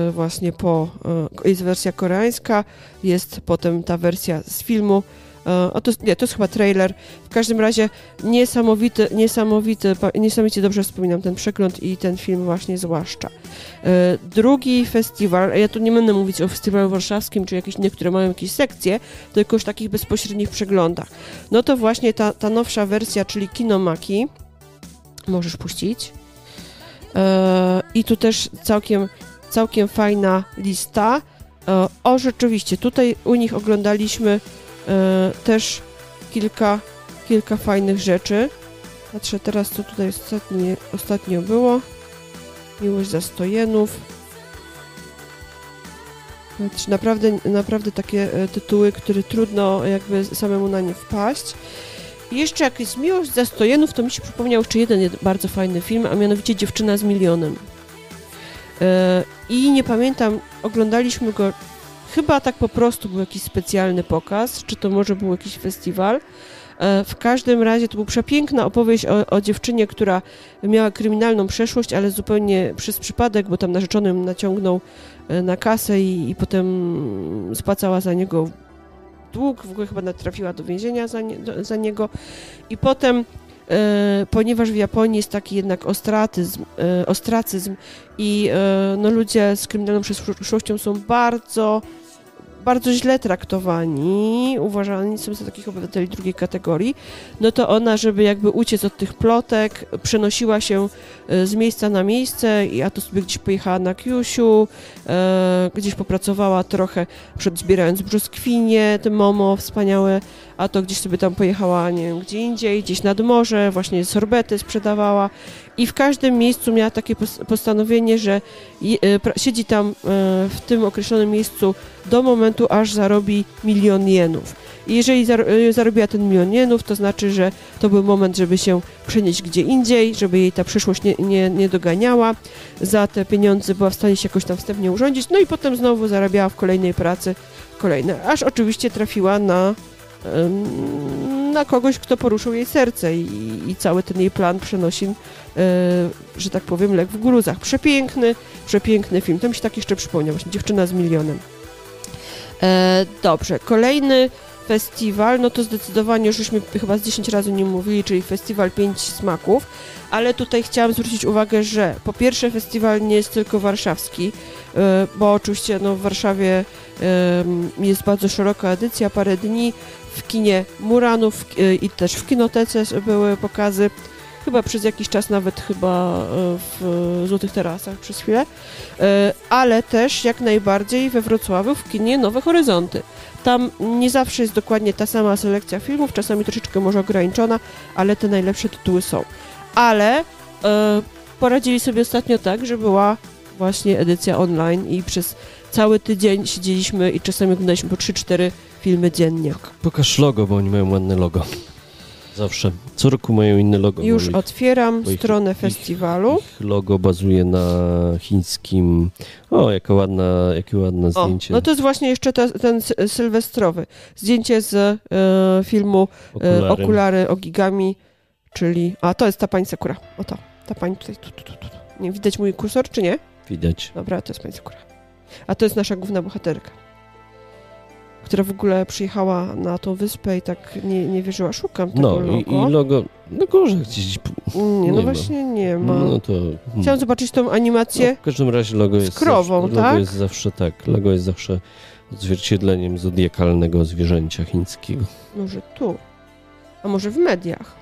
wersja koreańska, jest potem ta wersja z filmu. To jest chyba trailer. W każdym razie niesamowicie dobrze wspominam ten przegląd i ten film właśnie zwłaszcza. Drugi festiwal, ja tu nie będę mówić o festiwalu warszawskim, czy jakieś innych, które mają jakieś sekcje, tylko już takich bezpośrednich przeglądach. No to właśnie ta nowsza wersja, czyli Kinomaki. Możesz puścić. I tu też całkiem fajna lista. Rzeczywiście, tutaj u nich oglądaliśmy też kilka fajnych rzeczy. Patrzę teraz, co tutaj ostatnio było. Miłość Zastojenów. Naprawdę takie tytuły, które trudno jakby samemu na nie wpaść. I jeszcze jak jest Miłość Zastojenów, to mi się przypomniał jeszcze jeden bardzo fajny film, a mianowicie Dziewczyna z milionem. I nie pamiętam, oglądaliśmy go, chyba tak po prostu był jakiś specjalny pokaz, czy to może był jakiś festiwal. W każdym razie to była przepiękna opowieść o dziewczynie, która miała kryminalną przeszłość, ale zupełnie przez przypadek, bo tam narzeczony ją naciągnął na kasę i potem spłacała za niego dług, w ogóle chyba trafiła do więzienia za niego i potem, ponieważ w Japonii jest taki jednak ostracyzm i ludzie z kryminalną przeszłością są bardzo źle traktowani, uważani są za takich obywateli drugiej kategorii, no to ona, żeby jakby uciec od tych plotek, przenosiła się z miejsca na miejsce, a to sobie gdzieś pojechała na Kyushu, gdzieś popracowała trochę, zbierając brzoskwinie, te momo wspaniałe, a to gdzieś sobie tam pojechała, nie wiem, gdzie indziej, gdzieś nad morze, właśnie sorbety sprzedawała i w każdym miejscu miała takie postanowienie, że siedzi tam w tym określonym miejscu do momentu, aż zarobi 1 000 000 jenów. I jeżeli zarobiła ten 1 000 000 jenów, to znaczy, że to był moment, żeby się przenieść gdzie indziej, żeby jej ta przyszłość nie doganiała. Za te pieniądze była w stanie się jakoś tam wstępnie urządzić, no i potem znowu zarabiała w kolejnej pracy kolejne, aż oczywiście trafiła na kogoś, kto poruszył jej serce i cały ten jej plan przenosi, że tak powiem, lek w gruzach. Przepiękny film. To mi się tak jeszcze przypomniał, właśnie Dziewczyna z milionem. Dobrze, kolejny festiwal, no to zdecydowanie już żeśmy chyba z 10 razy nie mówili, czyli festiwal 5 smaków, ale tutaj chciałam zwrócić uwagę, że po pierwsze festiwal nie jest tylko warszawski, bo oczywiście no, w Warszawie jest bardzo szeroka edycja, parę dni w kinie Muranów i też w kinotece były pokazy, chyba przez jakiś czas nawet w Złotych Tarasach przez chwilę, ale też jak najbardziej we Wrocławiu w kinie Nowe Horyzonty. Tam nie zawsze jest dokładnie ta sama selekcja filmów, czasami troszeczkę może ograniczona, ale te najlepsze tytuły są. Ale poradzili sobie ostatnio tak, że była właśnie edycja online i przez cały tydzień siedzieliśmy i czasami oglądaliśmy po 3-4 filmy dziennie. Pokaż logo, bo oni mają ładne logo. Zawsze. Co roku mają inne logo. Już otwieram stronę festiwalu. Ich logo bazuje na chińskim... O, jakie ładne zdjęcie. No to jest właśnie jeszcze ten sylwestrowy. Zdjęcie z filmu Okulary Ogigami, czyli... A, to jest ta pani Sakura. Oto, ta pani tutaj. Tu. Nie widać mój kursor, czy nie? Widać. Dobra, to jest pani Sakura. A to jest nasza główna bohaterka, która w ogóle przyjechała na tą wyspę i tak nie wierzyła. Szukam tego logo. I logo na górze gdzieś nie właśnie nie ma. No to... Chciałam zobaczyć tą animację. No, w każdym razie logo jest krową, zawsze, tak? Logo jest zawsze tak. Logo jest zawsze odzwierciedleniem zodiakalnego zwierzęcia chińskiego. Może tu. A może w mediach.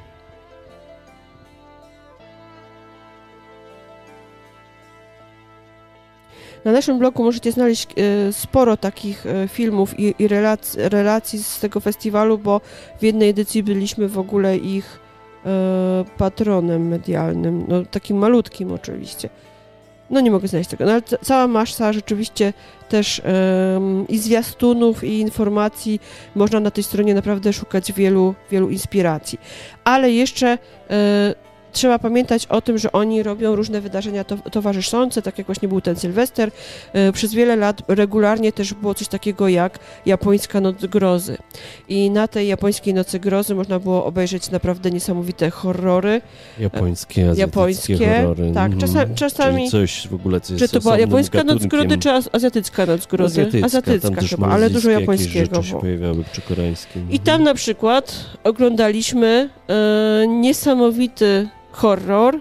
Na naszym blogu możecie znaleźć sporo takich filmów i relacji z tego festiwalu, bo w jednej edycji byliśmy w ogóle ich patronem medialnym, no takim malutkim oczywiście. No nie mogę znaleźć tego, no ale cała masa rzeczywiście też i zwiastunów, i informacji. Można na tej stronie naprawdę szukać wielu inspiracji. Ale jeszcze trzeba pamiętać o tym, że oni robią różne wydarzenia towarzyszące, tak jak właśnie był ten Sylwester. Przez wiele lat regularnie też było coś takiego jak Japońska Noc Grozy. I na tej Japońskiej Nocy Grozy można było obejrzeć naprawdę niesamowite horrory. Japońskie, azjatyckie horrory. Tak, czasami... Czyli coś w ogóle, co jest czy to była Japońska Noc Grozy, czy Azjatycka Noc Grozy? Azjatycka chyba, ale dużo japońskiego. Się pojawiały przy koreańskim. I tam na przykład oglądaliśmy niesamowity horror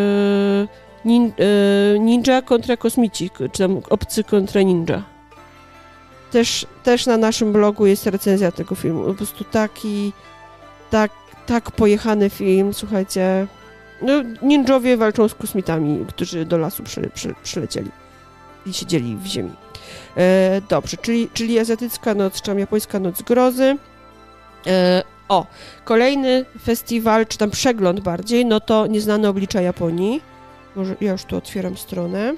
ninja kontra kosmici, czy tam obcy kontra ninja. Też na naszym blogu jest recenzja tego filmu. Po prostu tak pojechany film, słuchajcie. No, ninjowie walczą z kosmitami, którzy do lasu przylecieli i siedzieli w ziemi. Dobrze, czyli azjatycka noc, czy tam japońska noc grozy. Kolejny festiwal, czy tam przegląd bardziej, no to Nieznane oblicza Japonii. Może ja już tu otwieram stronę.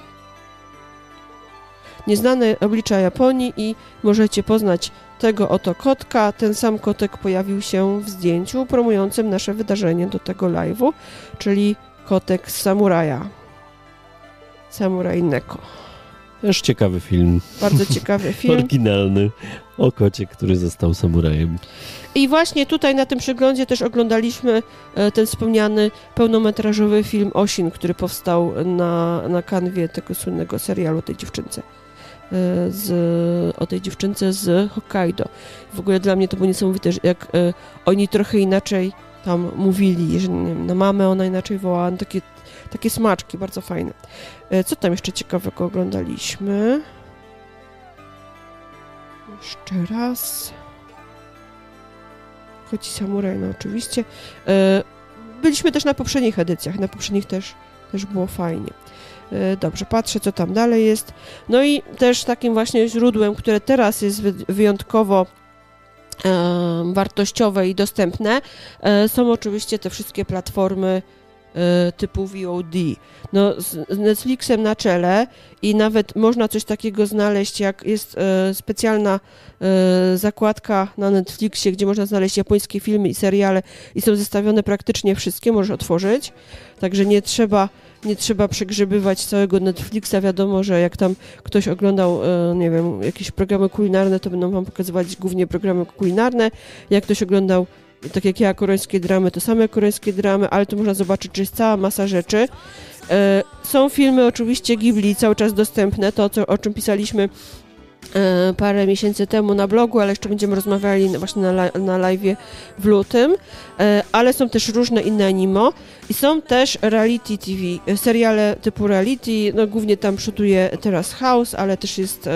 Nieznane oblicza Japonii i możecie poznać tego oto kotka. Ten sam kotek pojawił się w zdjęciu promującym nasze wydarzenie do tego live'u, czyli kotek z samuraja. Samuraj Neko. Też ciekawy film. Bardzo ciekawy film. Oryginalny. O kocie, który został samurajem. I właśnie tutaj na tym przeglądzie też oglądaliśmy ten wspomniany pełnometrażowy film Osin, który powstał na kanwie tego słynnego serialu o tej dziewczynce. O tej dziewczynce z Hokkaido. W ogóle dla mnie to było niesamowite, że jak oni trochę inaczej tam mówili, że nie wiem, na mamę ona inaczej wołała, no takie smaczki, bardzo fajne. Co tam jeszcze ciekawego oglądaliśmy? Jeszcze raz. Chodzi samuraj, no oczywiście. Byliśmy też na poprzednich edycjach, na poprzednich też było fajnie. Dobrze, patrzę, co tam dalej jest. No i też takim właśnie źródłem, które teraz jest wyjątkowo wartościowe i dostępne, są oczywiście te wszystkie platformy typu VOD. No, z Netflixem na czele i nawet można coś takiego znaleźć, jak jest specjalna zakładka na Netflixie, gdzie można znaleźć japońskie filmy i seriale i są zestawione praktycznie wszystkie, możesz otworzyć, także nie trzeba przegrzebywać całego Netflixa. Wiadomo, że jak tam ktoś oglądał, nie wiem, jakieś programy kulinarne, to będą wam pokazywać głównie programy kulinarne. Jak ktoś oglądał, tak jak ja, koreańskie dramy, to same koreańskie dramy, ale tu można zobaczyć, że jest cała masa rzeczy. Są filmy oczywiście Ghibli cały czas dostępne, to o czym pisaliśmy parę miesięcy temu na blogu, ale jeszcze będziemy rozmawiali właśnie na live'ie w lutym, ale są też różne inne anime i są też reality TV, seriale typu reality, no głównie tam przoduje teraz House, ale też jest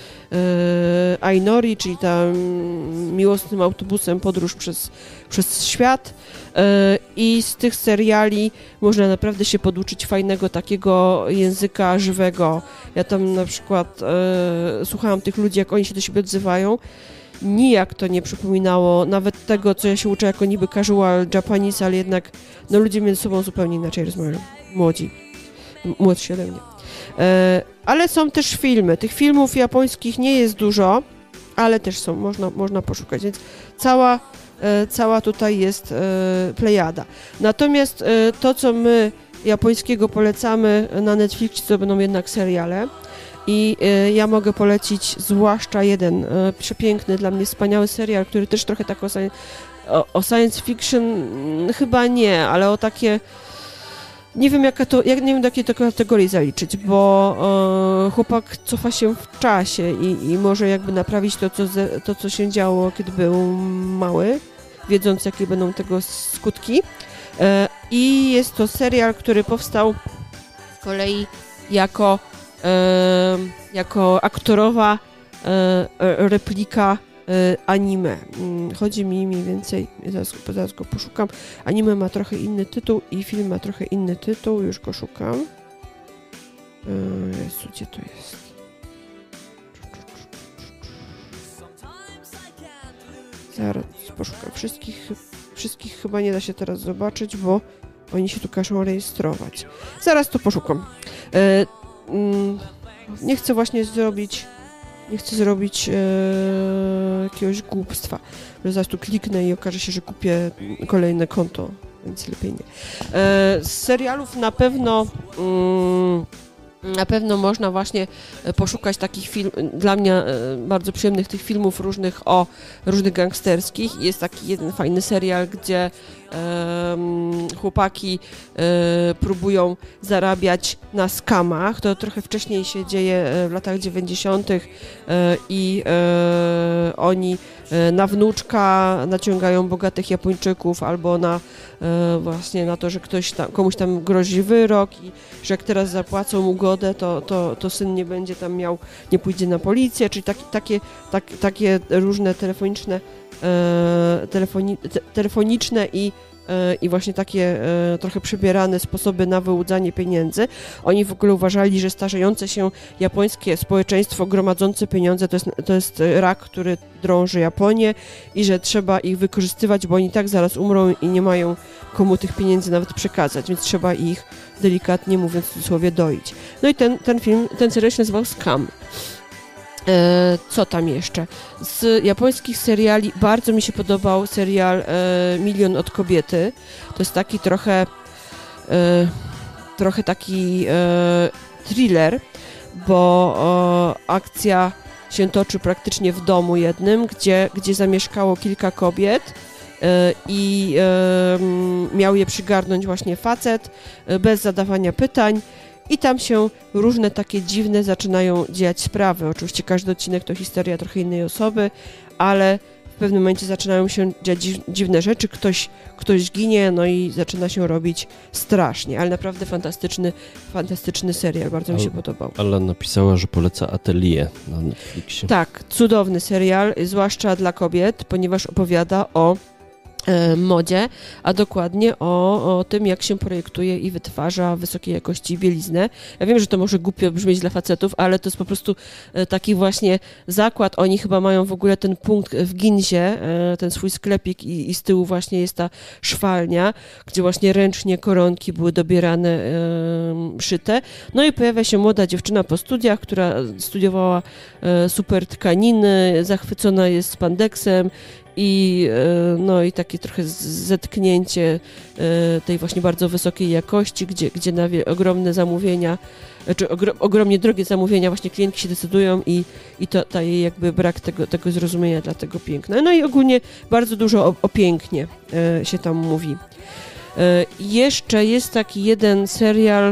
Ainori, czyli tam miłosnym autobusem podróż przez świat i z tych seriali można naprawdę się poduczyć fajnego takiego języka żywego. Ja tam na przykład słuchałam tych ludzi, jak oni się do siebie odzywają. Nijak to nie przypominało nawet tego, co ja się uczę jako niby casual Japanese, ale jednak no, ludzie między sobą zupełnie inaczej rozmawiają. Młodsi ode mnie. Ale są też filmy. Tych filmów japońskich nie jest dużo, ale też są, można poszukać, więc cała tutaj jest plejada. Natomiast to, co my japońskiego polecamy na Netflixie, to będą jednak seriale. I ja mogę polecić zwłaszcza jeden przepiękny, dla mnie wspaniały serial, który też trochę tak o science fiction, chyba nie, ale o takie, nie wiem nie wiem do jakiej to kategorii zaliczyć, bo chłopak cofa się w czasie i może jakby naprawić to, co się działo, kiedy był mały, wiedząc, jakie będą tego skutki. I jest to serial, który powstał z kolei jako aktorowa replika anime. Chodzi mi mniej więcej, zaraz go poszukam. Anime ma trochę inny tytuł i film ma trochę inny tytuł. Już go szukam. Jezu, gdzie to jest? Zaraz poszukam. Wszystkich chyba nie da się teraz zobaczyć, bo oni się tu każą rejestrować. Zaraz to poszukam. Nie chcę zrobić jakiegoś głupstwa, że zaraz tu kliknę i okaże się, że kupię kolejne konto, więc lepiej nie. Z serialów na pewno można właśnie poszukać takich dla mnie bardzo przyjemnych tych filmów różnych gangsterskich. Jest taki jeden fajny serial, gdzie chłopaki próbują zarabiać na skamach. To trochę wcześniej się dzieje w latach 90. I oni na wnuczka naciągają bogatych Japończyków albo właśnie na to, że komuś tam grozi wyrok i że jak teraz zapłacą mu godę, to syn nie będzie tam nie pójdzie na policję, czyli takie różne telefoniczne i właśnie takie trochę przebierane sposoby na wyłudzanie pieniędzy. Oni w ogóle uważali, że starzejące się japońskie społeczeństwo gromadzące pieniądze to jest rak, który drąży Japonię i że trzeba ich wykorzystywać, bo oni tak zaraz umrą i nie mają komu tych pieniędzy nawet przekazać, więc trzeba ich, delikatnie mówiąc w cudzysłowie, doić. No i ten serial się nazywał Scam. Co tam jeszcze? Z japońskich seriali bardzo mi się podobał serial Milion od kobiety. To jest taki trochę taki thriller, bo akcja się toczy praktycznie w domu jednym, gdzie zamieszkało kilka kobiet i miał je przygarnąć właśnie facet bez zadawania pytań. I tam się różne takie dziwne zaczynają dziać sprawy. Oczywiście każdy odcinek to historia trochę innej osoby, ale w pewnym momencie zaczynają się dziać dziwne rzeczy, ktoś ginie, no i zaczyna się robić strasznie, ale naprawdę fantastyczny serial, bardzo mi się podobał. Ala napisała, że poleca Atelier na Netflixie. Tak, cudowny serial, zwłaszcza dla kobiet, ponieważ opowiada o modzie, a dokładnie o tym, jak się projektuje i wytwarza wysokiej jakości bieliznę. Ja wiem, że to może głupio brzmieć dla facetów, ale to jest po prostu taki właśnie zakład. Oni chyba mają w ogóle ten punkt w Ginzie, ten swój sklepik i z tyłu właśnie jest ta szwalnia, gdzie właśnie ręcznie koronki były dobierane, szyte. No i pojawia się młoda dziewczyna po studiach, która studiowała super tkaniny, zachwycona jest spandeksem i takie trochę zetknięcie tej właśnie bardzo wysokiej jakości, gdzie na ogromne zamówienia, czy ogromnie drogie zamówienia właśnie klientki się decydują i to jej jakby brak tego zrozumienia dla tego piękna. No i ogólnie bardzo dużo o pięknie się tam mówi. Jeszcze jest taki jeden serial,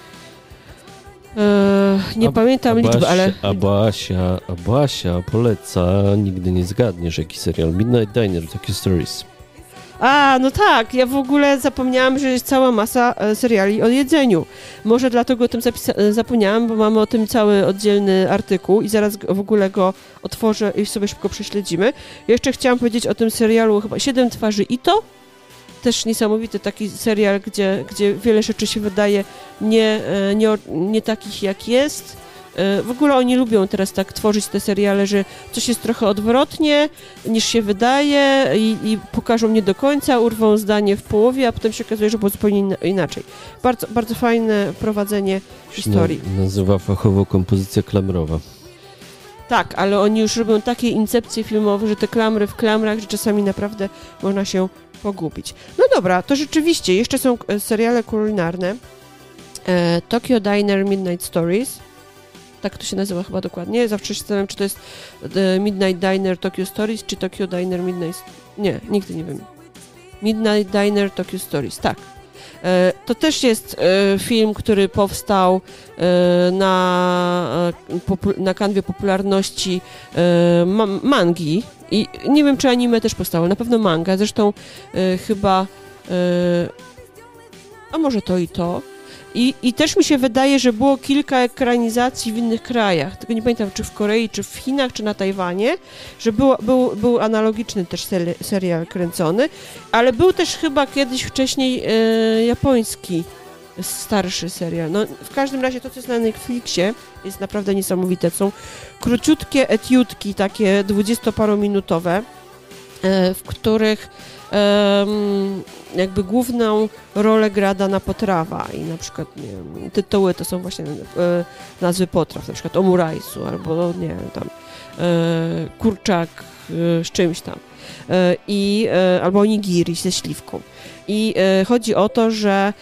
nie pamiętam liczby, ale... Abasia poleca, nigdy nie zgadniesz, jaki serial. Midnight Diner, Tokyo Stories. A, no tak, ja w ogóle zapomniałam, że jest cała masa seriali o jedzeniu. Może dlatego o tym zapomniałam, bo mamy o tym cały oddzielny artykuł i zaraz w ogóle go otworzę i sobie szybko prześledzimy. Jeszcze chciałam powiedzieć o tym serialu chyba 7 twarzy Ito. Też niesamowity taki serial, gdzie wiele rzeczy się wydaje nie takich jak jest. W ogóle oni lubią teraz tak tworzyć te seriale, że coś jest trochę odwrotnie niż się wydaje i pokażą nie do końca, urwą zdanie w połowie, a potem się okazuje, że było zupełnie inaczej. Bardzo, bardzo fajne prowadzenie historii. Nazywa fachowo kompozycja klamrowa. Tak, ale oni już robią takie incepcje filmowe, że te klamry w klamrach, że czasami naprawdę można się pogubić. No dobra, to rzeczywiście, jeszcze są seriale kulinarne. Tokyo Diner Midnight Stories. Tak to się nazywa chyba dokładnie. Zawsze się zastanawiam, czy to jest Midnight Diner Tokyo Stories, czy Tokyo Diner Midnight... Nie, nigdy nie wiem. Midnight Diner Tokyo Stories, tak. To też jest film, który powstał na kanwie popularności mangi. I nie wiem, czy anime też powstało. Na pewno manga. Zresztą chyba... a może to i to. I też mi się wydaje, że było kilka ekranizacji w innych krajach. Tego nie pamiętam, czy w Korei, czy w Chinach, czy na Tajwanie, że był analogiczny też serial kręcony, ale był też chyba kiedyś wcześniej japoński starszy serial. No, w każdym razie to, co jest na Netflixie, jest naprawdę niesamowite. Są króciutkie etiudki, takie 20-parominutowe, w których jakby główną rolę gra dana potrawa i na przykład, nie wiem, tytuły to są właśnie nazwy potraw, na przykład omuraisu albo, nie wiem, tam kurczak z czymś tam albo onigiri ze śliwką. I chodzi o to, że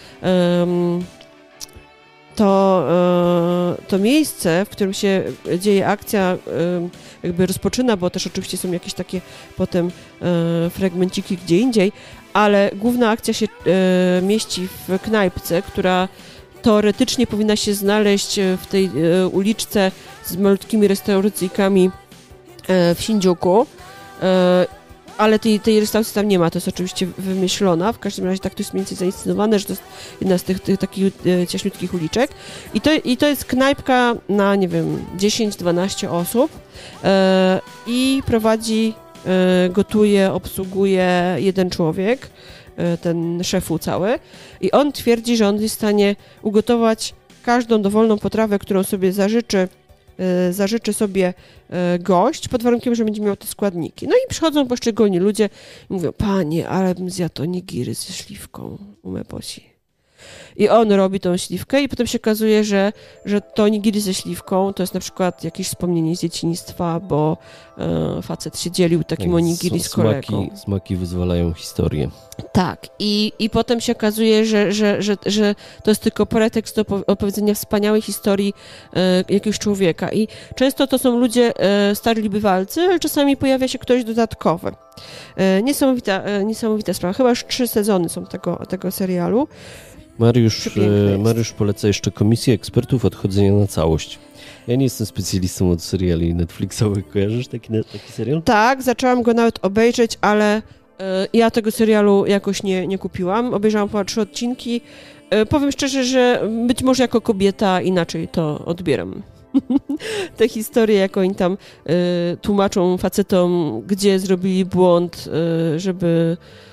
to miejsce, w którym się dzieje akcja, jakby rozpoczyna, bo też oczywiście są jakieś takie potem fragmenciki gdzie indziej, ale główna akcja się mieści w knajpce, która teoretycznie powinna się znaleźć w tej uliczce z malutkimi restauracyjkami w Shinjuku, ale tej restauracji tam nie ma, to jest oczywiście wymyślona, w każdym razie tak to jest mniej więcej zainscenowane, że to jest jedna z tych takich ciaśniutkich uliczek i to jest knajpka na, nie wiem, 10-12 osób i prowadzi, gotuje, obsługuje jeden człowiek, ten szefu cały i on twierdzi, że on jest w stanie ugotować każdą dowolną potrawę, którą sobie zażyczy sobie gość, pod warunkiem, że będzie miał te składniki. No i przychodzą poszczególni ludzie i mówią, panie, ale bym zjadł onigiri ze śliwką u Mebosi. I on robi tą śliwkę i potem się okazuje, że to onigiri ze śliwką to jest na przykład jakieś wspomnienie z dzieciństwa, bo facet się dzielił takim onigiri z kolegą. Smaki wyzwalają historię. Tak. I potem się okazuje, że to jest tylko pretekst do opowiedzenia wspaniałej historii jakiegoś człowieka. I często to są ludzie starli bywalcy, ale czasami pojawia się ktoś dodatkowy. Niesamowita sprawa. Chyba już 3 sezony są tego serialu. Mariusz poleca jeszcze Komisję Ekspertów Odchodzenia na Całość. Ja nie jestem specjalistą od seriali Netflixowych. Kojarzysz taki serial? Tak, zaczęłam go nawet obejrzeć, ale ja tego serialu jakoś nie kupiłam. Obejrzałam ponad 3 odcinki. Powiem szczerze, że być może jako kobieta inaczej to odbieram. Te historie, jak oni tam tłumaczą facetom, gdzie zrobili błąd, żeby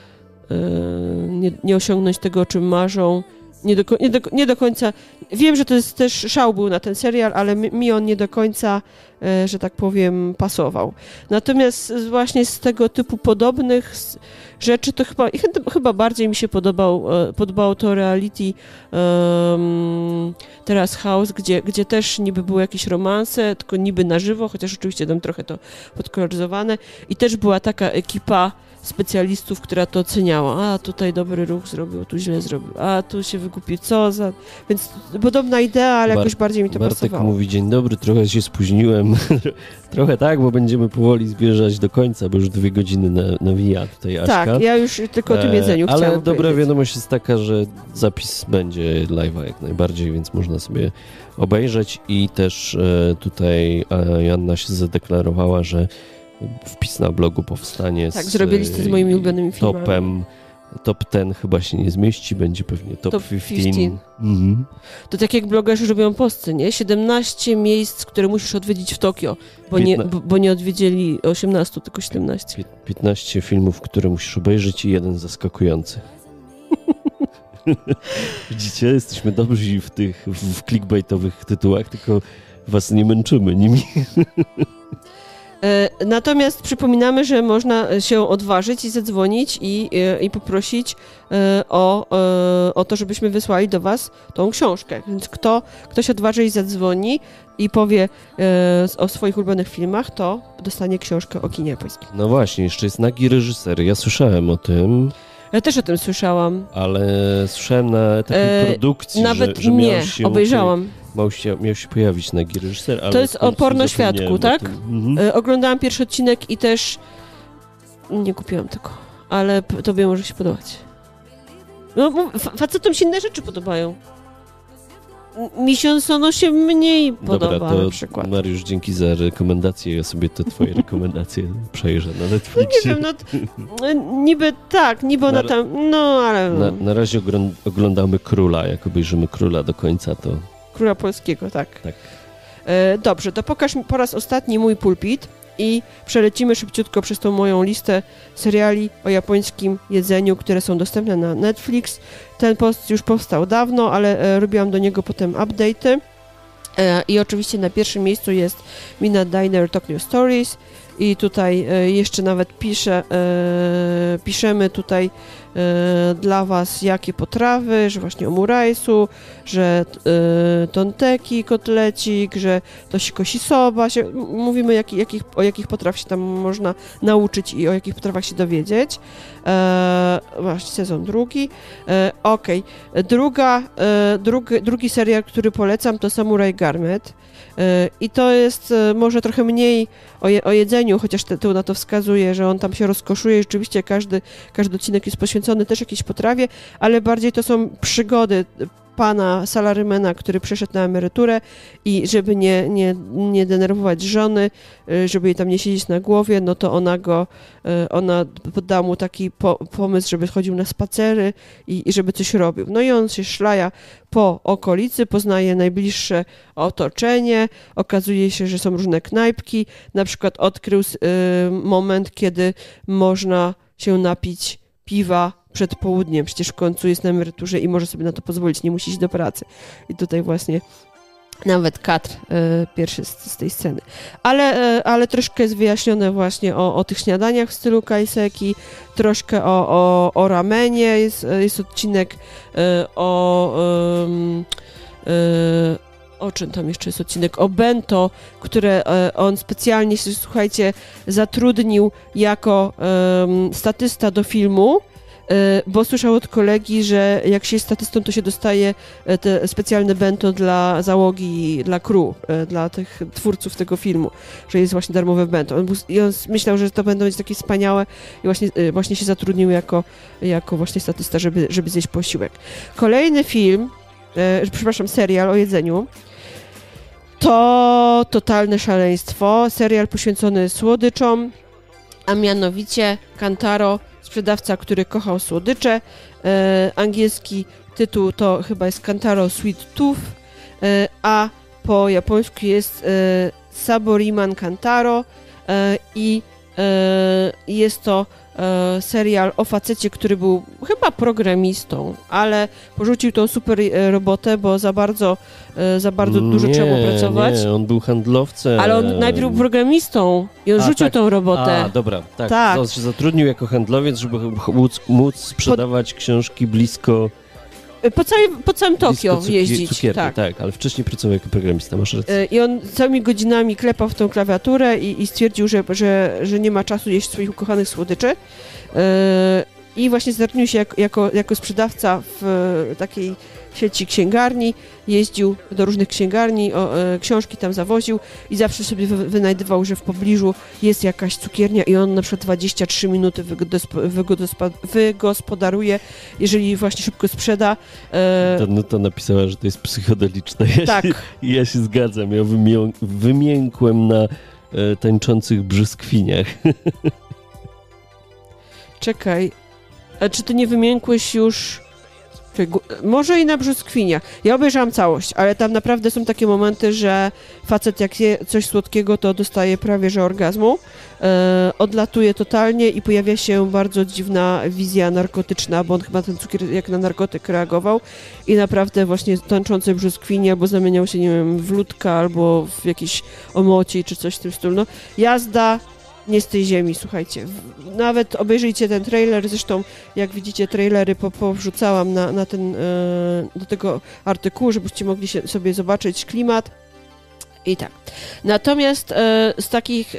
nie osiągnąć tego, o czym marzą. Nie do końca. Wiem, że to jest też szał był na ten serial, ale mi on nie do końca, że tak powiem, pasował. Natomiast właśnie z tego typu podobnych rzeczy to chyba bardziej mi się podobało to reality Terrace House, gdzie też niby były jakieś romanse, tylko niby na żywo, chociaż oczywiście tam trochę to podkoloryzowane i też była taka ekipa specjalistów, która to oceniała. A tutaj dobry ruch zrobił, tu źle zrobił, a tu się wykupił, co za... Więc podobna idea, ale jakoś bardziej mi to pasowało. Bartek mówi, dzień dobry, trochę się spóźniłem. Trochę tak, bo będziemy powoli zmierzać do końca, bo już 2 godziny nawija tutaj Aśka. Tak, ja już tylko o tym jedzeniu chciałam Ale dobra powiedzieć. wiadomość jest taka, że zapis będzie live'a jak najbardziej, więc można sobie obejrzeć i też tutaj Joanna się zadeklarowała, że wpis na blogu powstanie tak, zrobię listę z moimi ulubionymi filmami. Top 10 chyba się nie zmieści, będzie pewnie top 15. Mhm. To tak jak blogerzy robią posty, nie? 17 miejsc, które musisz odwiedzić w Tokio, bo nie odwiedzili 18, tylko 17. 15 filmów, które musisz obejrzeć i 1 zaskakujący. Widzicie, jesteśmy dobrzy w clickbaitowych tytułach, tylko was nie męczymy nimi. Natomiast przypominamy, że można się odważyć i zadzwonić i poprosić o to, żebyśmy wysłali do was tą książkę. Więc kto się odważy i zadzwoni i powie o swoich ulubionych filmach, to dostanie książkę o kinie japońskim. No właśnie, jeszcze jest nagi reżyser. Ja słyszałem o tym. Ja też o tym słyszałam. Ale słyszałem na etapie produkcji, nawet że nie, obejrzałam. Miał się pojawić nagi reżyser, ale... To jest o pornoświadku, tak? Oglądałam pierwszy odcinek i też nie kupiłam tego, ale tobie może się podobać. No, facetom się inne rzeczy podobają. Misionsono się mniej podoba. Dobra, to na przykład. Mariusz, dzięki za rekomendację. Ja sobie te twoje rekomendacje przejrzę na Netflixie. No nie wiem, niby tak, niby ona tam, no ale... Na razie oglądamy Króla. Jak obejrzymy Króla do końca, to... Króla Polskiego, tak. Dobrze, to pokaż mi po raz ostatni mój pulpit i przelecimy szybciutko przez tą moją listę seriali o japońskim jedzeniu, które są dostępne na Netflix. Ten post już powstał dawno, ale robiłam do niego potem update'y. I oczywiście na pierwszym miejscu jest Midnight Diner Tokyo Stories i tutaj jeszcze nawet piszemy tutaj dla was jakie potrawy, że właśnie omuraisu, że tonteki, kotlecik, że toshikoshi soba, mówimy o jakich potraw się tam można nauczyć i o jakich potrawach się dowiedzieć. Właśnie sezon drugi. Okej. Drugi serial, który polecam, to Samurai Garment. I to jest może trochę mniej o jedzeniu, chociaż tytuł na to wskazuje, że on tam się rozkoszuje. Rzeczywiście każdy odcinek jest poświęcony też jakiejś potrawie, ale bardziej to są przygody pana salarymena, który przeszedł na emeryturę i żeby nie denerwować żony, żeby jej tam nie siedzieć na głowie, no to ona podała mu taki pomysł, żeby chodził na spacery i żeby coś robił. No i on się szlaja po okolicy, poznaje najbliższe otoczenie, okazuje się, że są różne knajpki, na przykład odkrył moment, kiedy można się napić piwa przed południem, przecież w końcu jest na emeryturze i może sobie na to pozwolić, nie musi iść do pracy. I tutaj właśnie nawet kadr pierwszy z tej sceny. Ale troszkę jest wyjaśnione właśnie o tych śniadaniach w stylu kaiseki, troszkę o ramenie, jest odcinek o czym tam jeszcze jest odcinek? O bento, które on specjalnie się, słuchajcie, zatrudnił jako statysta do filmu, bo słyszał od kolegi, że jak się jest statystą, to się dostaje te specjalne bento dla załogi, dla crew, dla tych twórców tego filmu, że jest właśnie darmowe bento. On myślał, że to będą być takie wspaniałe i właśnie się zatrudnił jako właśnie statysta, żeby zjeść posiłek. Kolejny film, serial o jedzeniu, to totalne szaleństwo. Serial poświęcony słodyczom, a mianowicie Kantaro, sprzedawca, który kochał słodycze. Angielski tytuł to chyba jest Kantaro Sweet Tooth, a po japońsku jest Saboriman Kantaro i jest to serial o facecie, który był chyba programistą, ale porzucił tą super robotę, bo za bardzo dużo trzeba było pracować. Nie, on był handlowcem. Ale on najpierw był programistą i on rzucił tą robotę. A, dobra, tak. On się zatrudnił jako handlowiec, żeby móc sprzedawać książki blisko... Po całym Tokio jeździć. Cukierki, tak, ale wcześniej pracował jako programista, masz rację. I on całymi godzinami klepał w tą klawiaturę i stwierdził, że nie ma czasu jeść swoich ukochanych słodyczy. I właśnie zatrudnił się jako sprzedawca w takiej sieci księgarni, jeździł do różnych księgarni, książki tam zawoził i zawsze sobie wynajdywał, że w pobliżu jest jakaś cukiernia i on na przykład 23 minuty wygospodaruje, jeżeli właśnie szybko sprzeda. Ta nuta napisała, że to jest psychodeliczne. Tak. Ja się zgadzam, ja wymiękłem na tańczących brzoskwiniach. Czekaj, a czy ty nie wymiękłeś już... Może i na brzoskwiniach. Ja obejrzałam całość, ale tam naprawdę są takie momenty, że facet jak je coś słodkiego, to dostaje prawie że orgazmu, odlatuje totalnie i pojawia się bardzo dziwna wizja narkotyczna, bo on chyba ten cukier jak na narkotyk reagował i naprawdę właśnie tańczące brzoskwinie albo zamieniał się, nie wiem, w ludka albo w jakieś omoci czy coś w tym stylu. No, jazda nie z tej ziemi, słuchajcie. Nawet obejrzyjcie ten trailer, zresztą jak widzicie trailery powrzucałam na ten, do tego artykułu, żebyście mogli sobie zobaczyć klimat i tak. Natomiast z takich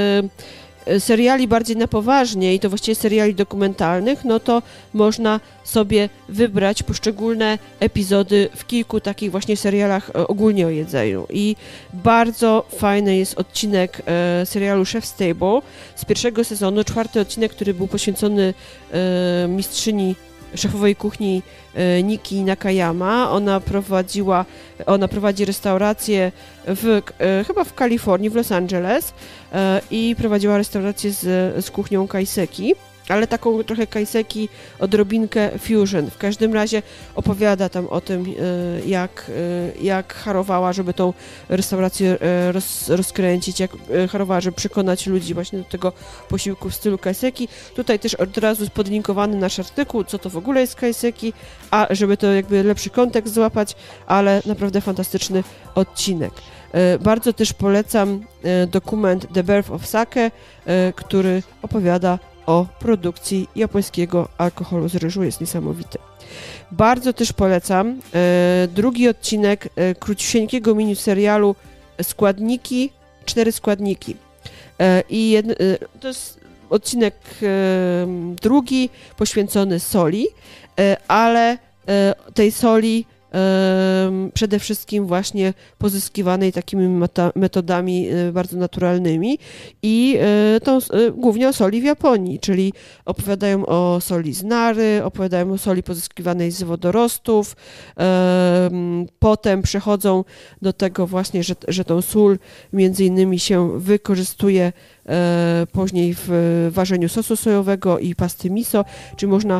seriali bardziej na poważnie i to właściwie seriali dokumentalnych, no to można sobie wybrać poszczególne epizody w kilku takich właśnie serialach ogólnie o jedzeniu. I bardzo fajny jest odcinek serialu Chef's Table z pierwszego sezonu, 4. odcinek, który był poświęcony mistrzyni szefowej kuchni Niki Nakayama. Ona prowadzi restaurację chyba w Kalifornii, w Los Angeles i prowadziła restaurację z kuchnią kaiseki, ale taką trochę kaiseki, odrobinkę fusion. W każdym razie opowiada tam o tym, jak harowała, żeby tą restaurację rozkręcić, jak harowała, żeby przekonać ludzi właśnie do tego posiłku w stylu kaiseki. Tutaj też od razu jest podlinkowany nasz artykuł, co to w ogóle jest kaiseki, a żeby to jakby lepszy kontekst złapać, ale naprawdę fantastyczny odcinek. Bardzo też polecam dokument The Birth of Sake, który opowiada o produkcji japońskiego alkoholu z ryżu, jest niesamowity. Bardzo też polecam drugi odcinek króciusieńkiego miniserialu Składniki, 4 składniki. To jest odcinek drugi poświęcony soli, ale tej soli przede wszystkim właśnie pozyskiwanej takimi metodami bardzo naturalnymi i głównie o soli w Japonii, czyli opowiadają o soli z nary, opowiadają o soli pozyskiwanej z wodorostów, potem przechodzą do tego właśnie, że tą sól między innymi się wykorzystuje później w ważeniu sosu sojowego i pasty miso, czyli można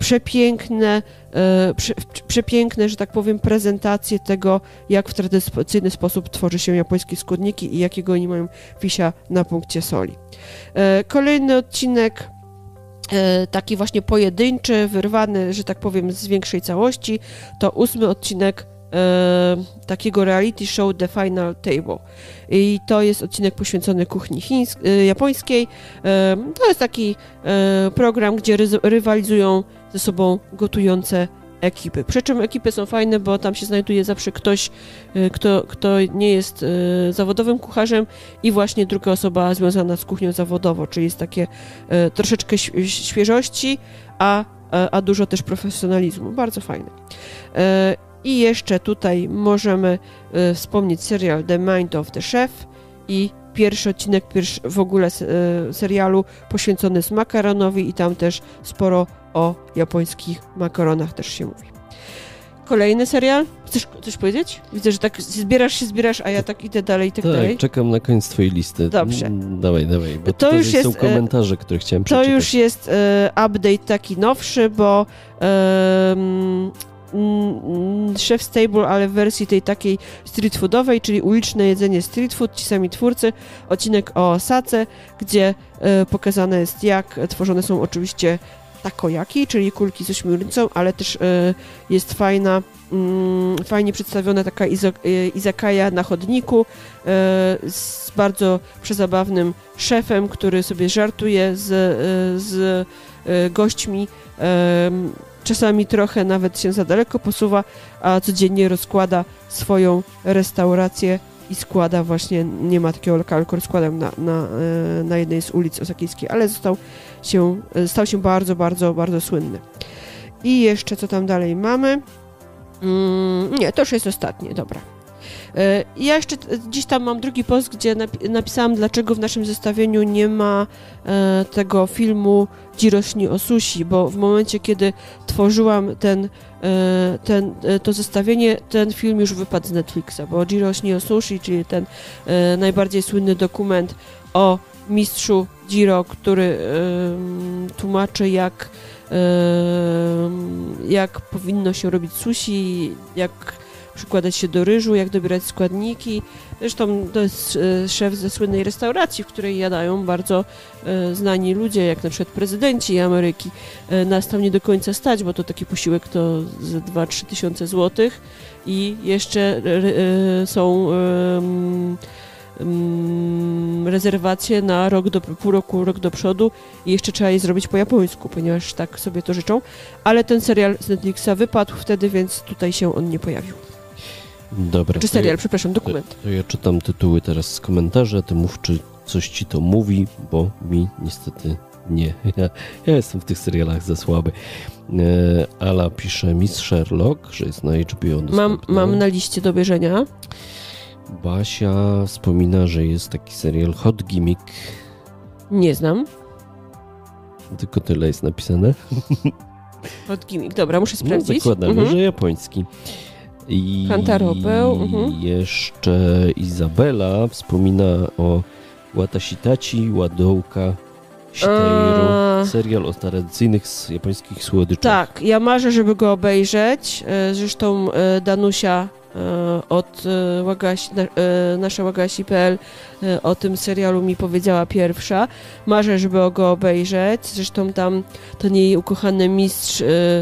przepiękne, że tak powiem, prezentacje tego, jak w tradycyjny sposób tworzy się japońskie składniki i jakiego oni mają wisia na punkcie soli. Kolejny odcinek, taki właśnie pojedynczy, wyrwany, że tak powiem, z większej całości, to 8. odcinek takiego reality show The Final Table. I to jest odcinek poświęcony kuchni japońskiej. To jest taki program, gdzie rywalizują ze sobą gotujące ekipy. Przy czym ekipy są fajne, bo tam się znajduje zawsze ktoś, kto nie jest zawodowym kucharzem i właśnie druga osoba związana z kuchnią zawodowo, czyli jest takie troszeczkę świeżości, a dużo też profesjonalizmu. Bardzo fajne. I jeszcze tutaj możemy wspomnieć serial The Mind of the Chef i pierwszy odcinek w ogóle serialu poświęcony jest makaronowi i tam też sporo o japońskich makaronach też się mówi. Kolejny serial? Chcesz coś powiedzieć? Widzę, że tak zbierasz, a ja tak idę dalej i tak dalej. Czekam na koniec twojej listy. Dobrze. Dawaj, bo to już są komentarze, które chciałem przeczytać. To już jest update taki nowszy, bo Chef's Table, ale w wersji tej takiej street foodowej, czyli uliczne jedzenie street food, ci sami twórcy, odcinek o Osace, gdzie pokazane jest, jak tworzone są oczywiście takoyaki, czyli kulki z ośmiornicą, ale też jest fajnie przedstawiona taka izakaya na chodniku z bardzo przezabawnym szefem, który sobie żartuje z gośćmi, czasami trochę nawet się za daleko posuwa, a codziennie rozkłada swoją restaurację i składa właśnie, nie ma takiego lokalu, tylko składał na jednej z ulic osakijskiej, ale stał się bardzo, bardzo, bardzo słynny. I jeszcze co tam dalej mamy? Nie, to już jest ostatnie, dobra. Ja jeszcze dziś tam mam drugi post, gdzie napisałam, dlaczego w naszym zestawieniu nie ma tego filmu Jiroshi o Sushi, bo w momencie, kiedy tworzyłam to zestawienie, ten film już wypadł z Netflixa, bo Jiroshi o Sushi, czyli ten najbardziej słynny dokument o mistrzu Jiro, który tłumaczy, jak powinno się robić sushi, jak przykładać się do ryżu, jak dobierać składniki. Zresztą to jest szef ze słynnej restauracji, w której jadają bardzo znani ludzie, jak na przykład prezydenci Ameryki. Nas tam nie do końca stać, bo to taki posiłek to z 2-3 tysiące złotych i jeszcze są rezerwacje na pół roku, rok do przodu i jeszcze trzeba je zrobić po japońsku, ponieważ tak sobie to życzą. Ale ten serial z Netflixa wypadł wtedy, więc tutaj się on nie pojawił. Dobra. Czy serial, przepraszam, dokument. To ja czytam tytuły teraz z komentarzy, a ty mów, czy coś ci to mówi, bo mi niestety nie. Ja jestem w tych serialach za słaby. Ala pisze Miss Sherlock, że jest na HBO dostępna. Mam na liście do obejrzenia. Basia wspomina, że jest taki serial Hot Gimmick. Nie znam. Tylko tyle jest napisane. Hot Gimmick, dobra, muszę sprawdzić. Zakładamy, że japoński. I jeszcze Izabela wspomina o Watashitachi Wadouka Shiteiru. Serial o tradycyjnych japońskich słodyczach. Tak, ja marzę, żeby go obejrzeć. Zresztą Danusia od nasza Wagasi.pl o tym serialu mi powiedziała pierwsza. Marzę, żeby go obejrzeć. Zresztą tam ten jej ukochany mistrz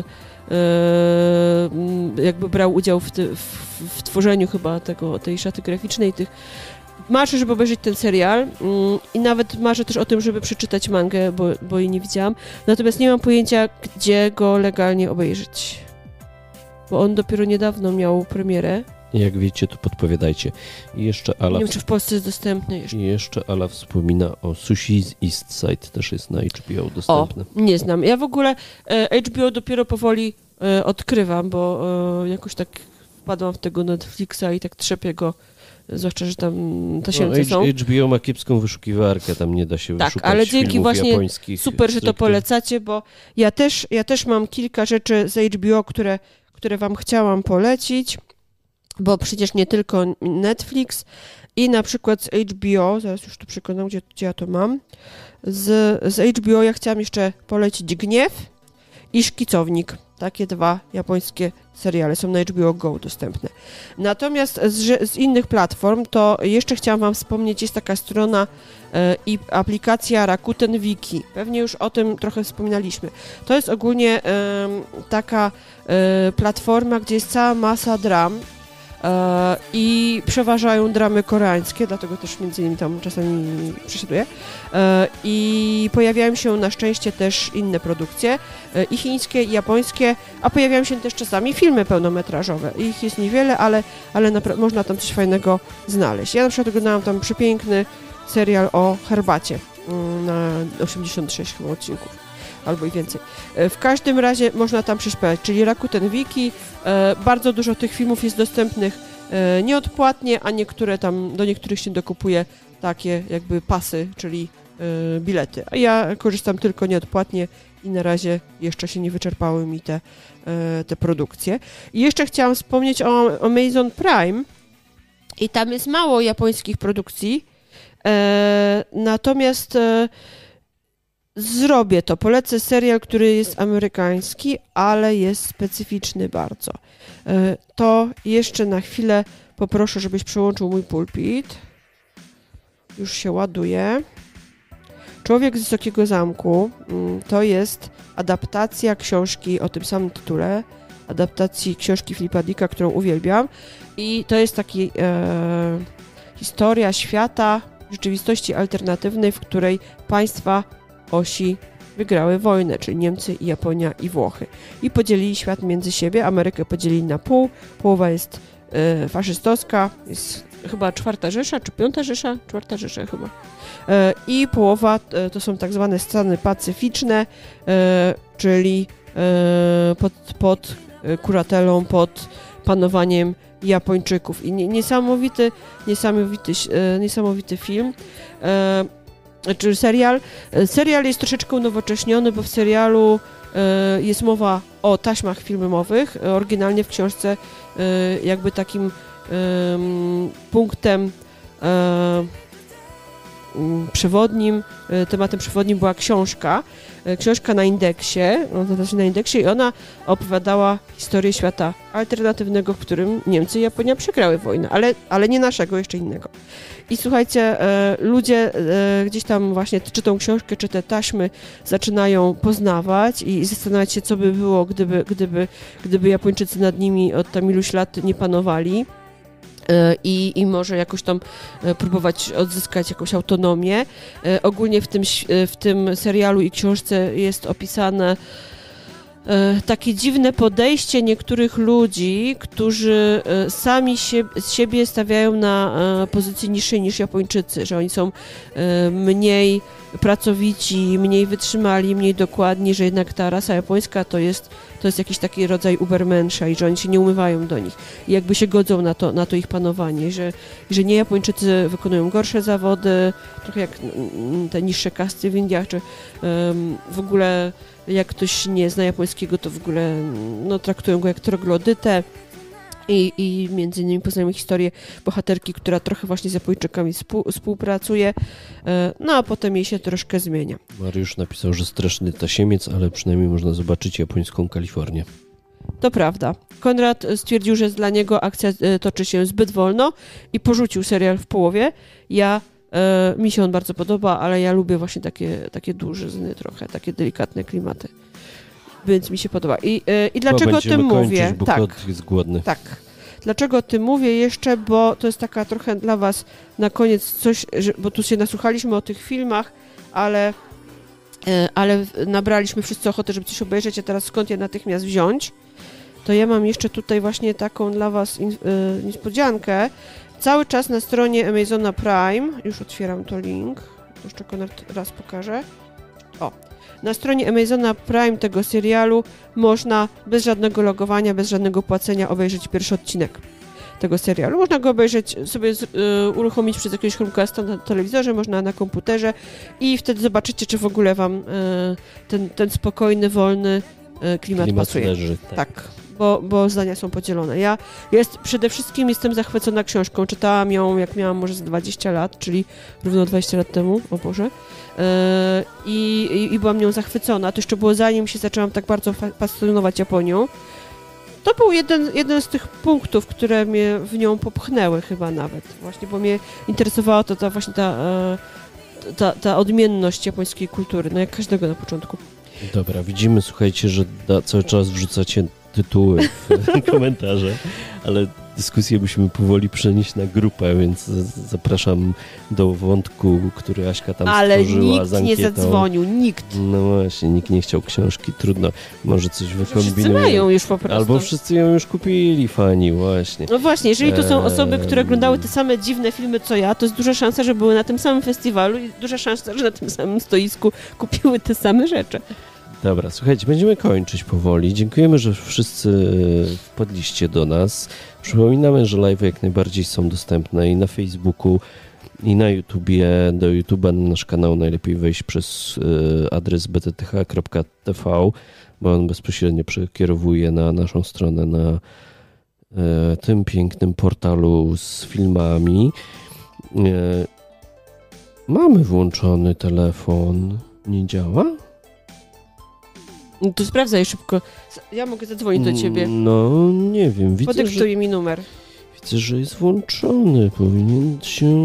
jakby brał udział w tworzeniu chyba tej szaty graficznej. Marzę, żeby obejrzeć ten serial i nawet marzę też o tym, żeby przeczytać mangę, bo jej nie widziałam. Natomiast nie mam pojęcia, gdzie go legalnie obejrzeć. Bo on dopiero niedawno miał premierę. Jak wiecie, to podpowiadajcie. I jeszcze Ala... Nie wiem, czy w Polsce jest dostępny jeszcze. I jeszcze Ala wspomina o Sushi z East Side. Też jest na HBO dostępne. Nie znam. Ja w ogóle HBO dopiero powoli odkrywam, bo jakoś tak wpadłam w tego Netflixa i tak trzepię go, zwłaszcza, że tam tasiemce są. HBO ma kiepską wyszukiwarkę, tam nie da się wyszukać ale dzięki właśnie japońskich. Super, że to polecacie, bo ja też mam kilka rzeczy z HBO, które wam chciałam polecić, bo przecież nie tylko Netflix i na przykład z HBO, zaraz już tu przekonam, gdzie ja to mam, z HBO ja chciałam jeszcze polecić Gniew i Szkicownik. Takie dwa japońskie seriale są na HBO Go dostępne. Natomiast z innych platform to jeszcze chciałam wam wspomnieć, jest taka strona i aplikacja Rakuten Wiki. Pewnie już o tym trochę wspominaliśmy. To jest ogólnie taka platforma, gdzie jest cała masa dram i przeważają dramy koreańskie, dlatego też między innymi tam czasami przeszaduję. I pojawiają się na szczęście też inne produkcje, i chińskie, i japońskie, a pojawiają się też czasami filmy pełnometrażowe. Ich jest niewiele, ale można tam coś fajnego znaleźć. Ja na przykład oglądałam tam przepiękny serial o herbacie na 86 chyba odcinków, albo i więcej. W każdym razie można tam przeszperać, czyli Rakuten Wiki. Bardzo dużo tych filmów jest dostępnych nieodpłatnie, a do niektórych się dokupuje takie jakby pasy, czyli bilety. A ja korzystam tylko nieodpłatnie i na razie jeszcze się nie wyczerpały mi te produkcje. I jeszcze chciałam wspomnieć o Amazon Prime i tam jest mało japońskich produkcji, natomiast Zrobię to. Polecę serial, który jest amerykański, ale jest specyficzny bardzo. To jeszcze na chwilę poproszę, żebyś przełączył mój pulpit. Już się ładuje. Człowiek z Wysokiego Zamku to jest adaptacja książki o tym samym tytule, adaptacji książki Philippa Dicka, którą uwielbiam. I to jest taki historia świata rzeczywistości alternatywnej, w której państwa osi wygrały wojnę, czyli Niemcy, Japonia i Włochy. I podzielili świat między siebie. Amerykę podzielili na pół. Połowa jest faszystowska, jest chyba Czwarta Rzesza, czy Piąta Rzesza? Czwarta Rzesza chyba. I połowa to są tak zwane Stany pacyficzne, czyli pod kuratelą, pod panowaniem Japończyków. I niesamowity film, czy serial. Serial jest troszeczkę unowocześniony, bo w serialu jest mowa o taśmach filmowych. Oryginalnie w książce jakby takim punktem przewodnim, tematem przewodnim była książka na Indeksie, i ona opowiadała historię świata alternatywnego, w którym Niemcy i Japonia przegrały wojnę, ale nie naszego, jeszcze innego. I słuchajcie, ludzie gdzieś tam właśnie czy tą książkę, czy te taśmy zaczynają poznawać i zastanawiać się, co by było, gdyby Japończycy nad nimi od tam iluś lat nie panowali. I może jakoś tam próbować odzyskać jakąś autonomię. Ogólnie w tym serialu i książce jest opisane takie dziwne podejście niektórych ludzi, którzy sami siebie stawiają na pozycji niższej niż Japończycy, że oni są mniej pracowici, mniej wytrzymali, mniej dokładni, że jednak ta rasa japońska to jest jakiś taki rodzaj Ubermensza i że oni się nie umywają do nich i jakby się godzą na to ich panowanie, że nie Japończycy wykonują gorsze zawody, trochę jak te niższe kasty w Indiach, czy w ogóle jak ktoś nie zna japońskiego, to w ogóle traktują go jak troglodytę. I między innymi poznajemy historię bohaterki, która trochę właśnie z Japończykami współpracuje, a potem jej się troszkę zmienia. Mariusz napisał, że straszny tasiemiec, ale przynajmniej można zobaczyć japońską Kalifornię. To prawda. Konrad stwierdził, że dla niego akcja toczy się zbyt wolno i porzucił serial w połowie. Mi się on bardzo podoba, ale ja lubię właśnie takie dużyzny trochę, takie delikatne klimaty. Więc mi się podoba. I dlaczego o tym mówię? Bo kot jest głodny. Tak. Dlaczego o tym mówię jeszcze? Bo to jest taka trochę dla was na koniec coś, bo tu się nasłuchaliśmy o tych filmach, ale nabraliśmy wszyscy ochotę, żeby coś obejrzeć, a teraz skąd je natychmiast wziąć? To ja mam jeszcze tutaj właśnie taką dla was niespodziankę. Cały czas na stronie Amazona Prime, już otwieram to link, jeszcze Konrad raz pokażę. Na stronie Amazona Prime tego serialu można bez żadnego logowania, bez żadnego płacenia obejrzeć pierwszy odcinek tego serialu. Można go obejrzeć, sobie uruchomić przez jakiegoś Chromecasta na telewizorze, można na komputerze i wtedy zobaczycie, czy w ogóle wam ten spokojny, wolny klimat pasuje. Leży, tak. Bo zdania są podzielone. Ja przede wszystkim jestem zachwycona książką. Czytałam ją, jak miałam może z 20 lat, czyli równo 20 lat temu, o Boże. I byłam nią zachwycona. To jeszcze było zanim się zaczęłam tak bardzo pasjonować Japonią. To był jeden z tych punktów, które mnie w nią popchnęły chyba nawet. Właśnie, bo mnie interesowała ta odmienność japońskiej kultury, jak każdego na początku. Dobra, widzimy, słuchajcie, że cały czas wrzucacie tytuły w komentarze, ale dyskusję musimy powoli przenieść na grupę, więc zapraszam do wątku, który Aśka tam stworzyła z ankietą. Ale nikt nie zadzwonił, nikt. No właśnie, nikt nie chciał książki, trudno, może coś wykombinuje. Wszyscy mają już po prostu. Albo wszyscy ją już kupili, fani, właśnie. No właśnie, jeżeli to są osoby, które oglądały te same dziwne filmy co ja, to jest duża szansa, że były na tym samym festiwalu i duża szansa, że na tym samym stoisku kupiły te same rzeczy. Dobra, słuchajcie, będziemy kończyć powoli. Dziękujemy, że wszyscy wpadliście do nas. Przypominamy, że live'y jak najbardziej są dostępne i na Facebooku, i na YouTubie. Do YouTube'a na nasz kanał najlepiej wejść przez adres btth.tv, bo on bezpośrednio przekierowuje na naszą stronę na tym pięknym portalu z filmami. Mamy włączony telefon. Nie działa? No to sprawdzaj szybko. Ja mogę zadzwonić do ciebie. No, nie wiem. Podyktuj mi numer. Widzę, że jest włączony. Powinien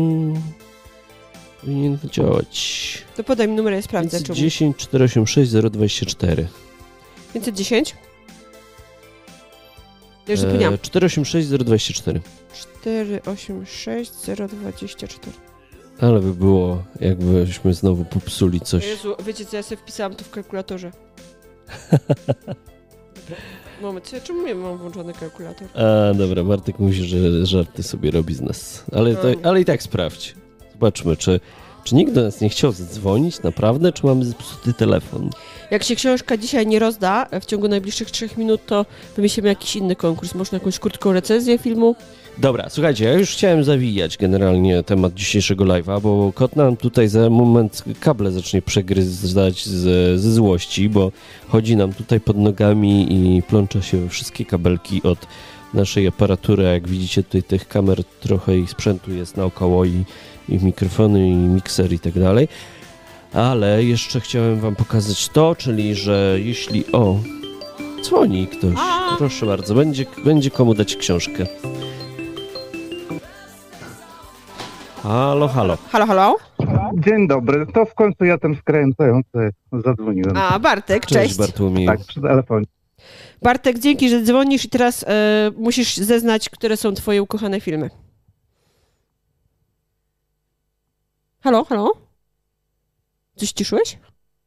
działać. To podaj mi numer, ja sprawdzę. 510 486 024. 510? Ja już zapomniałam. 486 024. 486 024. Ale by było, jakbyśmy znowu popsuli coś. Jezu, wiecie co, ja sobie wpisałam to w kalkulatorze. Moment, czemu ja mam włączony kalkulator? A, dobra, Bartek mówi, że żarty sobie robi z nas. Ale i tak sprawdź. Zobaczmy, czy nikt do nas nie chciał zadzwonić, naprawdę, czy mamy zepsuty telefon? Jak się książka dzisiaj nie rozda w ciągu najbliższych 3 minut, to wymyślimy jakiś inny konkurs. Może jakąś krótką recenzję filmu? Dobra, słuchajcie, ja już chciałem zawijać generalnie temat dzisiejszego live'a, bo kot nam tutaj za moment kable zacznie przegryzać ze złości, bo chodzi nam tutaj pod nogami i plącza się we wszystkie kabelki od naszej aparatury. Jak widzicie, tutaj tych kamer trochę i sprzętu jest naokoło i mikrofony, i mikser i tak dalej. Ale jeszcze chciałem wam pokazać to, czyli że jeśli... O, dzwoni ktoś. Proszę bardzo, będzie komu dać książkę. Halo, halo. Halo, halo. Dzień dobry, to w końcu ja ten skręcający zadzwoniłem. A, Bartek, cześć. Bartłomiej. Tak, przy telefonie. Bartek, dzięki, że dzwonisz i teraz musisz zeznać, które są twoje ukochane filmy. Halo, halo? Coś ciszyłeś?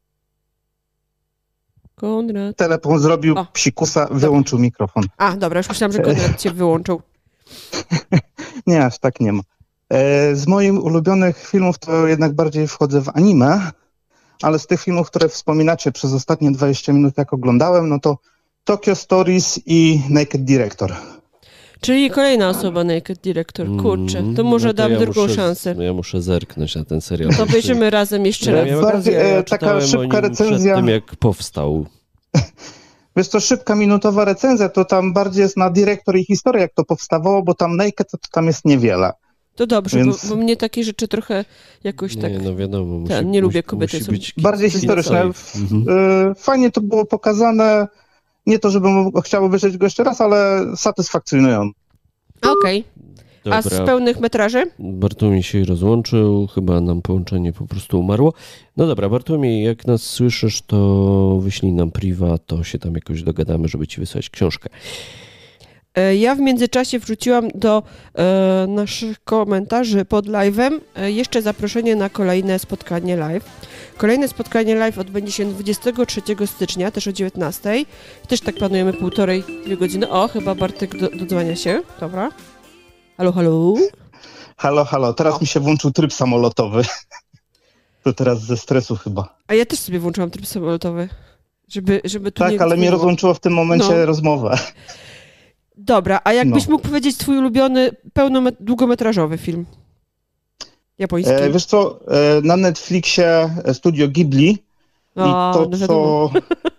Konrad. Telefon zrobił psikusa, wyłączył mikrofon. A, dobra, już myślałam, że Konrad cię wyłączył. Nie, aż tak nie ma. Z moich ulubionych filmów to jednak bardziej wchodzę w anime, ale z tych filmów, które wspominacie przez ostatnie 20 minut, jak oglądałem, no to Tokyo Stories i Naked Director. Czyli kolejna osoba Naked Director. Kurczę, to może dam drugą szansę. Ja muszę zerknąć na ten serial. To obejrzymy razem jeszcze raz. Taka szybka recenzja. Przed tym, jak powstał. Wiesz co, szybka minutowa recenzja, to tam bardziej jest na Director i historię, jak to powstawało, bo tam Naked to tam jest niewiele. To dobrze, więc... bo mnie takie rzeczy trochę jakoś tak... Nie, no wiadomo. Nie lubię kobiety. Bardziej historyczne. Fajnie to było pokazane. Nie to, żebym chciał obejrzeć go jeszcze raz, ale satysfakcjonują. Okej. A z pełnych metraży? Bartłomiej się rozłączył, chyba nam połączenie po prostu umarło. No dobra, Bartłomiej, jak nas słyszysz, to wyślij nam priwa, to się tam jakoś dogadamy, żeby ci wysłać książkę. Ja w międzyczasie wrzuciłam do naszych komentarzy pod live'em jeszcze zaproszenie na kolejne spotkanie live. Kolejne spotkanie live odbędzie się 23 stycznia, też o 19:00. Też tak planujemy 1,5-2 godziny. O, chyba Bartek dodzwania się. Dobra. Halo, halo. Halo, halo. Teraz mi się włączył tryb samolotowy. To teraz ze stresu chyba. A ja też sobie włączyłam tryb samolotowy. Żeby tu tak, nie ale mnie rozłączyło w tym momencie rozmowę. Dobra, a jakbyś mógł powiedzieć twój ulubiony długometrażowy film japoński? Wiesz co, na Netflixie Studio Ghibli i to, co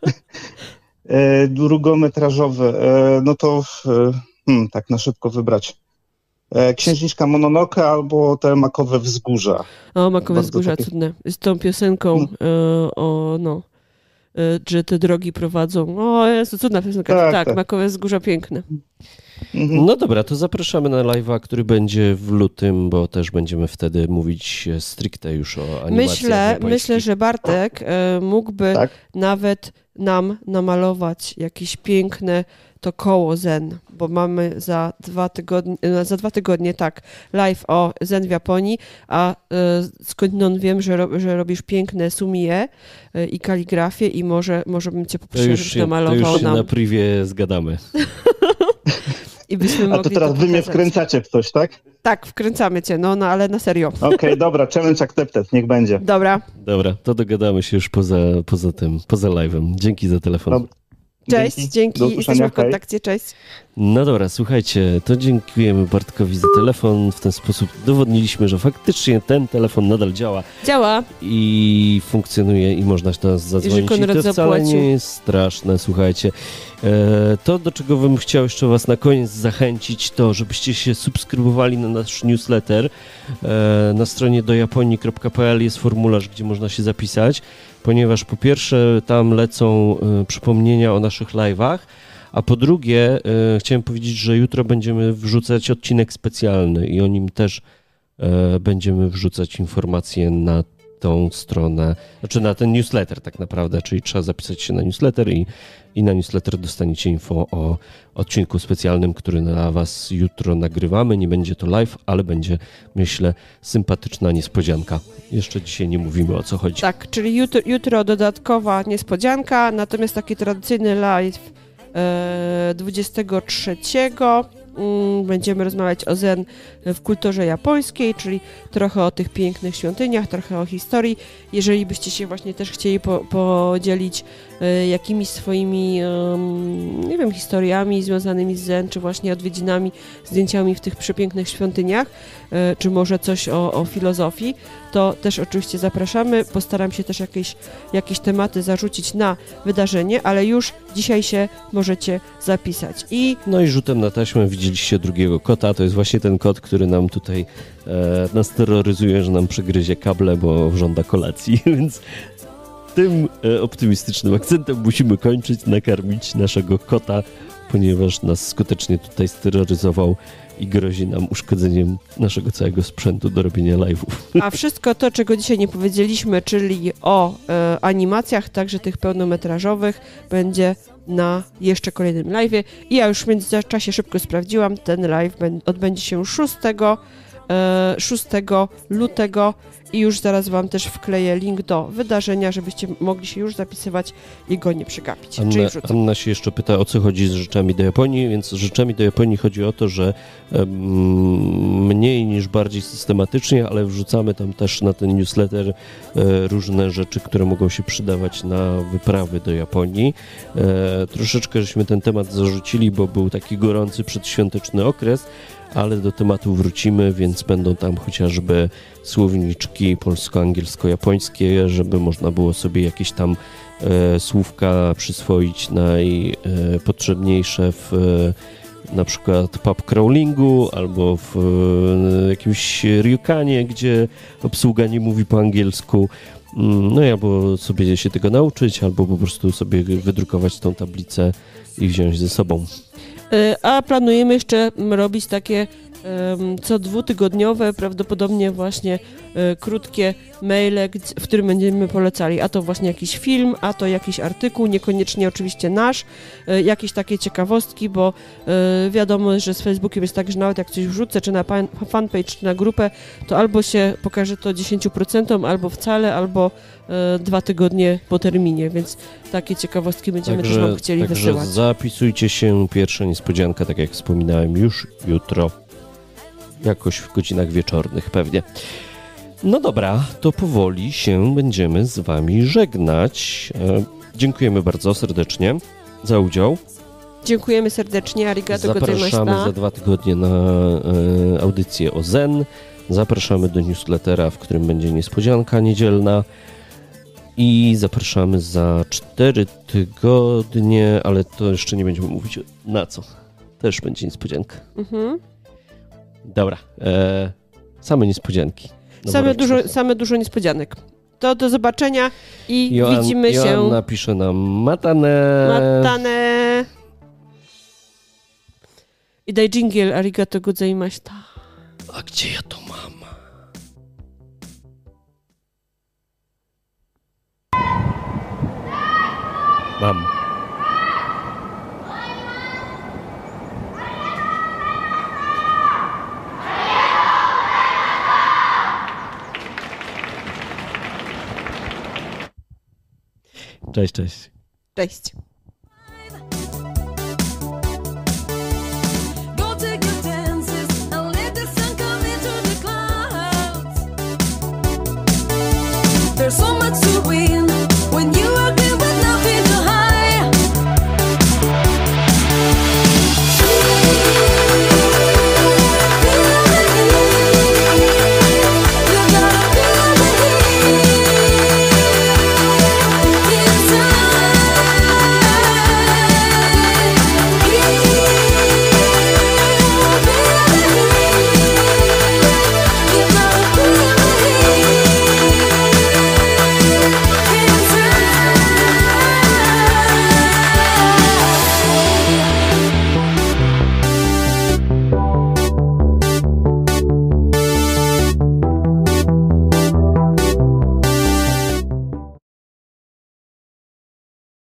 długometrażowy, no to tak na szybko wybrać. Księżniczka Mononoke albo te Makowe Wzgórza. O, Makowe Wzgórza, cudne. Z tą piosenką że te drogi prowadzą. O, jest to cudna piosenka. Tak, Makowe Wzgórza piękne. No dobra, to zapraszamy na live'a, który będzie w lutym, bo też będziemy wtedy mówić stricte już o animacjach Myślę, że Bartek mógłby nawet nam namalować jakieś piękne to koło Zen, bo mamy za 2 tygodnie live o Zen w Japonii, a skądinąd wiem, że robisz piękne sumie i kaligrafię i może bym cię poprosił, żebyś namalował nam. To już się na privie zgadamy. I byśmy mogli to teraz wy mnie wkręcacie w coś, tak? Tak, wkręcamy cię, no ale na serio. Okej, dobra, challenge accepted, niech będzie. Dobra, to dogadamy się już poza live'em. Dzięki za telefon. Cześć, dzięki. Jesteśmy w kontakcie, cześć. No dobra, słuchajcie, to dziękujemy Bartkowi za telefon. W ten sposób udowodniliśmy, że faktycznie ten telefon nadal działa. Działa. I funkcjonuje i można do nas zadzwonić. I to wcale nie jest straszne, słuchajcie. To, do czego bym chciał jeszcze was na koniec zachęcić, to żebyście się subskrybowali na nasz newsletter. Na stronie dojaponii.pl jest formularz, gdzie można się zapisać. ponieważ po pierwsze tam lecą przypomnienia o naszych live'ach, a po drugie chciałem powiedzieć, że jutro będziemy wrzucać odcinek specjalny i o nim też będziemy wrzucać informacje na tą stronę, znaczy na ten newsletter tak naprawdę, czyli trzeba zapisać się na newsletter i na newsletter dostaniecie info o odcinku specjalnym, który dla was jutro nagrywamy. Nie będzie to live, ale będzie, myślę, sympatyczna niespodzianka. Jeszcze dzisiaj nie mówimy, o co chodzi. Tak, czyli jutro dodatkowa niespodzianka, natomiast taki tradycyjny live 23 będziemy rozmawiać o zen w kulturze japońskiej, czyli trochę o tych pięknych świątyniach, trochę o historii. Jeżeli byście się właśnie też chcieli podzielić jakimiś swoimi, nie wiem, historiami związanymi z zen, czy właśnie odwiedzinami, zdjęciami w tych przepięknych świątyniach, czy może coś o filozofii, to też oczywiście zapraszamy. Postaram się też jakieś tematy zarzucić na wydarzenie, ale już dzisiaj się możecie zapisać. No i rzutem na taśmę widzieliście drugiego kota. To jest właśnie ten kot, który nam tutaj nas terroryzuje, że nam przegryzie kable, bo żąda kolacji, więc tym optymistycznym akcentem musimy kończyć, nakarmić naszego kota, ponieważ nas skutecznie tutaj steroryzował i grozi nam uszkodzeniem naszego całego sprzętu do robienia live'ów. A wszystko to, czego dzisiaj nie powiedzieliśmy, czyli o animacjach, także tych pełnometrażowych, będzie na jeszcze kolejnym live'ie. I ja już w międzyczasie szybko sprawdziłam, ten live odbędzie się 6 lutego i już zaraz wam też wkleję link do wydarzenia, żebyście mogli się już zapisywać i go nie przegapić. Anna się jeszcze pyta, o co chodzi z rzeczami do Japonii, więc z rzeczami do Japonii chodzi o to, że mniej niż bardziej systematycznie, ale wrzucamy tam też na ten newsletter różne rzeczy, które mogą się przydawać na wyprawy do Japonii. Troszeczkę żeśmy ten temat zarzucili, bo był taki gorący przedświąteczny okres, ale do tematu wrócimy, więc będą tam chociażby słowniczki polsko-angielsko-japońskie, żeby można było sobie jakieś tam słówka przyswoić najpotrzebniejsze w na przykład pub crawlingu albo w jakimś ryukanie, gdzie obsługa nie mówi po angielsku. No i albo sobie się tego nauczyć, albo po prostu sobie wydrukować tą tablicę i wziąć ze sobą. A planujemy jeszcze robić takie co dwutygodniowe, prawdopodobnie właśnie krótkie maile, w którym będziemy polecali, a to właśnie jakiś film, a to jakiś artykuł, niekoniecznie oczywiście nasz, jakieś takie ciekawostki, bo wiadomo, że z Facebookiem jest tak, że nawet jak coś wrzucę, czy na fanpage, czy na grupę, to albo się pokaże to 10%, albo wcale, albo 2 tygodnie po terminie, więc takie ciekawostki będziemy też wam chcieli wysyłać. Także zapisujcie się, pierwsza niespodzianka, tak jak wspominałem, już jutro. Jakoś w godzinach wieczornych pewnie. No dobra, to powoli się będziemy z wami żegnać. Dziękujemy bardzo serdecznie za udział. Dziękujemy serdecznie, arigato gozaimashita. Zapraszamy za 2 tygodnie na audycję o Zen. Zapraszamy do newslettera, w którym będzie niespodzianka niedzielna. I zapraszamy za 4 tygodnie, ale to jeszcze nie będziemy mówić na co. Też będzie niespodzianka. Dobra, same niespodzianki. Same dużo niespodzianek. To do zobaczenia i widzimy się. Joanna pisze nam matane. Matane. I daj dżingiel, arigato gozaimashita. A gdzie ja to mam? Mam. Cześć. Cześć.